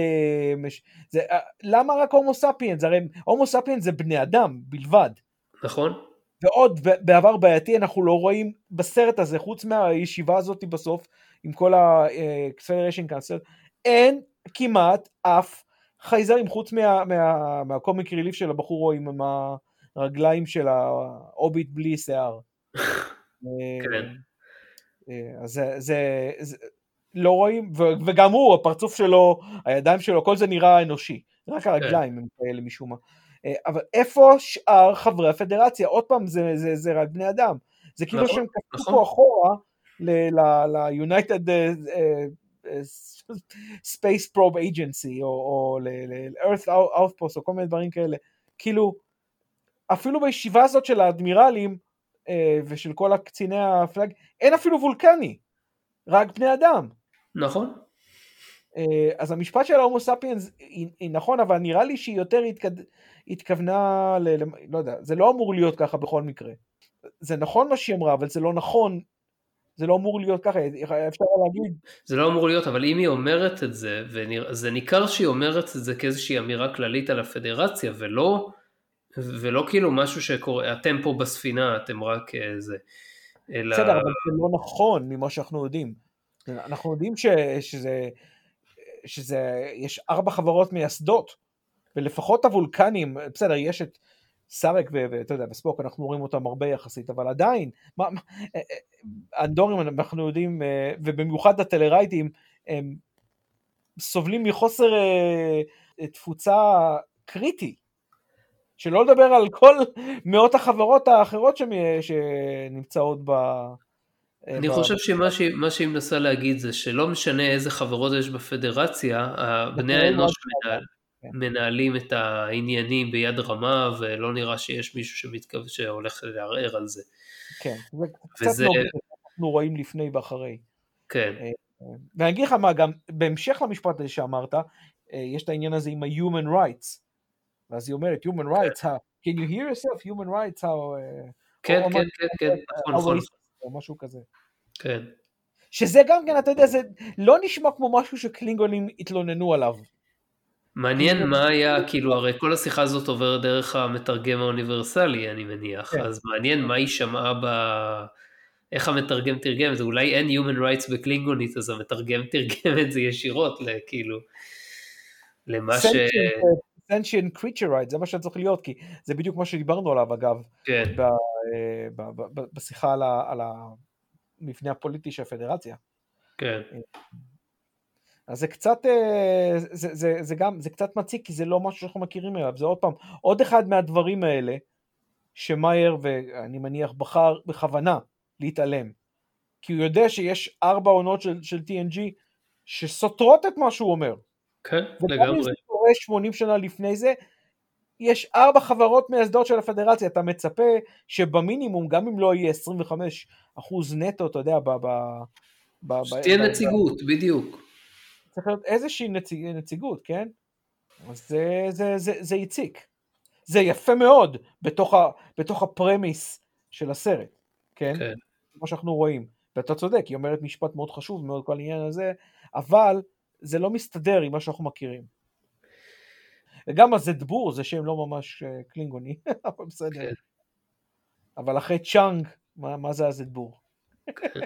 למה רק הומו ספיאנס? הרי הומו ספיאנס זה בני אדם בלבד. נכון. ועוד בעבר בעייתי אנחנו לא רואים בסרט הזה, חוץ מהישיבה הזאת בסוף, עם כל ה-acceleration cancel, אין כמעט אף חייזרים, חוץ מהקומיק ריליף של הבחור עם הרגליים של האוביט בלי שיער. כן. אז זה, זה, לא רואים, ו- וגם הוא, הפרצוף שלו, הידיים שלו, כל זה נראה אנושי, רק הרגליים הם כאלה משום מה. אה, אבל איפה שאר חברי הפדרציה? עוד פעם, זה, זה, זה רק בני אדם. זה כאילו נכון, שהם קפצו נכון. פה אחורה ל-United Space Probe Agency, או ל-Earth Outpost, או כל מיני דברים כאלה. כאילו, אפילו בישיבה הזאת של האדמירלים, ושל כל הקציני הפלאג, אין אפילו וולקני, רק בני אדם. נכון. אז המשפט של ההומו ספיאנס היא, היא נכון, אבל נראה לי שהיא יותר התכד... התכוונה, ל... לא יודע, זה לא אמור להיות ככה בכל מקרה. זה נכון מה שהיא אמרה, אבל זה לא נכון, זה לא אמור להיות ככה, אפשר להגיד. זה לא אמור להיות, אבל אם היא אומרת את זה, וזה ניכר שהיא אומרת את זה כאיזושהי אמירה כללית על הפדרציה, ולא, ולא כאילו משהו שקורה, אתם פה בספינה, אתם רק איזה. אלא... בסדר, אבל זה לא נכון ממה שאנחנו יודעים. אנחנו יודעים ש... שזה... שזה, יש ארבע חברות מייסדות, ולפחות הוולקנים, בסדר, יש את סארק ואתה יודע, בספוק, אנחנו רואים אותם הרבה יחסית, אבל עדיין, מה, האנדורים אנחנו יודעים, ובמיוחד הטלרייטים, הם סובלים מחוסר תפוצה קריטי, שלא לדבר על כל מאות החברות האחרות שנמצאות ב... אני חושב שמה שהיא מנסה להגיד זה שלא משנה איזה חברות יש בפדרציה, בני האנוש מנהלים את העניינים ביד רמה, ולא נראה שיש מישהו שמתכוון שהולך לערער על זה. כן, זה קצת נוגע, אנחנו רואים לפני ואחרי. כן. ואני אגיד לך מה, גם בהמשך למשפט הזה שאמרת, יש את העניין הזה עם ה-human rights, ואז היא אומרת, human rights, can you hear yourself, human rights, כן, כן, כן, כן, נכון, נכון. או משהו כזה. כן. שזה גם כן, אתה יודע, זה לא נשמע כמו משהו שקלינגונים התלוננו עליו. מעניין מה היה, כאילו, הרי כל השיחה הזאת עוברת דרך המתרגם האוניברסלי, אני מניח, אז מעניין מה היא שמעה ב... איך המתרגם תרגם את זה, אולי אין human rights בקלינגונית, אז המתרגם תרגם את זה ישירות, כאילו, למה ש... sentient creature rights, זה מה שצריך להיות, כי זה בדיוק מה שדיברנו עליו, אגב, כן. בשיחה על המבנה הפוליטי של הפדרציה. כן. אז זה קצת, זה, זה, זה גם, זה קצת מציק, כי זה לא משהו שאנחנו מכירים אליו, זה עוד פעם, עוד אחד מהדברים האלה, שמאייר, ואני מניח, בחר בכוונה להתעלם, כי הוא יודע שיש ארבע עונות של, של טי אן ג'י, שסותרות את מה שהוא אומר. כן, לגמרי. וגם אם זה קורה שמונים שנה לפני זה, יש ארבע חברות מייסדות של הפדרציה, אתה מצפה שבמינימום, גם אם לא יהיה עשרים וחמישה אחוז נטו, אתה יודע, ב... ב שתהיה ב, נציגות, ב, בדיוק. צריך להיות איזושהי נציג, נציגות, כן? אז זה, זה, זה, זה יציק. זה יפה מאוד בתוך, ה, בתוך הפרמיס של הסרט, כן? כן. כמו שאנחנו רואים. ואתה צודק, היא אומרת משפט מאוד חשוב, מאוד כל העניין הזה, אבל זה לא מסתדר עם מה שאנחנו מכירים. וגם הזדבור, זה שם לא ממש קלינגוני, אבל בסדר. כן. אבל אחרי צ'אנג, מה, מה זה הזדבור? כן.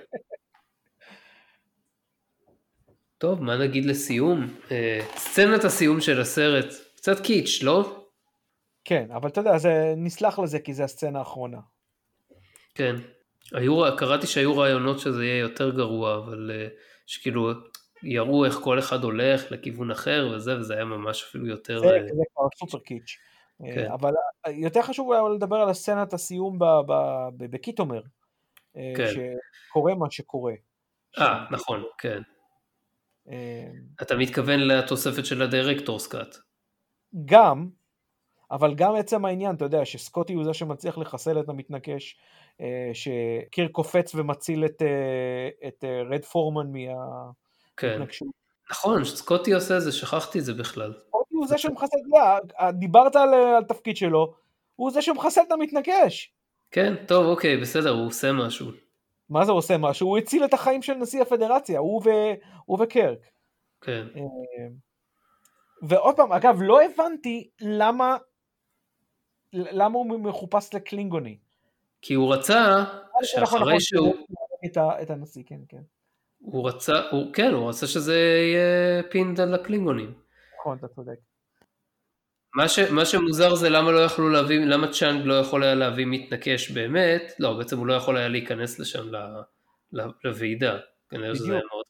טוב, מה נגיד לסיום? סצנת הסיום של הסרט, קצת קיץ', לא? כן, אבל אתה יודע, זה, נסלח לזה כי זה הסצנה האחרונה. כן, היו, קראתי שהיו רעיונות שזה יהיה יותר גרוע, אבל שכאילו יראו איך כל אחד הולך לכיוון אחר וזה, וזה היה ממש אפילו יותר... זה, זה כבר סופר קיץ'. כן. אבל יותר חשוב לדבר על הסצנת הסיום בקיטומר, כן. שקורה מה שקורה. אה, נכון, כן. אתה מתכוון לתוספת של הדירקטורס קאט. גם, אבל גם עצם העניין, אתה יודע, שסקוטי הוא זה שמצליח לחסל את המתנקש, שקיר קופץ ומציל את, את רד פורמן מהמתנקשות. נכון, סקוטי עושה זה, שכחתי את זה בכלל. סקוטי הוא זה שמחסל, דיברת על, על תפקיד שלו, הוא זה שמחסל את המתנקש. כן, טוב, אוקיי, בסדר, הוא עושה משהו. מה זה הוא עושה משהו? הוא הציל את החיים של נשיא הפדרציה, הוא, ו... הוא וקרק. כן. ועוד פעם, אגב, לא הבנתי למה, למה הוא מחופש לקלינגוני. כי הוא רצה, שאחרי שהוא... את, ה... את הנשיא, כן, כן. הוא רצה, הוא... כן, הוא רצה שזה יהיה פינד על הקלינגונים. נכון, אתה צודק. מה, ש... מה שמוזר זה למה לא יכלו להביא, למה צ'אנג לא יכול היה להביא מתנקש באמת, לא, בעצם הוא לא יכול היה להיכנס לשם ל... לוועידה, כנראה שזה היה מאוד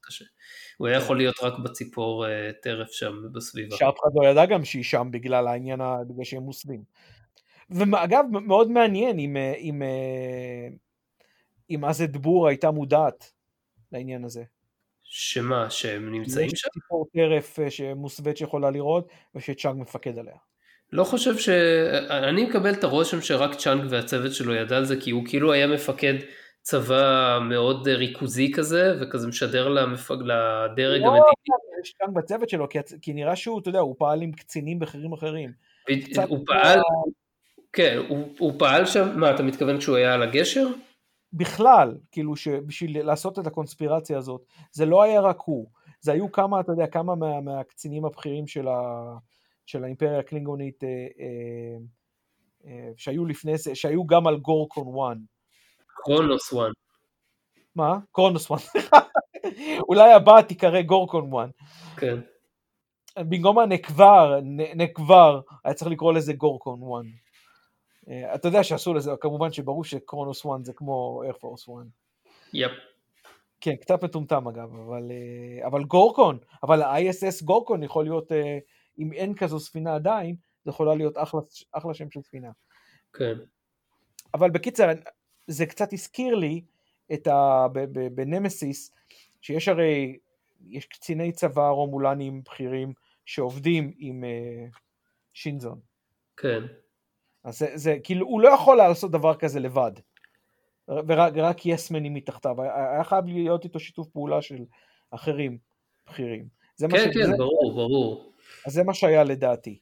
קשה. הוא היה יכול להיות רק בציפור טרף שם בסביבה. שאף אחד לא ידע גם שהיא שם בגלל העניין, בגלל שהם מוסווים. ואגב, מאוד מעניין אם, אם, אם אז דבור הייתה מודעת לעניין הזה. שמה, שהם נמצאים שם? יש ציפור טרף שמוסווית שיכולה לראות, ושצ'אנג מפקד עליה. לא חושב ש... אני מקבל את הרושם שרק צ'אנג והצוות שלו ידע על זה, כי הוא כאילו היה מפקד צבא מאוד ריכוזי כזה, וכזה משדר למפג... לדרג לא, המדיני. יש צ'אנג בצוות שלו, כי, כי נראה שהוא, אתה יודע, הוא פעל עם קצינים בכירים אחרים. הוא פעל... כן, הוא, הוא פעל שם, מה, אתה מתכוון כשהוא היה על הגשר? בכלל, כאילו שבשביל לעשות את הקונספירציה הזאת, זה לא היה רק הוא, זה היו כמה, אתה יודע, כמה מה, מהקצינים הבכירים של, ה, של האימפריה הקלינגונית, אה, אה, אה, שהיו לפני זה, שהיו גם על גורקון וואן. קרונוס וואן. מה? קרונוס וואן. אולי הבא תיקרא גורקון וואן. כן. במקום הנקבר, נקבר, היה צריך לקרוא לזה גורקון וואן. אתה יודע שעשו לזה, כמובן שברור שקרונוס וואן זה כמו איירפורס וואן. יפ. כן, קצת מטומטם אגב, אבל, אבל גורקון, אבל ה-איי אס אס גורקון יכול להיות, אם אין כזו ספינה עדיין, זה יכולה להיות אחלה, אחלה שם של ספינה. כן. אבל בקיצר, זה קצת הזכיר לי את ה... בנמסיס, שיש הרי, יש קציני צבא רומולנים בכירים שעובדים עם שינזון. כן. אז זה, זה, כאילו, הוא לא יכול לעשות דבר כזה לבד. ורק, רק יסמנים מתחתיו. היה חייב להיות איתו שיתוף פעולה של אחרים בכירים. זה כן, מה כן, שזה, ברור, ברור. אז זה מה שהיה לדעתי.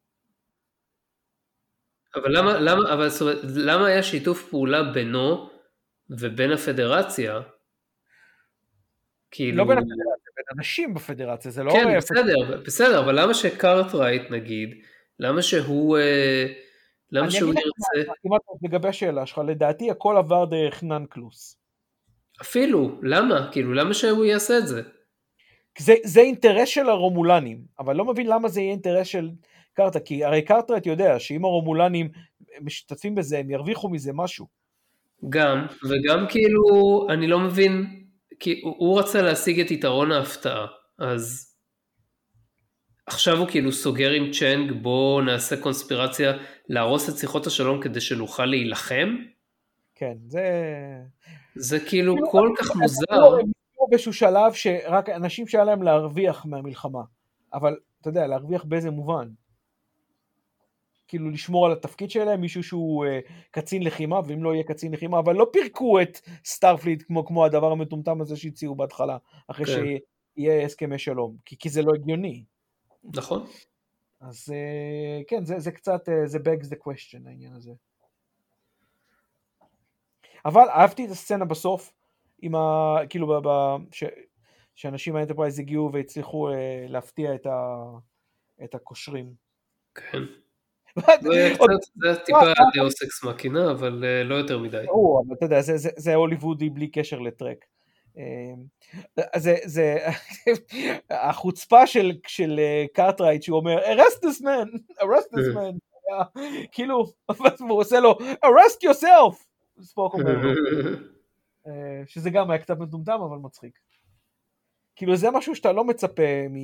אבל למה, למה, אבל, למה היה שיתוף פעולה בינו ובין הפדרציה? כאילו... לא בין הפדרציה, בין אנשים בפדרציה, זה לא... כן, בסדר, בסדר, אבל למה שקארטרייט נגיד, למה שהוא, למה שהוא ירצה... כמעט לגבי השאלה שלך, לדעתי הכל עבר דרך ננקלוס. אפילו, למה? כאילו, למה שהוא יעשה את זה? זה, זה אינטרס של הרומולנים, אבל לא מבין למה זה יהיה אינטרס של קארטה, כי הרי קארטרייט יודע שאם הרומולנים משתתפים בזה, הם ירוויחו מזה משהו. גם, וגם כאילו, אני לא מבין, כי הוא רצה להשיג את יתרון ההפתעה, אז עכשיו הוא כאילו סוגר עם צ'נג, בוא נעשה קונספירציה, להרוס את שיחות השלום כדי שנוכל להילחם? כן, זה... זה כאילו כל כך מוזר. הם נראו באיזשהו שלב שרק אנשים שהיה להם להרוויח מהמלחמה, אבל אתה יודע, להרוויח באיזה מובן. כאילו לשמור על התפקיד שלהם, מישהו שהוא uh, קצין לחימה, ואם לא יהיה קצין לחימה, אבל לא פירקו את סטארפליט כמו, כמו הדבר המטומטם הזה שהציעו בהתחלה, אחרי כן. שיהיה הסכמי שלום, כי, כי זה לא הגיוני. נכון. אז uh, כן, זה, זה קצת, uh, זה begs the question, העניין הזה. אבל אהבתי את הסצנה בסוף, עם ה... כאילו, ב, ב, ש, שאנשים מהאנטרפרייז הגיעו והצליחו uh, להפתיע את, ה, את הקושרים. כן. זה טיפה דאוס אקס מאקינה, אבל לא יותר מדי. ברור, אבל אתה יודע, זה הוליוודי בלי קשר לטרק. זה החוצפה של קארטרייט שהוא אומר, arrest this man, arrest this man, כאילו, הוא עושה לו, arrest yourself, ספוק אומר לו, שזה גם היה קצת מטומטם, אבל מצחיק. כאילו זה משהו שאתה לא מצפה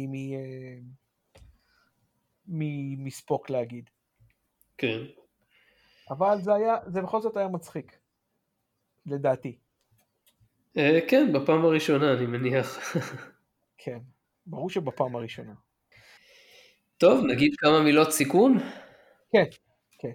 מספוק להגיד. כן. אבל זה היה, זה בכל זאת היה מצחיק, לדעתי. כן, בפעם הראשונה אני מניח. כן, ברור שבפעם הראשונה. טוב, נגיד כמה מילות סיכון? כן, כן.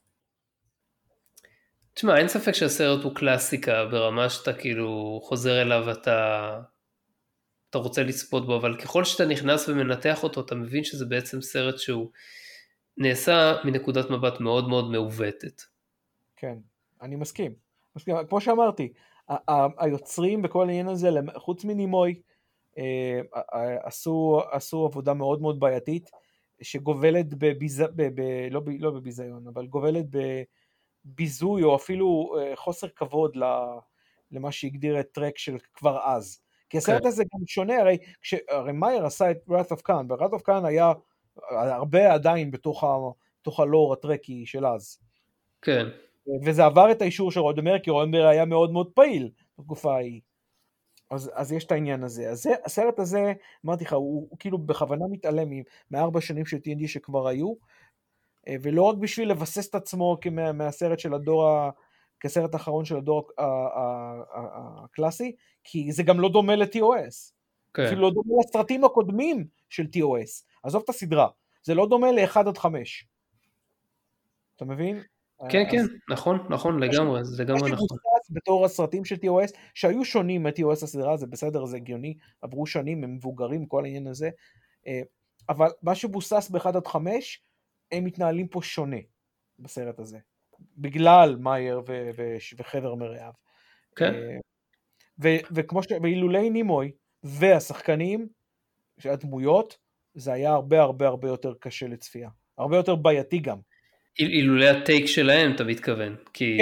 תשמע, אין ספק שהסרט הוא קלאסיקה, ברמה שאתה כאילו חוזר אליו, אתה, אתה רוצה לצפות בו, אבל ככל שאתה נכנס ומנתח אותו, אתה מבין שזה בעצם סרט שהוא נעשה מנקודת מבט מאוד מאוד מעוותת. כן, אני מסכים. מסכים. כמו שאמרתי, היוצרים בכל העניין הזה, חוץ מנימוי, עשו, עשו עבודה מאוד מאוד בעייתית, שגובלת בביז... ב... ב... לא, ב... לא בביזיון, אבל גובלת בביזוי, או אפילו חוסר כבוד למה שהגדיר את טרק של כבר אז. כי הסרט כן. הזה גם שונה, הרי, כש... הרי מאייר עשה את Wrath of Khan, ו-Wrath of Khan היה הרבה עדיין בתוך, ה... בתוך הלור הטרקי של אז. כן. וזה עבר את האישור של רודמר, כי רודמר היה מאוד מאוד פעיל בתקופה ההיא. אז, אז יש את העניין הזה. אז זה, הסרט הזה, אמרתי לך, הוא, הוא כאילו בכוונה מתעלם מארבע שנים של טי אן די שכבר היו, ולא רק בשביל לבסס את עצמו מה, מהסרט של הדור, כסרט האחרון של הדור הקלאסי, כי זה גם לא דומה ל-טי או אס. Okay. אפילו לא דומה לסרטים הקודמים של טי או אס. עזוב את הסדרה. זה לא דומה ל-אחד עד חמש. אתה מבין? כן, כן, נכון, נכון, לגמרי, זה לגמרי נכון. בתור הסרטים של טי או אס, שהיו שונים מ-טי או אס הסדרה, זה בסדר, זה הגיוני, עברו שנים, הם מבוגרים, כל העניין הזה, אבל מה שבוסס ב-אחד עד חמש, הם מתנהלים פה שונה בסרט הזה, בגלל מאייר ו- ו- וחבר מרעיו. כן. וכמו ש... ואילולי נימוי, והשחקנים, שהדמויות, זה היה הרבה הרבה הרבה יותר קשה לצפייה, הרבה יותר בעייתי גם. אילולי הטייק שלהם, אתה מתכוון, כי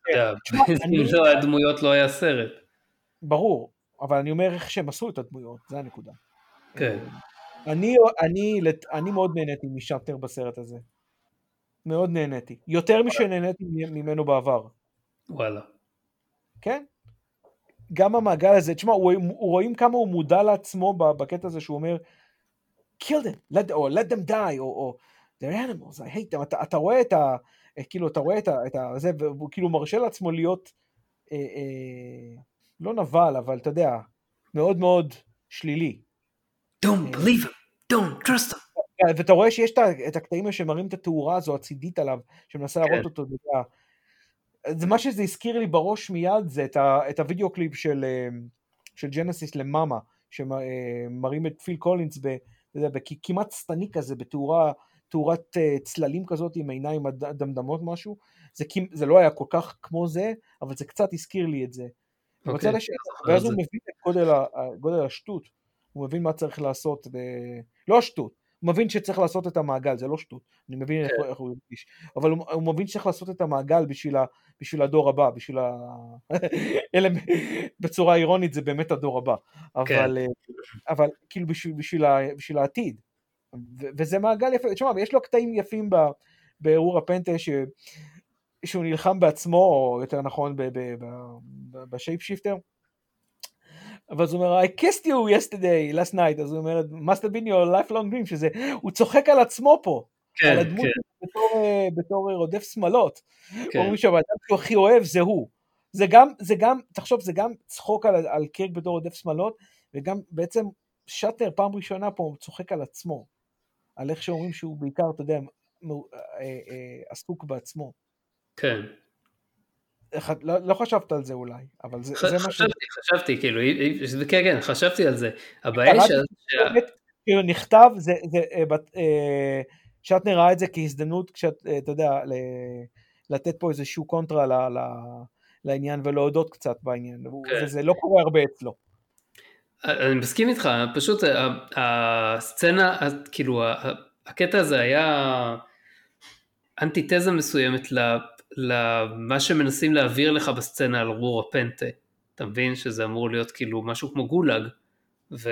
כן, הדמויות לא היה סרט. ברור, אבל אני אומר איך שהם עשו את הדמויות, זה הנקודה. כן. אני, אני, אני מאוד נהניתי משאטנר בסרט הזה. מאוד נהניתי. יותר משנהניתי ממנו בעבר. וואלה. כן? גם המעגל הזה, תשמע, רואים כמה הוא מודע לעצמו בקטע הזה שהוא אומר, kill them, let, or let them die, או, או they're animals, I hate them. אתה, אתה רואה את ה... כאילו, אתה רואה את ה... את ה זה, והוא כאילו מרשה לעצמו להיות, אה, אה, לא נבל, אבל אתה יודע, מאוד מאוד שלילי. Don't believe him, don't trust him. ואתה רואה שיש את הקטעים שמראים את התאורה הזו הצידית עליו, שמנסה להראות אותו, זה מה שזה הזכיר לי בראש מיד, זה את הוידאו קליפ של ג'נסיס למאמה, שמראים את פיל קולינס בכמעט סטני כזה, בתאורת צללים כזאת, עם עיניים דמדמות משהו, זה לא היה כל כך כמו זה, אבל זה קצת הזכיר לי את זה. ואז הוא מבין את גודל השטות, הוא מבין מה צריך לעשות, לא השטות, הוא מבין שצריך לעשות את המעגל, זה לא שטות, אני מבין איך הוא ירגיש, אבל הוא מבין שצריך לעשות את המעגל בשביל הדור הבא, בשביל ה... בצורה אירונית זה באמת הדור הבא, אבל כאילו בשביל העתיד, וזה מעגל יפה, תשמע, ויש לו קטעים יפים בארור הפנטה, שהוא נלחם בעצמו, או יותר נכון בשייפ שיפטר, אבל הוא אומר, I kissed you yesterday, last night, אז הוא אומר, must have been your lifelong dream, שזה, הוא צוחק על עצמו פה, כן, על הדמות כן. בתור, בתור רודף שמלות, כן. אומרים שהאדם שהוא הכי אוהב זה הוא, זה גם, זה גם, תחשוב, זה גם צחוק על, על קירק בתור רודף שמלות, וגם בעצם שטנר פעם ראשונה פה, הוא צוחק על עצמו, על איך שאומרים שהוא בעיקר, אתה יודע, עסוק בעצמו. כן. לא, לא חשבת על זה אולי, אבל זה, ח, זה חשבתי, מה ש... חשבתי, כאילו, כן, כן, חשבתי על זה. הבעיה ש... כאילו נכתב, זה, זה, שטנר ראה את זה כהזדמנות, כשאתה יודע, לתת פה איזשהו קונטרה ל, ל, לעניין, ולהודות קצת בעניין, כן. וזה לא קורה הרבה אצלו. אני מסכים איתך, פשוט הסצנה, כאילו, הקטע הזה היה אנטיתזה מסוימת ל... למה שמנסים להעביר לך בסצנה על רור הפנטה, אתה מבין שזה אמור להיות כאילו משהו כמו גולג, וזה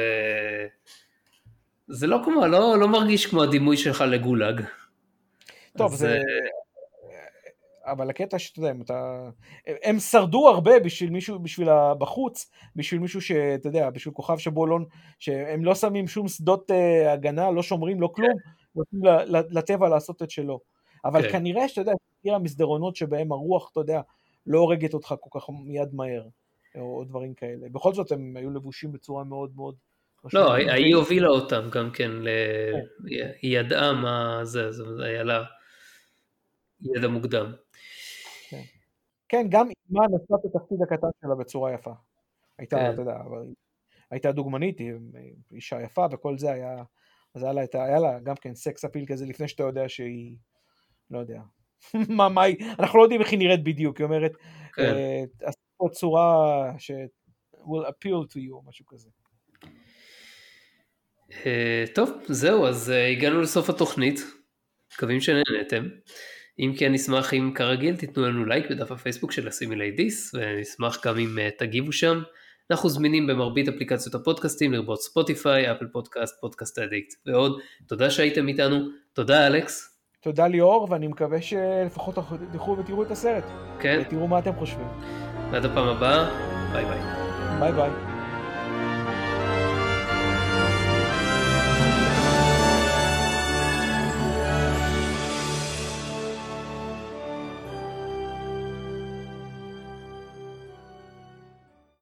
לא כמו, לא, לא מרגיש כמו הדימוי שלך לגולג. טוב, אז... זה... אבל הקטע שאתה יודע, אתה... הם שרדו הרבה בשביל מישהו, בשביל בחוץ, בשביל מישהו שאתה יודע, בשביל כוכב שבולון, שהם לא שמים שום שדות הגנה, לא שומרים, לא כלום, נותנים לטבע לעשות את שלו. אבל okay. כנראה שאתה יודע, תראה המסדרונות שבהם הרוח, אתה יודע, לא הורגת אותך כל כך מיד מהר, או דברים כאלה. בכל זאת הם היו לבושים בצורה מאוד מאוד... לא, היא הובילה אותם גם כן, היא ידעה מה זה, זה היה לה ידע מוקדם. כן, כן, גם אימה נשאה את התפקיד הקטן שלה בצורה יפה. הייתה, אתה יודע, הייתה דוגמנית, היא אישה יפה, וכל זה היה, אז היה לה גם כן סקס אפיל כזה, לפני שאתה יודע שהיא... לא יודע, מה, מה היא, אנחנו לא יודעים איך היא נראית בדיוק, היא אומרת, עשו פה צורה ש- will appeal to you, משהו כזה. טוב, זהו, אז הגענו לסוף התוכנית, מקווים שנהנתם, אם כן נשמח אם כרגיל תיתנו לנו לייק בדף הפייסבוק של הסימילי דיס, ונשמח גם אם תגיבו שם, אנחנו זמינים במרבית אפליקציות הפודקאסטים, לרבות ספוטיפיי, אפל פודקאסט, פודקאסט אדיקט ועוד, תודה שהייתם איתנו, תודה אלכס. תודה ליאור, ואני מקווה שלפחות תלכו ותראו את הסרט. כן. ותראו מה אתם חושבים. ועד הפעם הבאה, ביי ביי. ביי ביי.